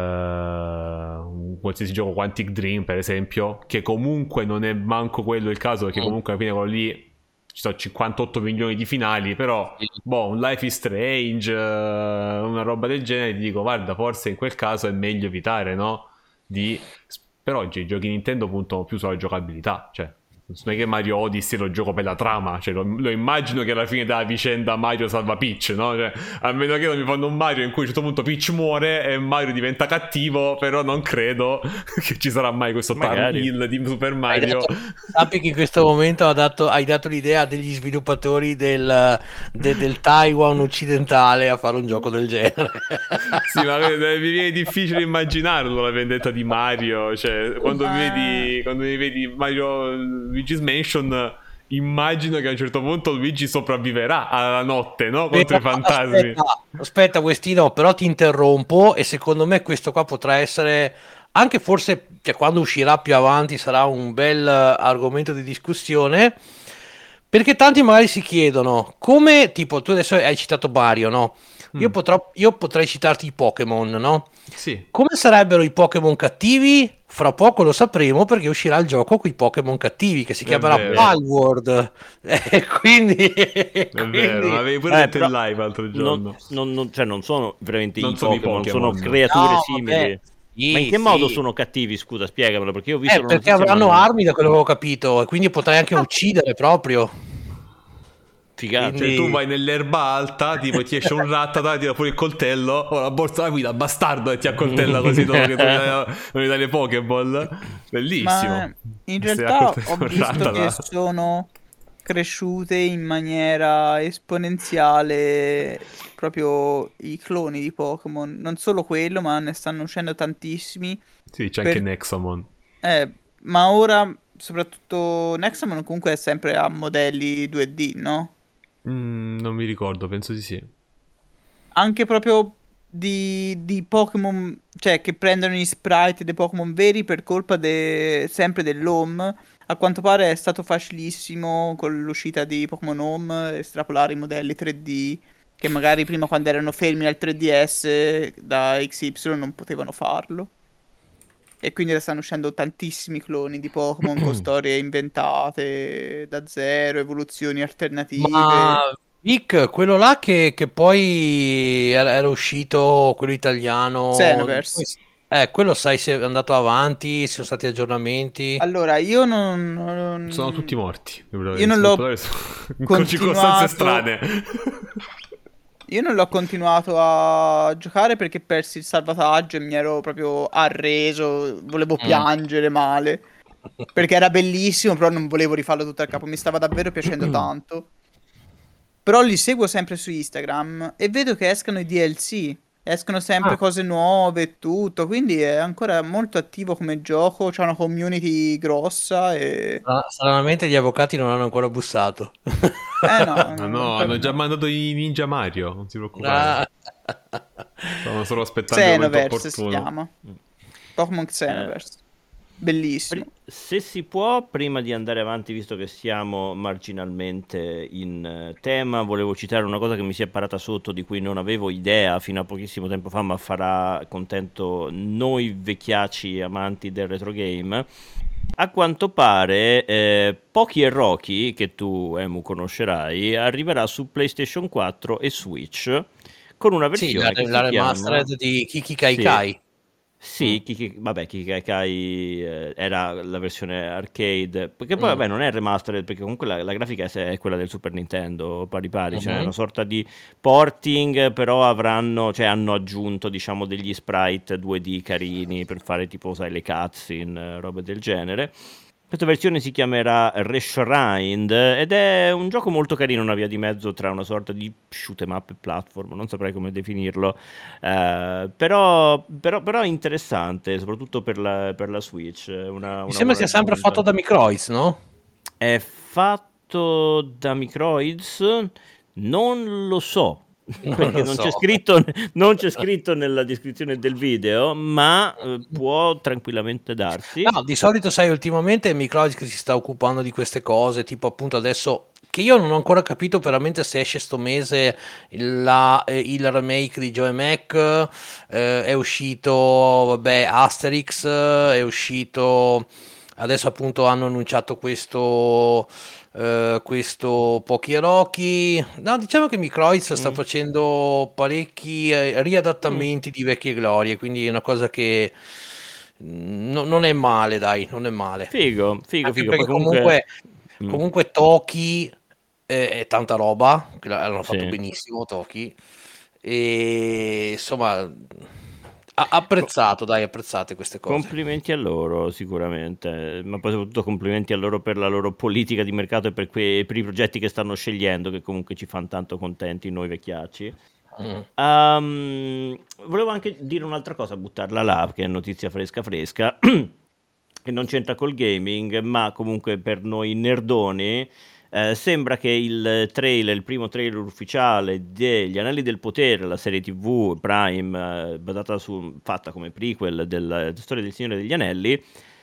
un qualsiasi gioco Quantic Dream per esempio, che comunque non è manco quello il caso, perché comunque alla fine quello lì ci sono cinquantotto milioni di finali, però boh, un Life is Strange, una roba del genere, ti dico guarda, forse in quel caso è meglio evitare, no? Di... però oggi i giochi Nintendo puntano più sulla giocabilità, cioè non è che Mario Odyssey lo gioco per la trama, cioè lo, lo immagino che alla fine della vicenda Mario salva Peach, no? Cioè, a meno che non mi fanno un Mario in cui a un certo punto Peach muore e Mario diventa cattivo, però non credo che ci sarà mai questo Tarn di Super Mario. Dato, sappi che in questo momento ha dato, hai dato l'idea degli sviluppatori del, de, del Taiwan occidentale a fare un gioco del genere. Sì, ma mi viene difficile immaginarlo la vendetta di Mario, cioè quando mi vedi, quando mi vedi Mario Luigi's Mansion, immagino che a un certo punto Luigi sopravviverà alla notte, no? Contro aspetta, i fantasmi. Aspetta, aspetta Westino, però ti interrompo, e secondo me questo qua potrà essere anche forse, cioè, quando uscirà più avanti sarà un bel argomento di discussione, perché tanti magari si chiedono come, tipo tu adesso hai citato Mario, no? Io, potrò, io potrei citarti i Pokémon, no? Sì. Come sarebbero i Pokémon cattivi? Fra poco lo sapremo, perché uscirà il gioco con i Pokémon cattivi che si È chiamerà vero. Palworld. E quindi È quindi... vero, l'avevi pure Eh, detto però in live l'altro giorno. non, non, non, cioè non sono veramente Non i sono i Pokémon, Pokémon. sono creature No, simili. vabbè, sì, Ma in che sì. modo sono cattivi? Scusa, spiegamelo, perché io ho visto Eh, la perché notizia, avranno ma non- armi, da quello che ho capito, e quindi potrai anche uccidere proprio. Figata. Quindi- Cioè tu vai nell'erba alta, tipo ti esce un rattata, tira fuori il coltello, o la borsa da guida, bastardo, e ti accoltella così dopo che tu non gli dai le Pokéball. Bellissimo. Ma in Sei realtà accoltellato ho con visto rattata. che sono cresciute in maniera esponenziale proprio i cloni di Pokémon. Non solo quello, ma ne stanno uscendo tantissimi. Sì, c'è Per- anche Nexamon. Eh, ma ora, soprattutto Nexamon comunque è sempre a modelli due D, no? Mm, non mi ricordo, penso di sì. Anche proprio di, di Pokémon, cioè che prendono gli sprite dei Pokémon veri per colpa de- sempre dell'Home. A quanto pare è stato facilissimo con l'uscita di Pokémon Home estrapolare i modelli tre D che magari prima, quando erano fermi al tre D S da X Y, non potevano farlo. E quindi stanno uscendo tantissimi cloni di Pokémon con storie inventate da zero, evoluzioni alternative. Ma Vic, quello là che, che poi era, era uscito, quello italiano, Xenoverse. eh, quello sai se è andato avanti, se sono stati aggiornamenti. Allora, io non... non- Sono tutti morti. Io non l'ho in continuato- circostanze strane. Io non l'ho continuato a giocare perché persi il salvataggio e mi ero proprio arreso, volevo Mm. piangere male. Perché era bellissimo, però non volevo rifarlo tutto a capo, mi stava davvero piacendo tanto. Però li seguo sempre su Instagram e vedo che escono i D L C, escono sempre Ah. cose nuove e tutto, quindi è ancora molto attivo come gioco, c'è una community grossa e... Stra- Stranamente gli avvocati non hanno ancora bussato. Eh no, Ma no, hanno già mandato i Ninja Mario, non si preoccupare. Ah. Stavano solo aspettando il momento Xenoverse si opportuno. chiama. Pokémon Xenoverse. Bellissimo. Pri- Se si può, prima di andare avanti, visto che siamo marginalmente in eh, tema, volevo citare una cosa che mi si è parata sotto, di cui non avevo idea fino a pochissimo tempo fa, ma farà contento noi vecchiaci amanti del retro game. A quanto pare eh, Poki e Rocky, che tu Emu conoscerai, arriverà su PlayStation quattro e Switch con una Sì, versione la, che la si chiama... remastered di Kiki Kai Sì. Kai. Sì, Mm. Kiki- vabbè, Kikai eh, era la versione arcade, perché poi Mm. vabbè non è remastered, perché comunque la, la grafica è, è quella del Super Nintendo, pari pari, cioè è una Mhm. sorta di porting, però avranno, cioè hanno aggiunto diciamo degli sprite due D carini per fare tipo, sai, le cutscene, eh, robe del genere. Questa versione si chiamerà Reshrined ed è un gioco molto carino, una via di mezzo tra una sorta di shoot 'em up e platform, non saprei come definirlo. Eh, però, però, però è interessante, soprattutto per la, per la Switch, è una, Mi una sembra buona sia sempre fatto aggiunta. da Microids, no? È fatto da Microids? Non lo so, Non perché lo non c'è so. scritto, non c'è scritto nella descrizione del video, ma eh, può tranquillamente darsi. No, di solito, sai, ultimamente è Microids che si sta occupando di queste cose, tipo appunto adesso, che io non ho ancora capito veramente se esce sto mese il, la- eh, il remake di Joe Mac, eh, è uscito, vabbè, Asterix, eh, è uscito, adesso appunto hanno annunciato questo, eh, questo Poké Rocky. No, diciamo che Microids sta Mm. facendo parecchi eh, Mm. riadattamenti di vecchie glorie, quindi è una cosa che mm, no- non è male, dai, non è male. Figo, figo, Anche figo. Poi perché comunque... comunque, Mm, comunque Toki è, è tanta roba, che l'hanno fatto sì. benissimo Toki, e insomma, ha- Co- apprezzato, dai, apprezzate queste cose. Complimenti a loro, sicuramente, ma poi soprattutto complimenti a loro per la loro politica di mercato e per, quei, per i progetti che stanno scegliendo, che comunque ci fanno tanto contenti noi vecchiacci. Mm. Ehm, volevo anche dire un'altra cosa, buttarla là, che è notizia fresca fresca, che non c'entra col gaming, ma comunque per noi nerdoni, eh, sembra che il trailer, il primo trailer ufficiale degli Anelli del Potere, la serie T V Prime, eh, basata su, fatta come prequel della, della storia del Signore degli Anelli,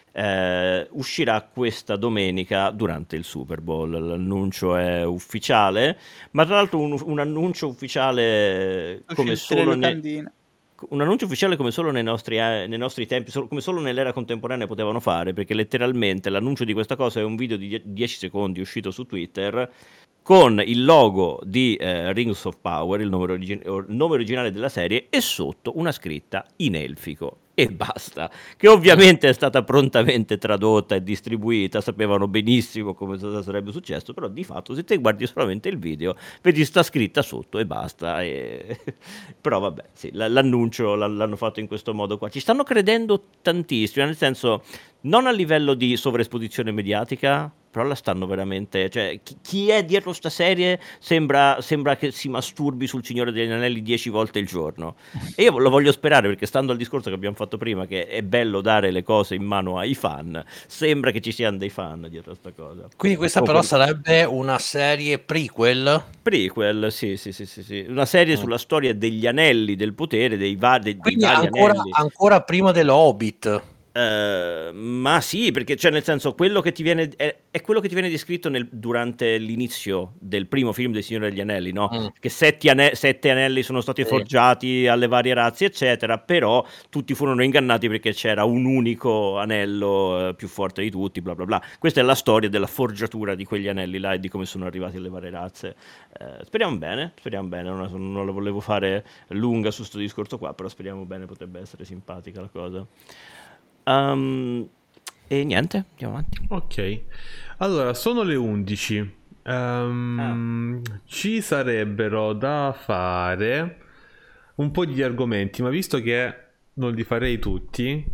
eh, uscirà questa domenica durante il Super Bowl. L'annuncio è ufficiale, ma tra l'altro un, un annuncio ufficiale Su come scelte le solo ne- locandine. un annuncio ufficiale come solo nei nostri, eh, nei nostri tempi, solo- come solo nell'era contemporanea potevano fare, perché letteralmente l'annuncio di questa cosa è un video di die- dieci secondi uscito su Twitter con il logo di eh, Rings of Power, il nome, origi- or- nome originale della serie, e sotto una scritta in elfico. E basta, che ovviamente è stata prontamente tradotta e distribuita, sapevano benissimo come cosa sarebbe successo, però di fatto se te guardi solamente il video, vedi sta scritta sotto e basta. E... però vabbè, sì, l- l'annuncio l- l'hanno fatto in questo modo qua. Ci stanno credendo tantissimo, nel senso, non a livello di sovraesposizione mediatica, però la stanno veramente, cioè chi, chi è dietro sta serie sembra, sembra che si masturbi sul Signore degli Anelli dieci volte il giorno. E io lo voglio sperare, perché stando al discorso che abbiamo fatto prima, che è bello dare le cose in mano ai fan, sembra che ci siano dei fan dietro a sta cosa. Quindi questa però Comunque, sarebbe una serie prequel. prequel, sì, sì, sì, sì, sì. Una serie Mm. sulla storia degli anelli del potere, dei, va- dei- dei Quindi vari ancora, anelli. ancora prima dell'Hobbit. Eh, ma sì, perché cioè nel senso quello che ti viene è, è quello che ti viene descritto nel- durante l'inizio del primo film del Signore degli Anelli, no? Mm. Che sette, ane- sette anelli sono stati Sì. forgiati alle varie razze, eccetera, però tutti furono ingannati perché c'era un unico anello eh, più forte di tutti, bla bla bla. Questa è la storia della forgiatura di quegli anelli là e di come sono arrivati alle varie razze. Eh, speriamo bene, speriamo bene, non, non la volevo fare lunga su questo discorso qua, però speriamo bene, potrebbe essere simpatica la cosa. Um, e niente, andiamo avanti. Ok, allora sono le undici. Ah. Ehm, ci sarebbero da fare un po' di argomenti, ma visto che non li farei tutti,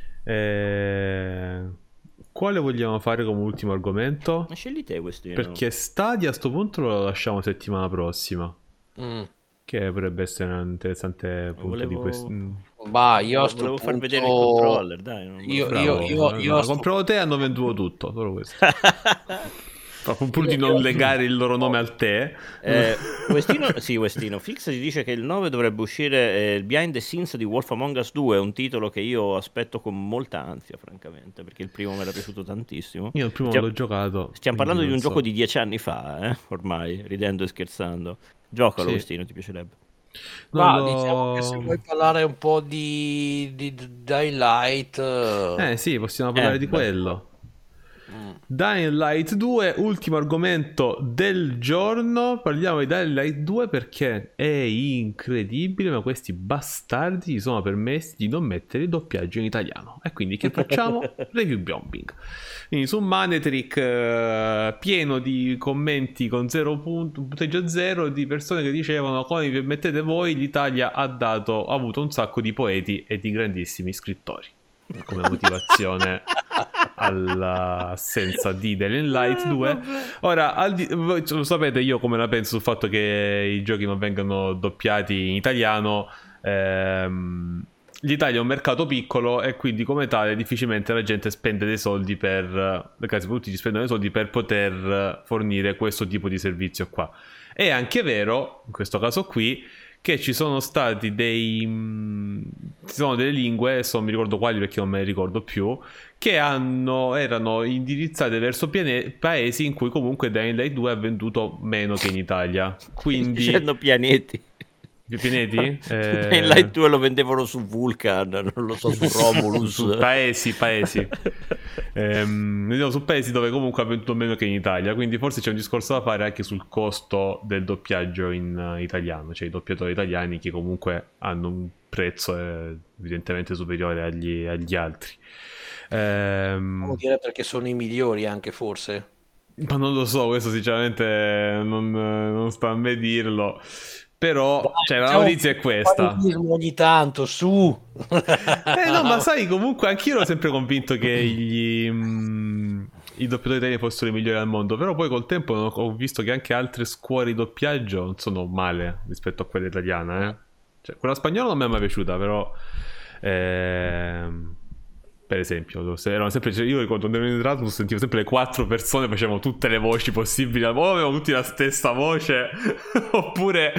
eh, quale vogliamo fare come ultimo argomento? Ma scegli te questi. Perché Stadia a sto punto lo lasciamo settimana prossima, Mm. che potrebbe essere un interessante punto Volevo- di questo. Bah, io a sto Volevo far punto- vedere il controller, dai. Non me lo Io- so. Bravo, io- io ma sto- comprato te hanno venduto tutto, solo questo. Proprio pur di Io- non io- legare il loro nome al te. Eh, Westino, sì, Westino Fix ci dice che il nove dovrebbe uscire eh, il Behind the Scenes di Wolf Among Us due, un titolo che io aspetto con molta ansia, francamente, perché il primo mi era piaciuto tantissimo. Io il primo Stiamo- l'ho giocato. Stiamo quindi parlando di non un so. gioco di dieci anni fa, eh, ormai, ridendo e scherzando. Giocalo, Sì. Westino, ti piacerebbe. No, Ma lo- diciamo che se vuoi parlare un po' di, di Dying Light, Eh sì, possiamo parlare Eh, di beh. quello. Dying Light due, ultimo argomento del giorno. Parliamo di Dying Light due perché è incredibile, ma questi bastardi si sono permessi di non mettere il doppiaggio in italiano. E quindi che facciamo? Review bombing. Quindi su Manetric eh, pieno di commenti con zero punto, punteggio zero di persone che dicevano: come vi permettete voi, l'Italia ha dato ha avuto un sacco di poeti e di grandissimi scrittori come motivazione all'assenza di Dying Light due. Ora, al di- voi lo sapete io come la penso sul fatto che i giochi non vengano doppiati in italiano. ehm, L'Italia è un mercato piccolo e quindi come tale difficilmente la gente spende dei soldi per le case produttrici spendono dei soldi per poter fornire questo tipo di servizio qua. È anche vero, in questo caso qui, che ci sono stati dei mh, ci sono delle lingue, adesso non mi ricordo quali perché non me le ricordo più, che hanno, erano indirizzate verso piane- paesi in cui comunque Dying Light due ha venduto meno che in Italia. Quindi Dicendo pianeti. i pianeti? Eh... Dying Light due lo vendevano su Vulcan, non lo so, su Romulus. su paesi, paesi. ehm, vediamo su paesi dove comunque ha venduto meno che in Italia, quindi forse c'è un discorso da fare anche sul costo del doppiaggio in uh, italiano, cioè i doppiatori italiani che comunque hanno un prezzo eh, evidentemente superiore agli, agli altri. Ehm... Devo dire perché sono i migliori anche forse. Ma non lo so, questo sinceramente non, non sta a me dirlo. Però Dai, cioè, la diciamo, notizia è questa. Ogni tanto, su. Eh no, ma sai, comunque anch'io ero sempre convinto che gli, mh, i doppiatori italiani fossero i migliori al mondo. Però poi col tempo ho visto che anche altre scuole di doppiaggio non sono male rispetto a quella italiana. Eh? Cioè, quella spagnola non mi è mai piaciuta, però... Ehm... Per esempio, se erano sempre, cioè io quando ero in Erasmus sentivo sempre le quattro persone facevano tutte le voci possibili, o avevano tutti la stessa voce oppure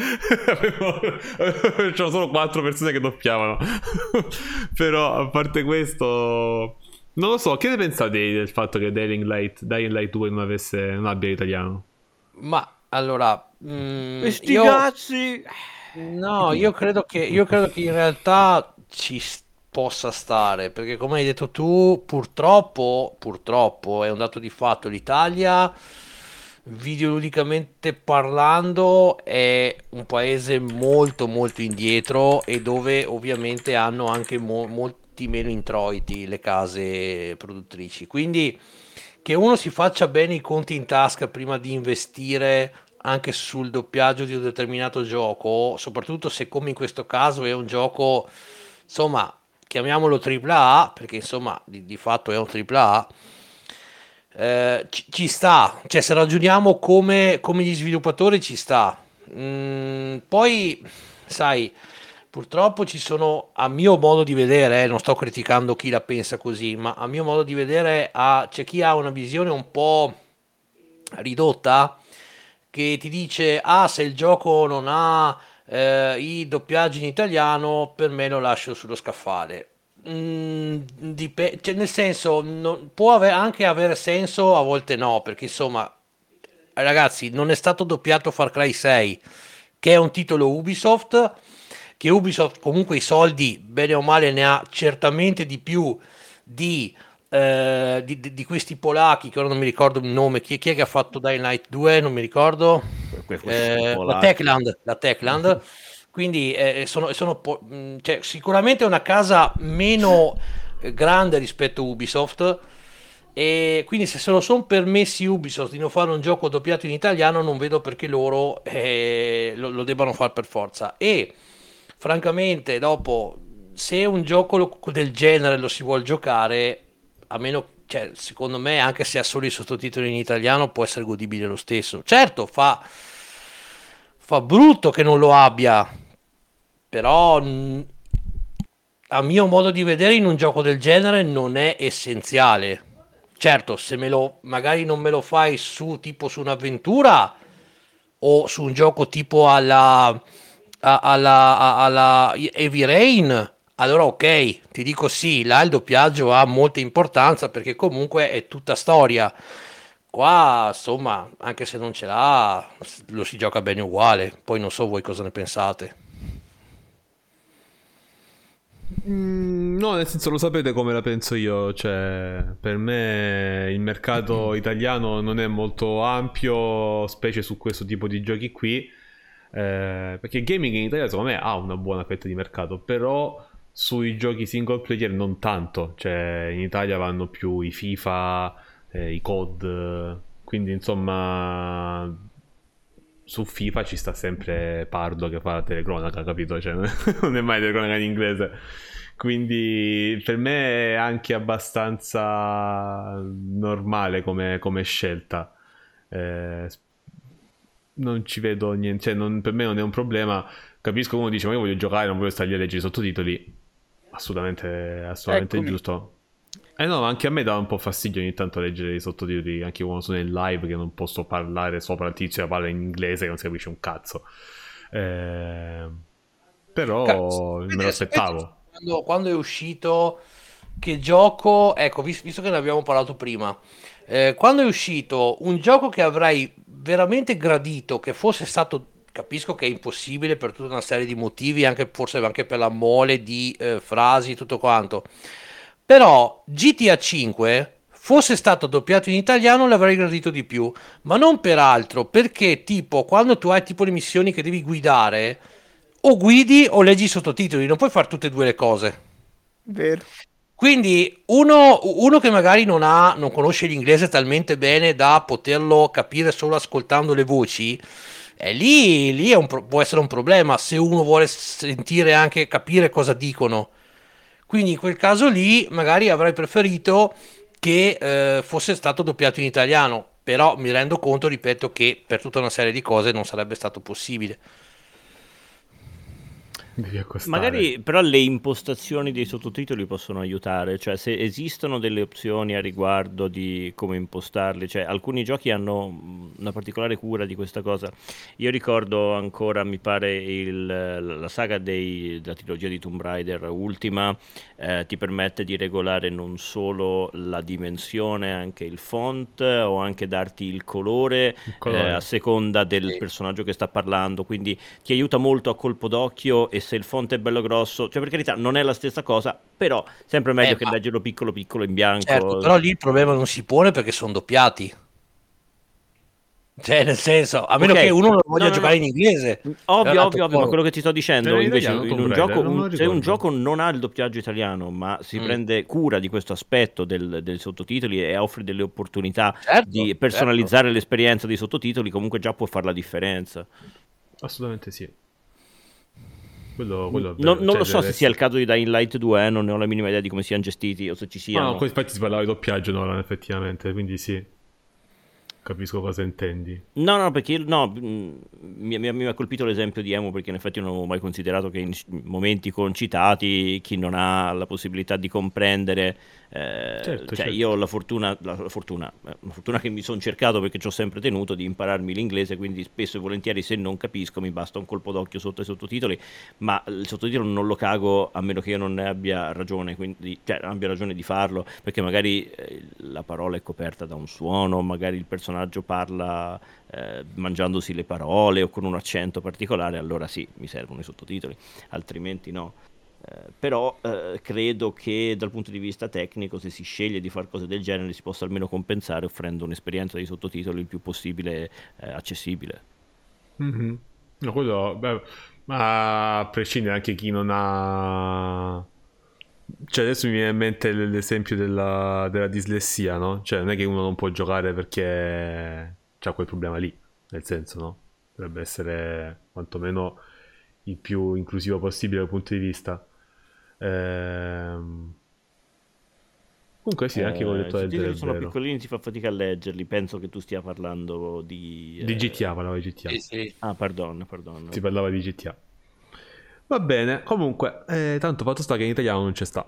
c'erano solo quattro persone che doppiavano. Però a parte questo non lo so, che ne pensate del fatto che Dying Light, Dying Light due non avesse non abbia italiano? Ma allora mm, Questi io, cazzi. no, io credo che io credo che in realtà ci st- possa stare, perché come hai detto tu, purtroppo, purtroppo è un dato di fatto, l'Italia videoludicamente parlando è un paese molto molto indietro e dove ovviamente hanno anche mo- molti meno introiti le case produttrici, quindi che uno si faccia bene i conti in tasca prima di investire anche sul doppiaggio di un determinato gioco, soprattutto se come in questo caso è un gioco, insomma, chiamiamolo tripla A, perché insomma di, di fatto è un tripla A, eh, ci, ci sta, cioè se ragioniamo come, come gli sviluppatori ci sta. Mm, poi, sai, purtroppo ci sono, a mio modo di vedere, eh, non sto criticando chi la pensa così, ma a mio modo di vedere ha, c'è chi ha una visione un po' ridotta che ti dice: ah, se il gioco non ha eh, i doppiaggi in italiano, per me lo lascio sullo scaffale. Mm, dip- cioè, nel senso, non- può ave- anche avere senso, a volte no, perché insomma, ragazzi, non è stato doppiato Far Cry sei, che è un titolo Ubisoft, che Ubisoft comunque i soldi, bene o male, ne ha certamente di più di, eh, di, di- di questi polacchi, che ora non mi ricordo il nome, chi, chi è che ha fatto Dying Light due, non mi ricordo. Eh, la Techland, la Techland. Quindi eh, sono, sono po- mh, cioè, sicuramente è una casa meno eh, grande rispetto a Ubisoft, e quindi se se lo sono permessi Ubisoft di non fare un gioco doppiato in italiano, non vedo perché loro eh, lo, lo debbano fare per forza. E francamente, dopo, se un gioco lo- del genere lo si vuole giocare, a meno, cioè, secondo me, anche se ha solo i sottotitoli in italiano, può essere godibile lo stesso. Certo, fa, fa brutto che non lo abbia, però mh, a mio modo di vedere in un gioco del genere non è essenziale. Certo, se me lo magari non me lo fai su tipo su un'avventura o su un gioco tipo alla a- alla, a- alla Heavy Rain, allora ok, ti dico sì, là il doppiaggio ha molta importanza perché comunque è tutta storia. Qua, insomma, anche se non ce l'ha, lo si gioca bene uguale. Poi non so voi cosa ne pensate. Mm, no, nel senso, lo sapete come la penso io, cioè per me il mercato italiano non è molto ampio, specie su questo tipo di giochi qui, eh, perché il gaming in Italia secondo me ha una buona fetta di mercato, però sui giochi single player non tanto, cioè in Italia vanno più i FIFA, eh, i C O D, quindi insomma su FIFA ci sta sempre Pardo che fa la telecronaca, capito? Cioè, non è mai telecronaca in inglese. Quindi per me è anche abbastanza normale come, come scelta. Eh, non ci vedo niente, cioè non- per me non è un problema. Capisco uno dice, ma io voglio giocare, non voglio stare lì a leggere i sottotitoli. Assolutamente, assolutamente Eccomi. giusto. Eh no, ma anche a me dà un po' fastidio ogni tanto leggere i sottotitoli, anche quando sono in live che non posso parlare sopra il tizio che parla in inglese che non si capisce un cazzo. Eh, però Cazzo, me sapete- lo sapete aspettavo. Quando, quando è uscito, che gioco, ecco, vis- visto che ne abbiamo parlato prima, eh, quando è uscito un gioco che avrei veramente gradito che fosse stato, capisco che è impossibile per tutta una serie di motivi, anche forse anche per la mole di eh, frasi e tutto quanto, però G T A cinque fosse stato doppiato in italiano l'avrei gradito di più, ma non per altro, perché tipo quando tu hai tipo le missioni che devi guidare, o guidi o leggi i sottotitoli, non puoi fare tutte e due le cose. Vero. Quindi uno, uno che magari non ha, non conosce l'inglese talmente bene da poterlo capire solo ascoltando le voci, è lì, lì è un pro- può essere un problema se uno vuole sentire anche capire cosa dicono. Quindi in quel caso lì magari avrei preferito che eh, fosse stato doppiato in italiano, però mi rendo conto, ripeto, che per tutta una serie di cose non sarebbe stato possibile. Devi accostare. Magari però le impostazioni dei sottotitoli possono aiutare, cioè se esistono delle opzioni a riguardo di come impostarli, cioè alcuni giochi hanno mh, una particolare cura di questa cosa. Io ricordo ancora, mi pare, il, la saga dei, della trilogia di Tomb Raider ultima, eh, ti permette di regolare non solo la dimensione, anche il font o anche darti il colore, Il eh, colore. a seconda del Sì. personaggio che sta parlando, quindi ti aiuta molto a colpo d'occhio, e se il font è bello grosso, cioè per carità non è la stessa cosa, però sempre meglio Eh, che ma- leggerlo piccolo piccolo in bianco. Certo, però lì il problema non si pone perché sono doppiati. Cioè, nel senso, a meno Ok, che uno non no, voglia no, giocare no. in inglese. È un Ovvio, altro ovvio, ovvio, ma cosa. quello che ti sto C'era dicendo in invece italiano in Tomb un Raider, gioco, non me un- lo se un ricordo. gioco non ha il doppiaggio italiano, ma si Mm. prende cura di questo aspetto del, dei sottotitoli e offre delle opportunità Certo, di certo. personalizzare l'esperienza dei sottotitoli, comunque già può fare la differenza. Assolutamente sì. Quello, quello è Non, vero. non Cioè, lo so deve se sia il essere- caso di Dying Light due, eh, non ne ho la minima idea di come siano gestiti o se ci Ah, siano. no, poi infatti si parlava di doppiaggio, no, effettivamente, quindi sì. Capisco cosa intendi. No, no, perché io- no, mh, mi, mi- mi ha colpito l'esempio di Emu, perché in effetti non avevo mai considerato che in momenti concitati chi non ha la possibilità di comprendere, eh, Certo, cioè certo. io ho la fortuna, la, la fortuna, eh, la fortuna che mi sono cercato, perché ci ho sempre tenuto di impararmi l'inglese, quindi spesso e volentieri se non capisco mi basta un colpo d'occhio sotto i sottotitoli, ma il sottotitolo non lo cago a meno che io non ne abbia ragione, quindi, cioè, abbia ragione di farlo, perché magari eh, la parola è coperta da un suono, magari il personaggio parla eh, mangiandosi le parole o con un accento particolare, allora sì, mi servono i sottotitoli, altrimenti no. Eh, però eh, credo che dal punto di vista tecnico, se si sceglie di fare cose del genere, si possa almeno compensare offrendo un'esperienza di sottotitoli il più possibile eh, accessibile. Mhm. No, quello, beh, ma a prescindere anche chi non ha... Cioè adesso mi viene in mente l- l'esempio della, della dislessia, no? Cioè non è che uno non può giocare perché c'ha quel problema lì, nel senso, no? Dovrebbe essere quantomeno il più inclusivo possibile dal punto di vista. Ehm... Comunque sì, anche come ho Eh, detto I Elder è sottotitoli sono vero. piccolini, si fa fatica a leggerli. Penso che tu stia parlando di... Di eh, G T A, parlava di G T A. Sì, sì. Ah, pardon, pardon. Si parlava di G T A. Va bene, comunque, eh, tanto fatto sta che in italiano non c'è sta.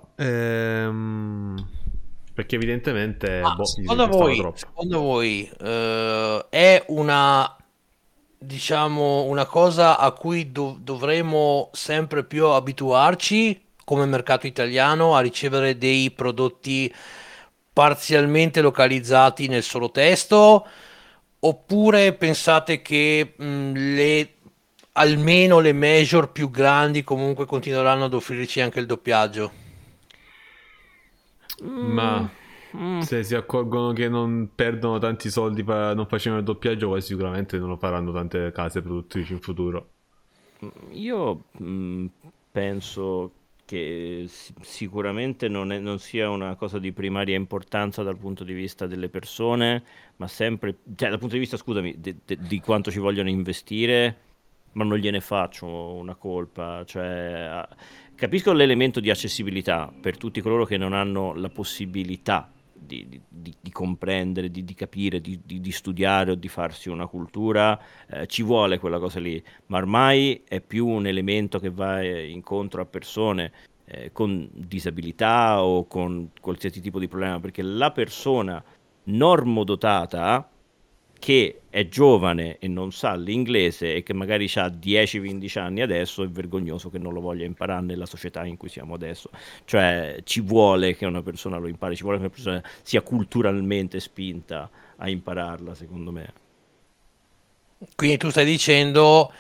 Ehm, perché evidentemente Ma boh, gli secondo costava voi, troppo. secondo voi eh, è una, diciamo, una cosa a cui dov- dovremo sempre più abituarci come mercato italiano a ricevere dei prodotti parzialmente localizzati nel solo testo? Oppure pensate che mh, le almeno le major più grandi comunque continueranno ad offrirci anche il doppiaggio. Ma Mm. se si accorgono che non perdono tanti soldi fa- non facendo il doppiaggio, poi sicuramente non lo faranno tante case produttrici in futuro. Io mh, penso che si- sicuramente non, è- non sia una cosa di primaria importanza dal punto di vista delle persone, ma sempre, cioè dal punto di vista, scusami, de- de- di quanto ci vogliono investire, ma non gliene faccio una colpa. Cioè, ah, capisco l'elemento di accessibilità per tutti coloro che non hanno la possibilità di, di- di- di comprendere, di, di capire, di, di- di studiare o di farsi una cultura, eh, ci vuole quella cosa lì, ma ormai è più un elemento che va eh, incontro a persone eh, con disabilità o con qualsiasi tipo di problema, perché la persona normodotata che è giovane e non sa l'inglese e che magari ha dieci quindici anni adesso, è vergognoso che non lo voglia imparare nella società in cui siamo adesso. Cioè ci vuole che una persona lo impari, ci vuole che una persona sia culturalmente spinta a impararla, secondo me. Quindi tu stai dicendo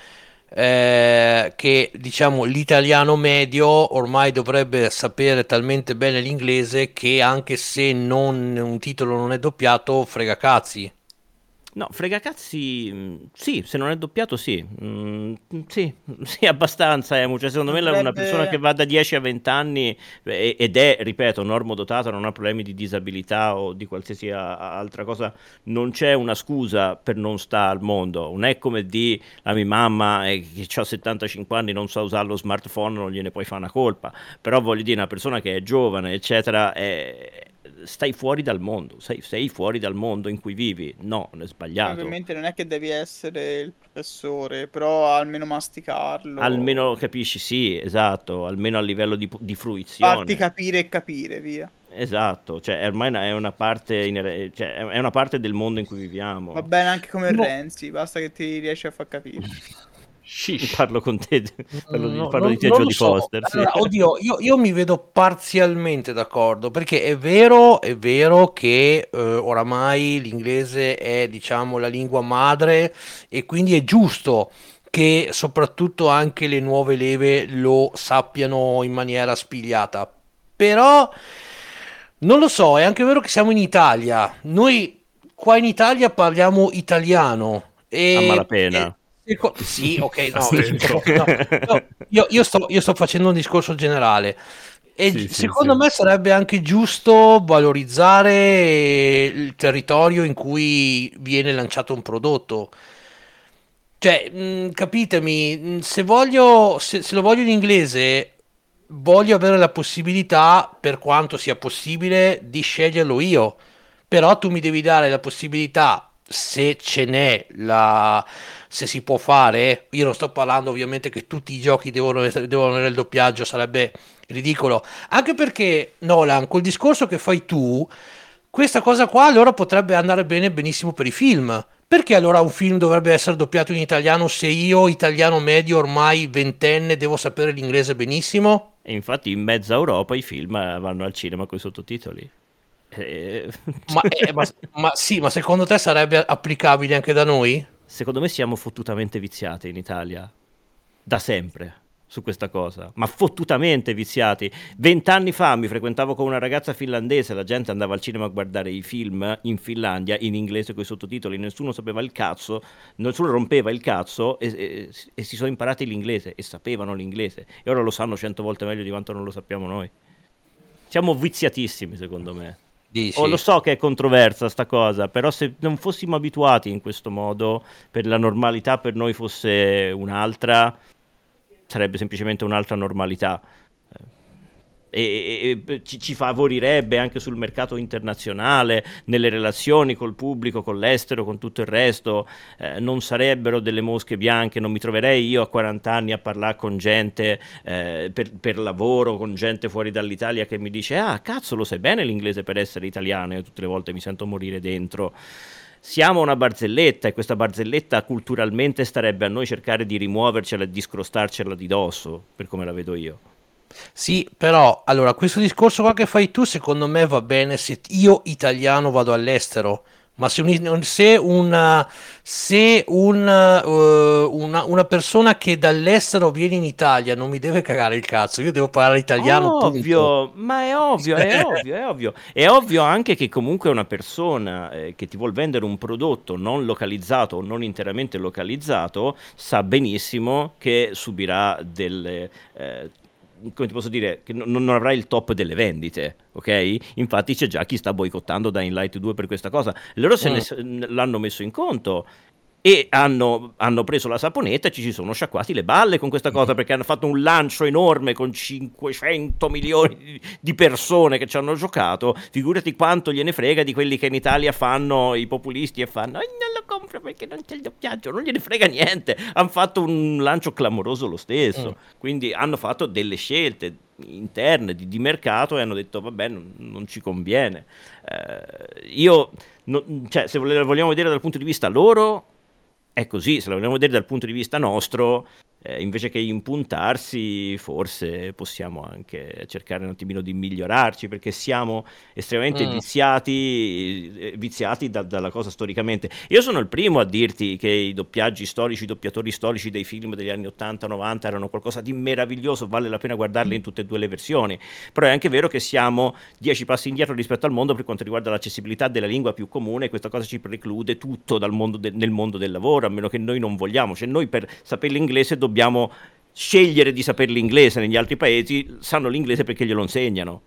eh, che diciamo l'italiano medio ormai dovrebbe sapere talmente bene l'inglese che anche se non- un titolo non è doppiato, frega cazzi. No, fregacazzi, mh, sì, se non è doppiato sì. Mm, sì, sì, abbastanza, Emu. Cioè, secondo me la- una persona che Dovrebbe... va da dieci a venti anni eh, ed è, ripeto, normodotata, non ha problemi di disabilità o di qualsiasi a- a- altra cosa, non c'è una scusa per non stare al mondo. Non è come di la mia mamma eh, che ha settantacinque anni, non sa usare lo smartphone, non gliene puoi fare una colpa. Però voglio dire, una persona che è giovane, eccetera, è- stai fuori dal mondo, sei, sei fuori dal mondo in cui vivi. No, è sbagliato. Ovviamente non è che devi essere il professore, però almeno masticarlo, Almeno capisci, sì, esatto, almeno a livello di, di farti fruizione. capire e capire, via. Esatto, cioè è ormai una- è una parte, inere- cioè, è una parte del mondo in cui Va viviamo. bene anche come No, Renzi, basta che ti riesci a far capire. Shish. Parlo con te, parlo di, no, parlo di non, te, non lo Jodie so. Foster, sì. Allora, oddio, io, io mi vedo parzialmente d'accordo perché è vero, è vero che eh, oramai l'inglese è, diciamo, la lingua madre e quindi è giusto che soprattutto anche le nuove leve lo sappiano in maniera spigliata. Però non lo so, è anche vero che siamo in Italia. Noi qua in Italia parliamo italiano A e, malapena. e- seco- sì, ok, A no, io, sto, stento. no, no, io- io sto, io sto facendo un discorso generale. E Sì, gi- sì, secondo sì. me sarebbe anche giusto valorizzare il territorio in cui viene lanciato un prodotto. Cioè, mh, capitemi, mh, se voglio, se, se lo voglio in inglese, voglio avere la possibilità, per quanto sia possibile, di sceglierlo io. Però tu mi devi dare la possibilità, se ce n'è, la... se si può fare. Io non sto parlando ovviamente che tutti i giochi devono, essere- devono avere il doppiaggio, sarebbe ridicolo. Anche perché, Nolan, col discorso che fai tu, questa cosa qua allora potrebbe andare bene benissimo per i film. Perché allora un film dovrebbe essere doppiato in italiano se io, italiano medio, ormai ventenne, devo sapere l'inglese benissimo? E infatti in mezza Europa i film eh, vanno al cinema con i sottotitoli. Eh, Ma, eh, ma- ma sì, ma secondo te sarebbe applicabile anche da noi? Secondo me siamo fottutamente viziati in Italia, da sempre, su questa cosa, ma fottutamente viziati. Vent'anni fa mi frequentavo con una ragazza finlandese, la gente andava al cinema a guardare i film in Finlandia in inglese con i sottotitoli, nessuno sapeva il cazzo, nessuno rompeva il cazzo e, e- e si sono imparati l'inglese e sapevano l'inglese e ora lo sanno cento volte meglio di quanto non lo sappiamo noi. Siamo viziatissimi, secondo me. Oh, lo Dici? so che è controversa sta cosa, però se non fossimo abituati in questo modo, per la normalità per noi fosse un'altra, sarebbe semplicemente un'altra normalità. E, e- e ci, ci favorirebbe anche sul mercato internazionale, nelle relazioni col pubblico, con l'estero, con tutto il resto. Eh, non sarebbero delle mosche bianche, non mi troverei io a quaranta anni a parlare con gente eh, per, per lavoro, con gente fuori dall'Italia che mi dice: ah, cazzo, lo sai bene l'inglese per essere italiano? E tutte le volte mi sento morire dentro. Siamo una barzelletta e questa barzelletta culturalmente starebbe a noi cercare di rimuovercela e discrostarcela di dosso, per come la vedo io. Sì, però allora questo discorso qua che fai tu secondo me va bene se io italiano vado all'estero, Ma se, un, se, una, se un, uh, una, una persona che dall'estero viene in Italia non mi deve cagare il cazzo, io devo parlare italiano, punto. Ovvio, ma è ovvio, è ovvio, è ovvio. È ovvio anche che comunque una persona eh, che ti vuol vendere un prodotto non localizzato o non interamente localizzato sa benissimo che subirà delle... Eh, come ti posso dire, che non, non avrà il top delle vendite, ok? Infatti c'è già chi sta boicottando Dying Light due per questa cosa. Loro se Mm. ne, l'hanno messo in conto e hanno, hanno preso la saponetta e ci si sono sciacquati le balle con questa cosa, perché hanno fatto un lancio enorme con cinquecento milioni di- di persone che ci hanno giocato. Figurati quanto gliene frega di quelli che in Italia fanno i populisti e fanno "Eh, non lo compro perché non c'è il doppiaggio", non gliene frega niente. Hanno fatto un lancio clamoroso lo stesso, Mm. quindi hanno fatto delle scelte interne di, di mercato e hanno detto vabbè, non, non ci conviene. Eh, io no- cioè, se vole- vogliamo vedere dal punto di vista loro è così, se la vogliamo vedere dal punto di vista nostro, eh, invece che impuntarsi, forse possiamo anche cercare un attimino di migliorarci, perché siamo estremamente Mm. viziati, eh, viziati da- dalla cosa storicamente. Io sono il primo a dirti che i doppiaggi storici, i doppiatori storici dei film degli anni ottanta novanta erano qualcosa di meraviglioso, vale la pena guardarli in tutte e due le versioni, però è anche vero che siamo dieci passi indietro rispetto al mondo per quanto riguarda l'accessibilità della lingua più comune, e questa cosa ci preclude tutto dal mondo de- nel mondo del lavoro, a meno che noi non vogliamo. Cioè noi per sapere l'inglese dobbiamo scegliere di sapere l'inglese, negli altri paesi sanno l'inglese perché glielo insegnano.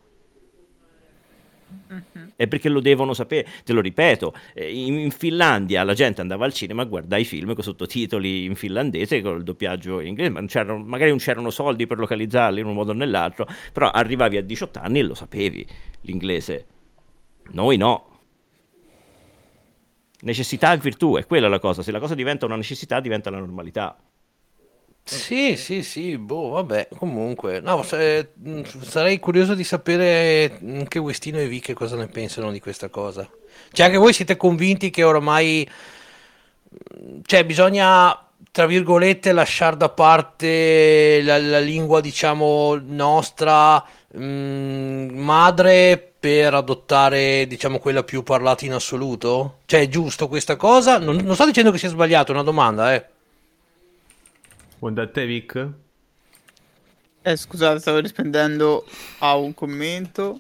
È perché lo devono sapere, te lo ripeto, eh, in, in Finlandia la gente andava al cinema a guardare i film con sottotitoli in finlandese con il doppiaggio in inglese, ma non c'erano- magari non c'erano soldi per localizzarli in un modo o nell'altro, però arrivavi a diciotto anni e lo sapevi l'inglese. Noi no. Necessità e virtù, è quella la cosa. Se la cosa diventa una necessità, diventa la normalità. Sì, sì, sì, boh, vabbè, comunque, no, se- mh, sarei curioso di sapere anche Westino e Vic che cosa ne pensano di questa cosa. Cioè, anche voi siete convinti che oramai, mh, cioè, bisogna, tra virgolette, lasciare da parte la, la lingua, diciamo, nostra, mh, madre per adottare, diciamo, quella più parlata in assoluto? Cioè, è giusto questa cosa? Non, non sto dicendo che sia sbagliato, è una domanda, eh. Buon da te, Vic? Eh, scusate, stavo rispondendo a un commento.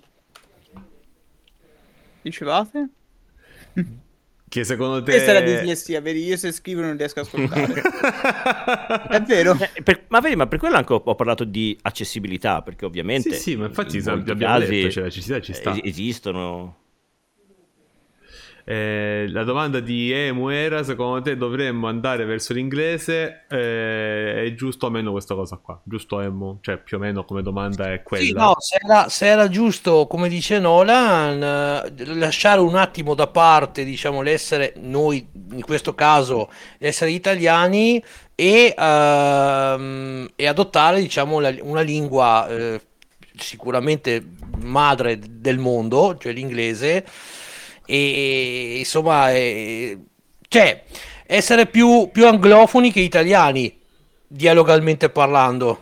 Dicevate? Che secondo te... Questa è la dislessia, vedi? Io se scrivo non riesco a ascoltare. È vero? Eh, per- ma vedi, ma per quello anche ho, ho parlato di accessibilità, perché ovviamente Sì, sì, ma infatti in sa- molti abbiamo casi detto, cioè, la necessità ci sta. eh, esistono. Eh, la domanda di Emu era: secondo te dovremmo andare verso l'inglese? Eh, è giusto o meno questa cosa qua? Giusto, Emu? Cioè, più o meno come domanda è Sì, quella. no, se era, se era giusto, come dice Nolan, eh, lasciare un attimo da parte, diciamo, l'essere noi, in questo caso, l'essere italiani e, ehm, e adottare, diciamo, la- una lingua eh, sicuramente madre del mondo, cioè l'inglese, e insomma, eh, cioè, essere più, più anglofoni che italiani, dialogalmente parlando.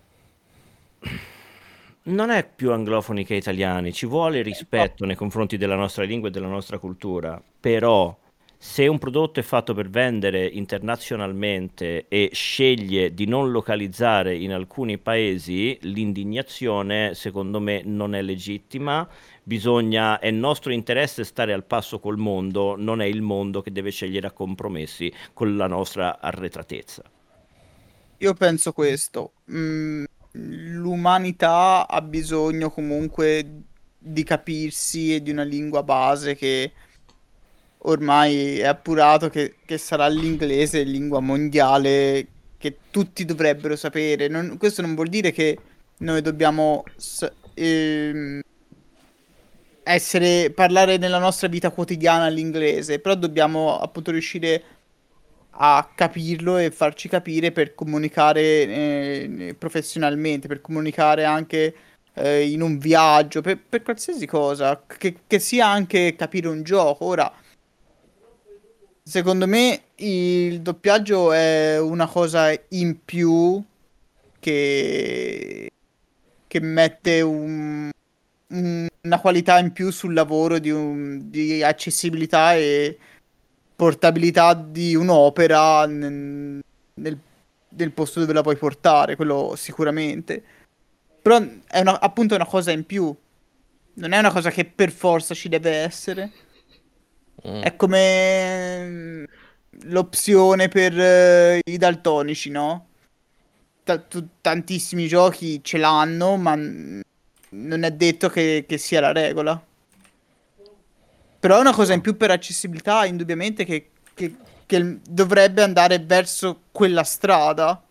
Non è più anglofoni che italiani, ci vuole rispetto nei confronti della nostra lingua e della nostra cultura, però se un prodotto è fatto per vendere internazionalmente e sceglie di non localizzare in alcuni paesi, l'indignazione secondo me non è legittima, bisogna, è nostro interesse stare al passo col mondo, non è il mondo che deve scegliere a compromessi con la nostra arretratezza. Io penso questo. Mm, l'umanità ha bisogno comunque di capirsi e di una lingua base che ormai è appurato che, che sarà l'inglese, lingua mondiale che tutti dovrebbero sapere. Non- questo non vuol dire che noi dobbiamo s- ehm, essere, parlare nella nostra vita quotidiana l'inglese, però dobbiamo appunto riuscire a capirlo e farci capire per comunicare eh, professionalmente, per comunicare anche eh, in un viaggio, per, per qualsiasi cosa, che, che sia anche capire un gioco. Ora, secondo me il doppiaggio è una cosa in più che, che mette un, un- una qualità in più sul lavoro di, un- di accessibilità e portabilità di un'opera nel, nel- nel posto dove la puoi portare, quello sicuramente. Però è una- appunto una cosa in più, non è una cosa che per forza ci deve essere. Mm. È come mm, l'opzione per eh, i daltonici, no? Ta- tu- tantissimi giochi ce l'hanno, ma mm, non è detto che, che sia la regola. Però è una cosa in più per accessibilità, indubbiamente, che, che- che dovrebbe andare verso quella strada.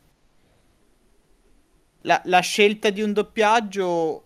La, la scelta di un doppiaggio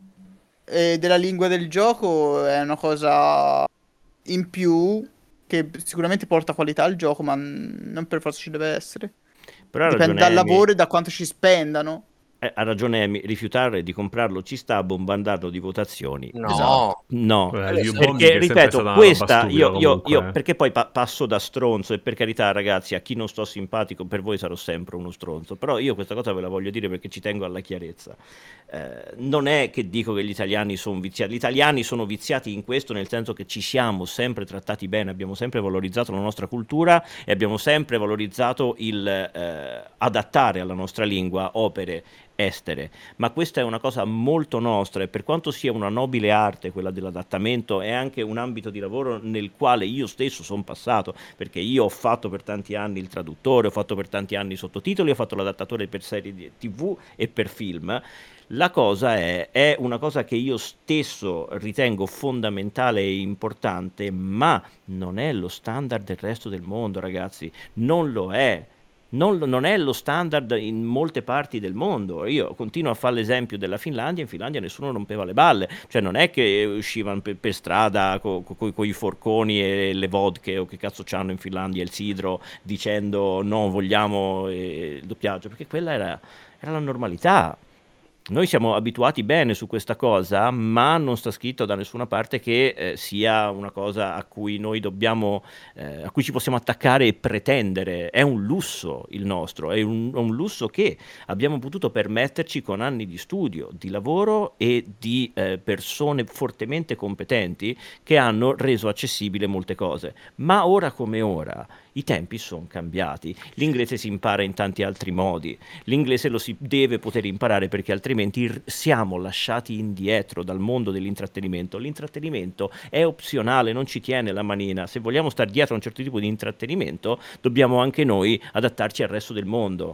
eh, della lingua del gioco è una cosa in più che sicuramente porta qualità al gioco, ma mm, non per forza ci deve essere. Però ha Dipende ragione dal Amy. lavoro e da quanto ci spendano. Eh, ha ragione Amy, rifiutare di comprarlo ci sta, bombardarlo di votazioni. No, Esatto. No, Beh, Quello il sì. U-bombing perché è sempre ripeto, stata una questa roba stupida io, io, comunque, io eh. perché poi pa- passo da stronzo, e per carità ragazzi, a chi non sto simpatico, per voi sarò sempre uno stronzo, però io questa cosa ve la voglio dire perché ci tengo alla chiarezza. Eh, non è che dico che gli italiani sono viziati, gli italiani sono viziati in questo, nel senso che ci siamo sempre trattati bene, abbiamo sempre valorizzato la nostra cultura e abbiamo sempre valorizzato il eh, adattare alla nostra lingua opere estere, ma questa è una cosa molto nostra e per quanto sia una nobile arte quella dell'adattamento è anche un ambito di lavoro nel quale io stesso sono passato, perché io ho fatto per tanti anni il traduttore, ho fatto per tanti anni i sottotitoli, ho fatto l'adattatore per serie di tivù e per film. La cosa è, è una cosa che io stesso ritengo fondamentale e importante, ma non è lo standard del resto del mondo, ragazzi, non lo è. Non, non è lo standard in molte parti del mondo. Io continuo a fare l'esempio della Finlandia. In Finlandia nessuno rompeva le balle, cioè non è che uscivano per, per strada con co, co, i forconi e le vodke o che cazzo c'hanno in Finlandia, il sidro, dicendo no, vogliamo eh, il doppiaggio, perché quella era, era la normalità. Noi siamo abituati bene su questa cosa, ma non sta scritto da nessuna parte che eh, sia una cosa a cui noi dobbiamo, eh, a cui ci possiamo attaccare e pretendere. È un lusso il nostro, è un, un lusso che abbiamo potuto permetterci con anni di studio, di lavoro e di eh, persone fortemente competenti che hanno reso accessibile molte cose. Ma ora come ora i tempi sono cambiati, l'inglese si impara in tanti altri modi, l'inglese lo si deve poter imparare perché altrimenti siamo lasciati indietro dal mondo dell'intrattenimento. L'intrattenimento è opzionale, non ci tiene la manina. Se vogliamo stare dietro a un certo tipo di intrattenimento dobbiamo anche noi adattarci al resto del mondo,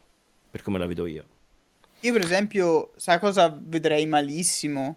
per come la vedo io. Io per esempio, sai cosa vedrei malissimo?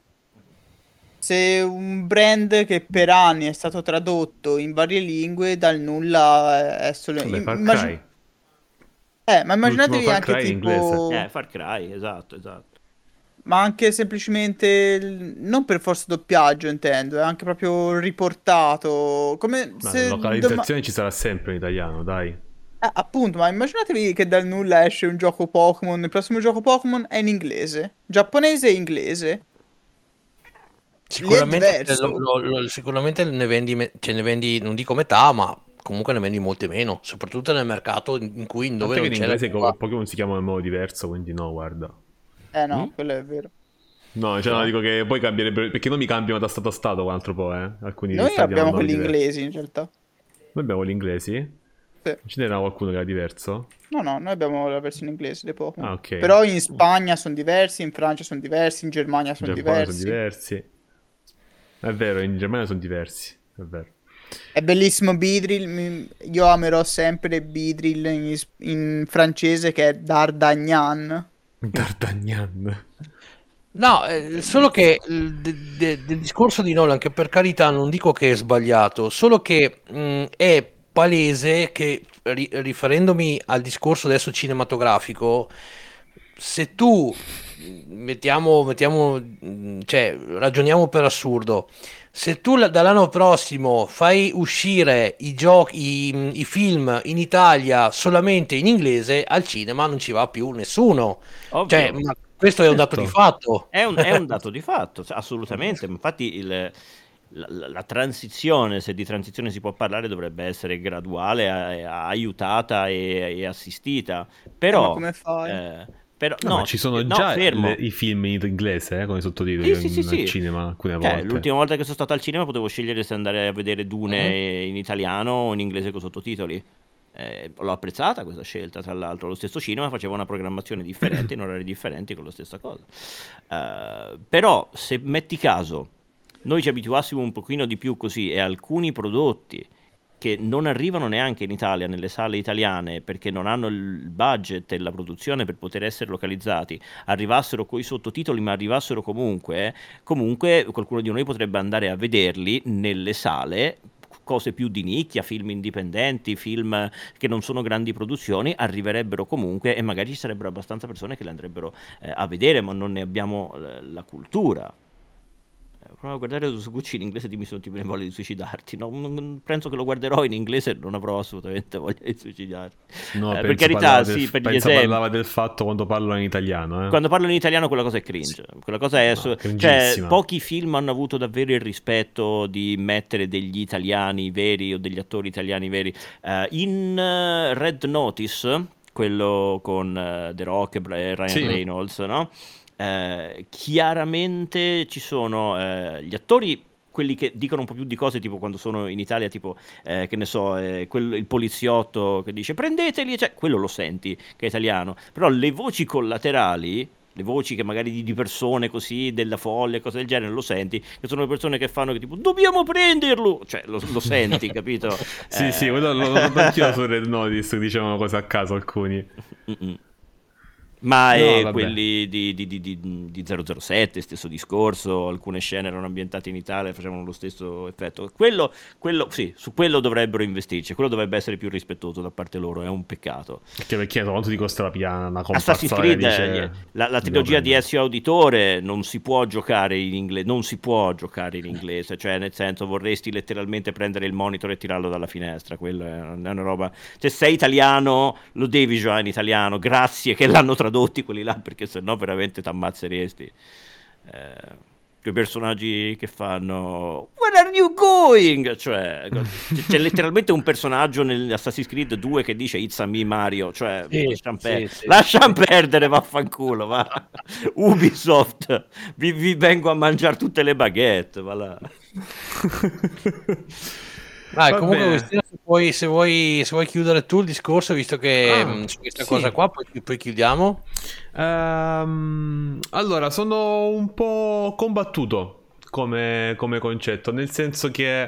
Se un brand che per anni è stato tradotto in varie lingue dal nulla è solo... Vabbè, Far immagin- Cry. Eh, ma L'ultimo immaginatevi Far anche Cry in tipo... inglese. Eh, Far Cry, esatto, esatto. Ma anche semplicemente, il- non per forza doppiaggio intendo, è anche proprio riportato, come Ma la se... localizzazione doma- ci sarà sempre in italiano, dai. Eh, appunto, ma immaginatevi che dal nulla esce un gioco Pokémon, il prossimo gioco Pokémon è in inglese, giapponese e inglese. Sicuramente, diverso. lo- lo- lo- sicuramente ne vendi, me- cioè ne vendi, non dico metà, ma comunque ne vendi molte meno, soprattutto nel mercato in in cui A dove parte non che in c'è la inglese lingua. co- Pokémon si chiamano in modo diverso, quindi no, guarda. Eh no, Mm? quello è vero. No, cioè no, dico che poi cambierebbero, perché non mi cambiano da stato a stato un altro po', eh. Alcuni Noi stati abbiamo hanno nomi quelli diversi. inglesi in realtà. Noi abbiamo gli inglesi? Sì. Ce n'era qualcuno che era diverso? No, no, noi abbiamo la versione inglese dei Pokémon. Ah, ok. Però in Spagna sono diversi, in Francia sono diversi, in Germania In sono Giappone sono diversi. diversi. È vero, in Germania sono diversi, è vero. È bellissimo Beedrill, mi- io amerò sempre Beedrill in, is- in francese che è D'Artagnan. D'Artagnan. No, eh, solo che il de- de- del discorso di Nolan, che per carità non dico che è sbagliato, solo che mh, è palese che, ri- riferendomi al discorso adesso cinematografico, se tu mh, mettiamo, mettiamo, mh, cioè, ragioniamo per assurdo, se tu la- dall'anno prossimo fai uscire i giochi, i, i film in Italia solamente in inglese, al cinema non ci va più nessuno. Ovvio. Cioè, ma questo è un dato di Certo. fatto. È un, è un dato di fatto, assolutamente. Infatti il, la, la- la transizione, se di transizione si può parlare, dovrebbe essere graduale, a- a- aiutata e, e assistita. Eh, ma Però come fai? eh, Però, no, no, ma ci sono no, già fermo. le- i film in inglese eh, con i sottotitoli Sì, sì, al sì, sì. cinema alcune Cioè, volte. l'ultima volta che sono stato al cinema potevo scegliere se andare a vedere Dune in italiano o in inglese con sottotitoli. Eh, l'ho apprezzata questa scelta, tra l'altro. Lo stesso cinema faceva una programmazione differente in orari differenti con la stessa cosa. Eh, però, se metti caso, noi ci abituassimo un pochino di più così e alcuni prodotti che non arrivano neanche in Italia, nelle sale italiane, perché non hanno il budget e la produzione per poter essere localizzati, arrivassero coi sottotitoli, ma arrivassero comunque, comunque qualcuno di noi potrebbe andare a vederli nelle sale, cose più di nicchia, film indipendenti, film che non sono grandi produzioni, arriverebbero comunque e magari ci sarebbero abbastanza persone che le andrebbero eh, a vedere, ma non ne abbiamo eh, la cultura. Prova a guardare Gucci in inglese e dimmi se non ti viene voglia di suicidarti. No, non- non- penso che lo guarderò in inglese e non avrò assolutamente voglia di suicidarmi. No, Eh, per penso carità, parlava sì, del, per gli penso esempi. parlava del fatto quando parlo in italiano. Eh. Quando parlo in italiano quella cosa è cringe. Quella cosa è No, asso- cioè, cringissima. pochi film hanno avuto davvero il rispetto di mettere degli italiani veri o degli attori italiani veri. Eh, in eh, Red Notice, quello con eh, The Rock e Bra- e Ryan Sì. Reynolds, no? Eh, chiaramente ci sono eh, gli attori, quelli che dicono un po' più di cose, tipo quando sono in Italia, tipo, eh, che ne so, eh, quel- il poliziotto che dice prendeteli, cioè, quello lo senti che è italiano, però le voci collaterali, le voci che magari di, di persone così, della folla e cose del genere, lo senti, che sono le persone che fanno che tipo dobbiamo prenderlo, cioè lo, lo senti, capito? Sì, Eh, sì, quello lo noto anch'io su Red Notice, dicevano cose a caso alcuni. Mm-mm. Ma No, eh, vabbè. quelli di, di, di, di, di zero zero sette, stesso discorso, alcune scene erano ambientate in Italia e facevano lo stesso effetto. Quello, quello, sì, su quello dovrebbero investirci, quello dovrebbe essere più rispettoso da parte loro, è un peccato. Perché perché quanto ti costa la piana, una Assassin's comparsata Creed, dice, eh, la, la dobbiamo trilogia di prendere. Ezio Auditore non si può giocare in inglese, non si può giocare in inglese, cioè nel senso vorresti letteralmente prendere il monitor e tirarlo dalla finestra, quello è una, è una roba, se sei italiano lo devi giocare in italiano, grazie che l'hanno tradotto quelli là, perché sennò veramente t'ammazzeresti. Eh, quei personaggi che fanno Where are you going? Cioè, c- c'è letteralmente un personaggio nell'Assassin's Creed due che dice It's a me Mario, cioè Sì, lasciam, per- sì, sì. lasciam perdere, vaffanculo, va. Ubisoft, vi, vi vengo a mangiare tutte le baguette, va là. Dai, Va comunque, bene. Agostino, se vuoi, se vuoi, se vuoi chiudere tu il discorso, visto che Ah, mh, su questa sì. cosa qua, poi, poi chiudiamo. Ehm, allora, sono un po' combattuto come, come concetto, nel senso che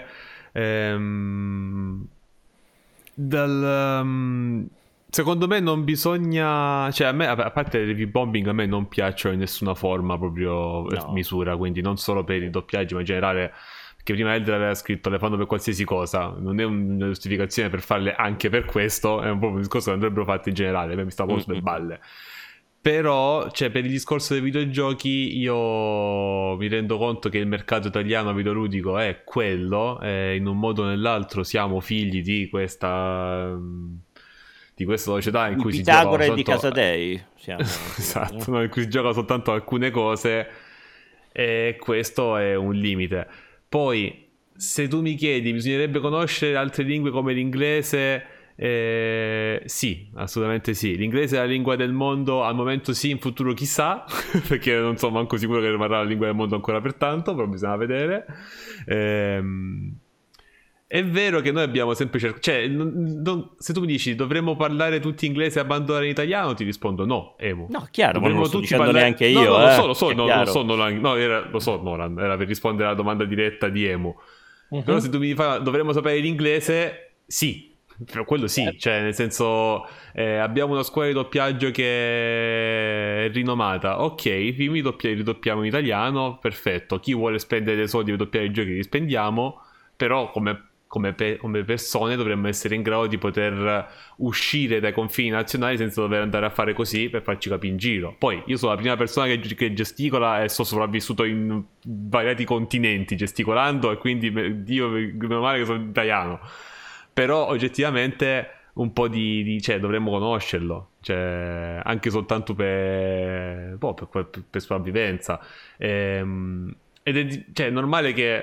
ehm, dal, ehm, secondo me non bisogna, cioè a me, a parte le review bombing, a me non piacciono in nessuna forma proprio No. misura, quindi non solo per i doppiaggi, ma in generale. Che prima Elder aveva scritto le fanno per qualsiasi cosa, non è una giustificazione per farle anche per questo, è un po' un discorso che andrebbero fatti in generale, a me mi sta un po' sulle balle. Però, cioè, per il discorso dei videogiochi, io mi rendo conto che il mercato italiano videoludico è quello, e in un modo o nell'altro siamo figli di questa di questa società in Di cui si Pitagora gioca e di soltanto- Casadei siamo, esatto, no, in cui si gioca soltanto alcune cose, e questo è un limite. Poi, se tu mi chiedi, bisognerebbe conoscere altre lingue come l'inglese? Eh, sì, assolutamente sì. L'inglese è la lingua del mondo, al momento sì, in futuro chissà, perché non sono manco sicuro che rimarrà la lingua del mondo ancora per tanto, però bisogna vedere. Ehm, è vero che noi abbiamo sempre cercato, cioè, non- non- se tu mi dici dovremmo parlare tutti inglese e abbandonare l'italiano, ti rispondo no, Emo. No, chiaro, ma non Dovremmo lo sto tutti dicendo parlare- neanche No, io, no, lo eh, so, lo so, è no, lo chiaro. so, Nolan, no, era, lo so, Nolan, era per rispondere alla domanda diretta di Emo. Mhm. Però se tu mi fai, dovremmo sapere l'inglese, sì, però quello sì, cioè nel senso eh, abbiamo una scuola di doppiaggio che è rinomata, ok, i film li doppia- li doppiamo in italiano, perfetto, chi vuole spendere dei soldi per doppiare i giochi li spendiamo, però come, come, pe- come persone dovremmo essere in grado di poter uscire dai confini nazionali senza dover andare a fare così per farci capire in giro. Poi io sono la prima persona che, che gesticola e sono sopravvissuto in variati continenti gesticolando, e quindi me- Dio, meno male che sono italiano. Però oggettivamente un po' di, di cioè dovremmo conoscerlo, cioè anche soltanto per boh, per, per, per sopravvivenza. Ehm, ed è di- cioè, è normale che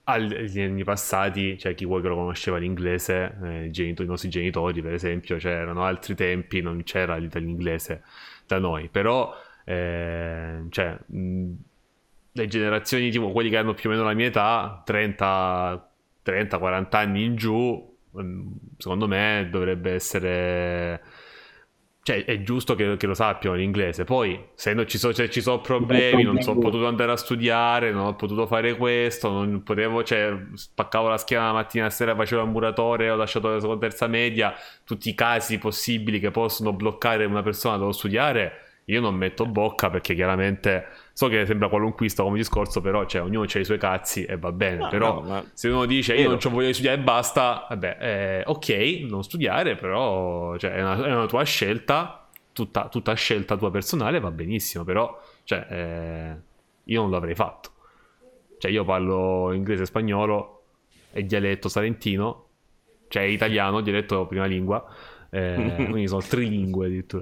agli anni passati, cioè chi vuoi che lo conosceva l'inglese, eh, i, genitori, i nostri genitori per esempio, cioè erano altri tempi, non c'era l'inglese da noi, però eh, cioè, mh, le generazioni tipo quelli che hanno più o meno la mia età, trenta quaranta anni in giù, mh, secondo me dovrebbe essere... Cioè, è giusto che, che lo sappiano l'inglese. Poi, se non ci, so, cioè, ci sono problemi, non sono potuto andare a studiare, non ho potuto fare questo, non potevo, cioè, spaccavo la schiena la mattina e sera, facevo il muratore, ho lasciato la seconda terza media, tutti i casi possibili che possono bloccare una persona dallo studiare, io non metto bocca perché chiaramente so che sembra qualunquista come discorso, però cioè, ognuno ha i suoi cazzi e va bene. No, però no, ma... se uno dice io non c'ho voglia di studiare e basta, vabbè, eh, ok, non studiare, però cioè, è, una, è una tua scelta, tutta, tutta scelta tua personale, va benissimo, però cioè, eh, io non l'avrei fatto. Cioè io parlo inglese, spagnolo e dialetto salentino, cioè italiano, dialetto prima lingua. Eh, quindi sono trilingue addirittura.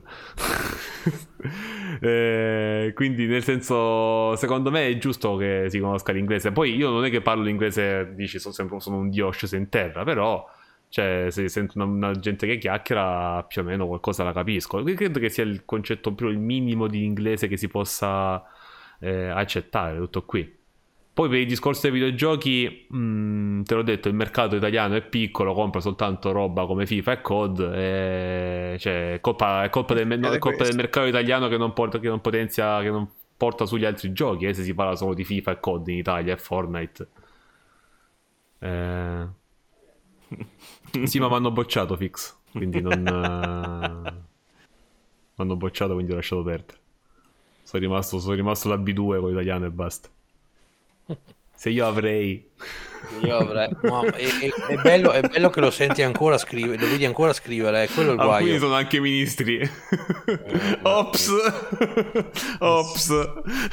eh, quindi nel senso, secondo me è giusto che si conosca l'inglese. Poi io non è che parlo l'inglese, dici sono sempre sono un dio sceso in terra, però cioè se sento una, una gente che chiacchiera più o meno qualcosa la capisco. Credo che sia il concetto più il minimo di inglese che si possa eh, accettare, tutto qui. Poi per il discorso dei videogiochi, mh, te l'ho detto, il mercato italiano è piccolo, compra soltanto roba come FIFA e C O D, e, cioè, è colpa, è colpa, del, no, è colpa del mercato italiano che non, porta, che non potenzia, che non porta sugli altri giochi, eh, se si parla solo di FIFA e C O D in Italia e Fortnite. Eh... Sì, ma mi hanno bocciato Fix, quindi non... mi hanno bocciato, quindi ho lasciato perdere. Sono rimasto, sono rimasto la B due con l'italiano e basta. Se io avrei io avrei no, è, è, è, bello, è bello che lo senti ancora scrivere, lo vedi ancora scrivere, è quello il guaio. Alcuni sono anche ministri. eh, ops ops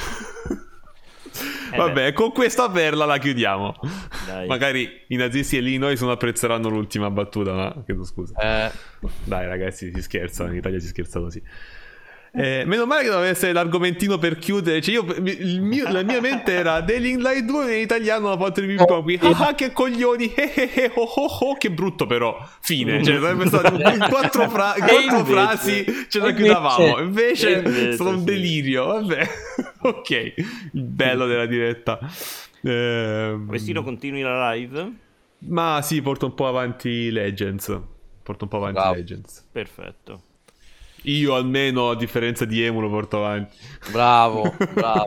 eh vabbè beh. Con questa perla la chiudiamo. Dai. Magari i nazisti e l'Illinois non apprezzeranno l'ultima battuta, ma chiedo scusa. eh. Dai ragazzi, si scherza, in Italia si scherza così. Eh, meno male che doveva essere l'argomentino per chiudere. Cioè io, il mio, la mia mente era Dying Light due in italiano la parte di qui. Ah, ah che coglioni. Eh, eh, eh, oh, oh, oh, che brutto però. Fine. Cioè sarebbe stato quattro, fra- quattro frasi ce la chiudavamo. Invece è stato un delirio. Vabbè. Ok. Il bello della diretta. Eh, Questino continui la live? Ma sì, porto un po' avanti Legends. Porto un po' avanti wow. Legends. Perfetto. Io almeno, a differenza di Emu, lo porto avanti. Bravo, bravo.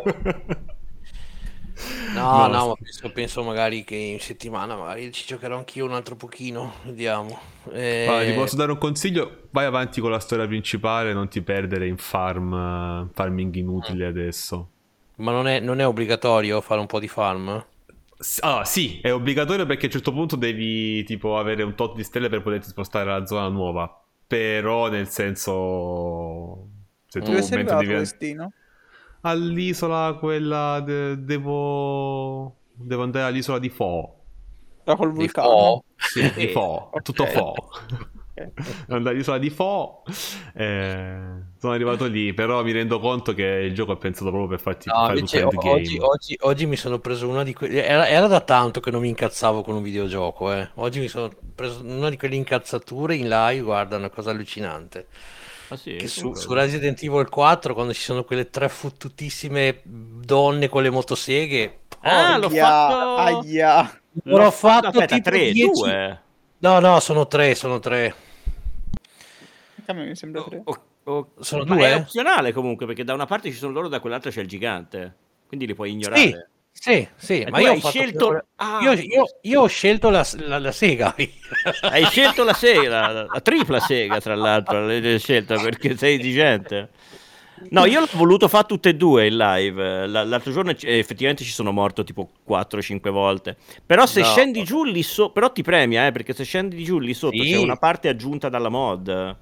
No, no, no, ma penso, penso magari che in settimana magari ci giocherò anch'io un altro pochino. Vediamo. E... Guarda, ti posso dare un consiglio? Vai avanti con la storia principale, non ti perdere in farm, farming inutile mm. adesso. Ma non è, non è obbligatorio fare un po' di farm? Ah, sì, è obbligatorio perché a un certo punto devi tipo avere un tot di stelle per poterti spostare alla zona nuova. Però nel senso se tu sei arrivato Questino? All'isola quella de- devo devo andare all'isola di Fo. Da col vulcano? Sì, di Fo, okay. Tutto Fo. Okay. Andare all'isola di Fo. Eh, sono arrivato lì, però mi rendo conto che il gioco è pensato proprio per farti no, fare tutto il oggi, oggi, oggi mi sono preso una di quelle. Era, era da tanto che non mi incazzavo con un videogioco. Eh. Oggi mi sono preso una di quelle incazzature in live. Guarda, una cosa allucinante. Ah, sì, che su, su Resident Evil quattro, quando ci sono quelle tre fottutissime donne con le motoseghe. Ah, l'ho fatto. Aia. L'ho, l'ho fatto, fatto aspetta, tipo tre, dieci... due. No, no, sono tre, sono tre. A me mi sembra tre. Oh, oh, sono ma due? È opzionale comunque, perché da una parte ci sono loro, da quell'altra c'è il gigante. Quindi li puoi ignorare. Sì, sì, sì. E ma io hai ho fatto scelto... per... ah. io, io, io ho scelto la, la, la sega. Hai scelto la sega, la, la tripla sega, tra l'altro, l'hai scelta perché sei indigente. No, io l'ho voluto fare tutte e due in live. L'altro giorno effettivamente ci sono morto tipo quattro cinque volte. Però se no. scendi giù lì sotto, però ti premia, eh, perché se scendi giù lì sotto sì. c'è una parte aggiunta dalla mod.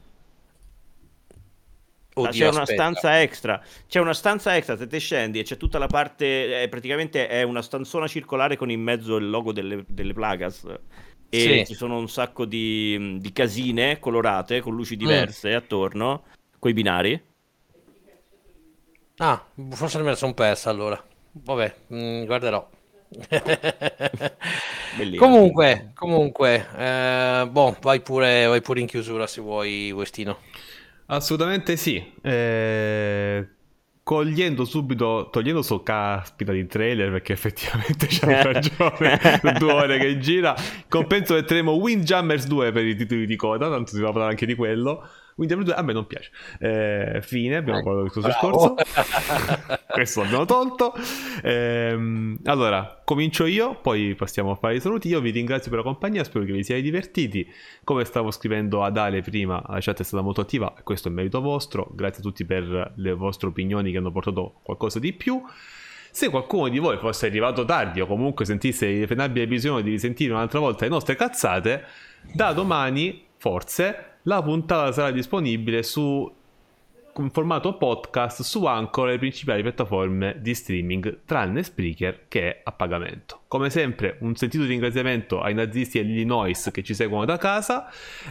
Oddio, c'è una aspetta. stanza extra. C'è una stanza extra, se te scendi e c'è tutta la parte, è, praticamente è una stanzona circolare con in mezzo il logo delle, delle Plagas. E sì. ci sono un sacco di, di casine colorate con luci diverse mm. attorno, coi binari. Ah, forse me la sono persa allora. Vabbè, mh, guarderò. comunque, comunque eh, boh, vai pure, vai pure in chiusura se vuoi, Westino. Assolutamente sì. Eh, cogliendo subito, togliendo sto caspita di trailer, perché effettivamente c'è ragione, due ore che gira. Compenso metteremo Windjammers due per i titoli di coda, tanto si va a parlare anche di quello. Windjammers due a me non piace. Eh, fine, abbiamo parlato di questo discorso. Questo l'abbiamo tolto. Ehm, allora, comincio io, poi passiamo a fare i saluti. Io vi ringrazio per la compagnia, spero che vi siate divertiti. Come stavo scrivendo ad Ale prima, la chat è stata molto attiva e questo è merito vostro. Grazie a tutti per le vostre opinioni che hanno portato qualcosa di più. Se qualcuno di voi fosse arrivato tardi o comunque sentisse irrefrenabile bisogno di risentire un'altra volta le nostre cazzate, da domani, forse, la puntata sarà disponibile su in formato podcast su Anchor e le principali piattaforme di streaming, tranne Spreaker che è a pagamento. Come sempre un sentito ringraziamento ai nazisti dell'Illinois che ci seguono da casa,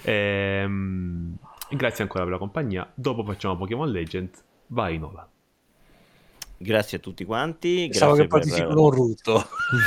ehm, grazie ancora per la compagnia. Dopo facciamo Pokémon Legends. Vai Nola. Grazie a tutti quanti. Pensavo grazie che partiti per... con un rutto.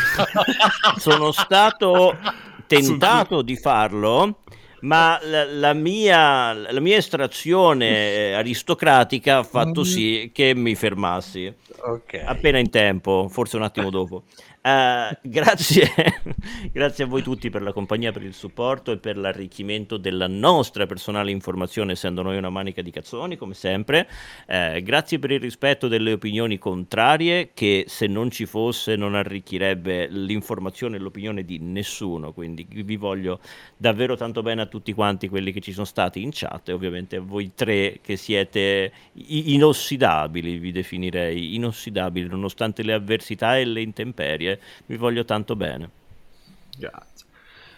Sono stato tentato di farlo, ma la, la, mia, la mia estrazione aristocratica ha fatto sì che mi fermassi. Okay. Appena in tempo, forse un attimo dopo. Uh, grazie grazie a voi tutti per la compagnia, per il supporto e per l'arricchimento della nostra personale informazione, essendo noi una manica di cazzoni come sempre. Uh, grazie per il rispetto delle opinioni contrarie, che se non ci fosse non arricchirebbe l'informazione e l'opinione di nessuno, quindi vi voglio davvero tanto bene a tutti quanti quelli che ci sono stati in chat e ovviamente a voi tre che siete inossidabili, vi definirei inossidabili nonostante le avversità e le intemperie. Vi voglio tanto bene. Grazie.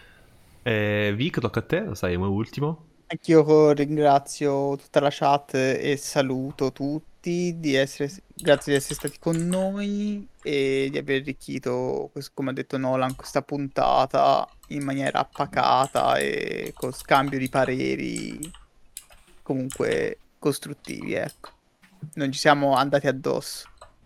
Eh, Vic, tocca a te, lo sai, come ultimo. Anch'io ringrazio tutta la chat e saluto tutti di essere, grazie di essere stati con noi e di aver arricchito, come ha detto Nolan, questa puntata in maniera pacata e con scambio di pareri comunque costruttivi, ecco. Non ci siamo andati addosso.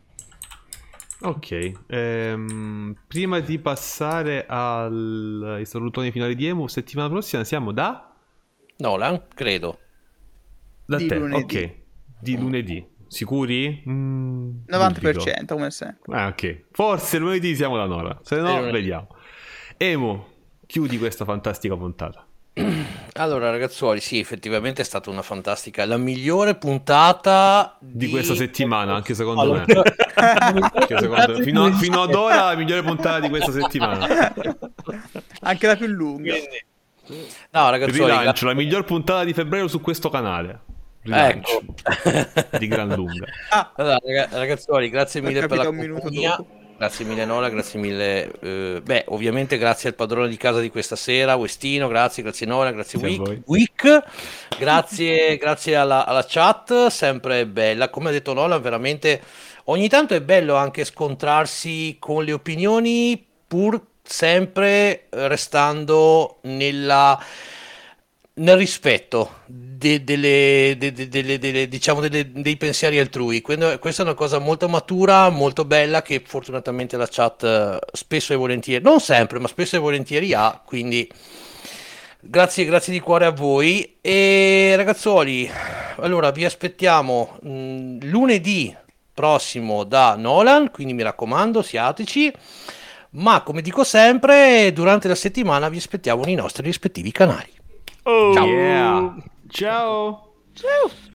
Ok, ehm, prima di passare al, ai salutoni finali di Emu, settimana prossima siamo da? Nolan, credo. Da Di te, lunedì. ok, di lunedì. Sicuri? Mm, novanta per dubido. cento come sempre. Ah, ok, forse lunedì siamo da Nora, se no lunedì. vediamo. Emu, chiudi questa fantastica puntata. Allora ragazzuoli, sì, effettivamente è stata una fantastica, la migliore puntata Di di questa settimana, anche secondo allora, me. Anche secondo me. Fino, fino ad ora la migliore puntata di questa settimana. Anche la più lunga. Quindi... No ragazzuoli, Rilancio, la miglior puntata di febbraio su questo canale. Rilancio. Ecco. Di gran lunga. Ah, allora, ragazzuoli, grazie Ho mille per capito la un minuto compagnia. dopo. Grazie mille Nola, grazie mille. Eh, beh, ovviamente grazie al padrone di casa di questa sera, Westino, grazie, grazie Nola, grazie Grazie a voi. Wick, Wick, grazie, grazie alla, alla chat, sempre bella. Come ha detto Nola, veramente ogni tanto è bello anche scontrarsi con le opinioni, pur sempre restando nella... nel rispetto de, delle, de, de, delle, delle, diciamo delle, dei pensieri altrui. Quindi, questa è una cosa molto matura, molto bella, che fortunatamente la chat spesso e volentieri, non sempre, ma spesso e volentieri ha, quindi grazie, grazie di cuore a voi. E ragazzuoli, allora vi aspettiamo mh, lunedì prossimo da Nolan, quindi mi raccomando, siateci. Ma come dico sempre, durante la settimana vi aspettiamo nei nostri rispettivi canali. Oh, Yeah. Ciao. ciao.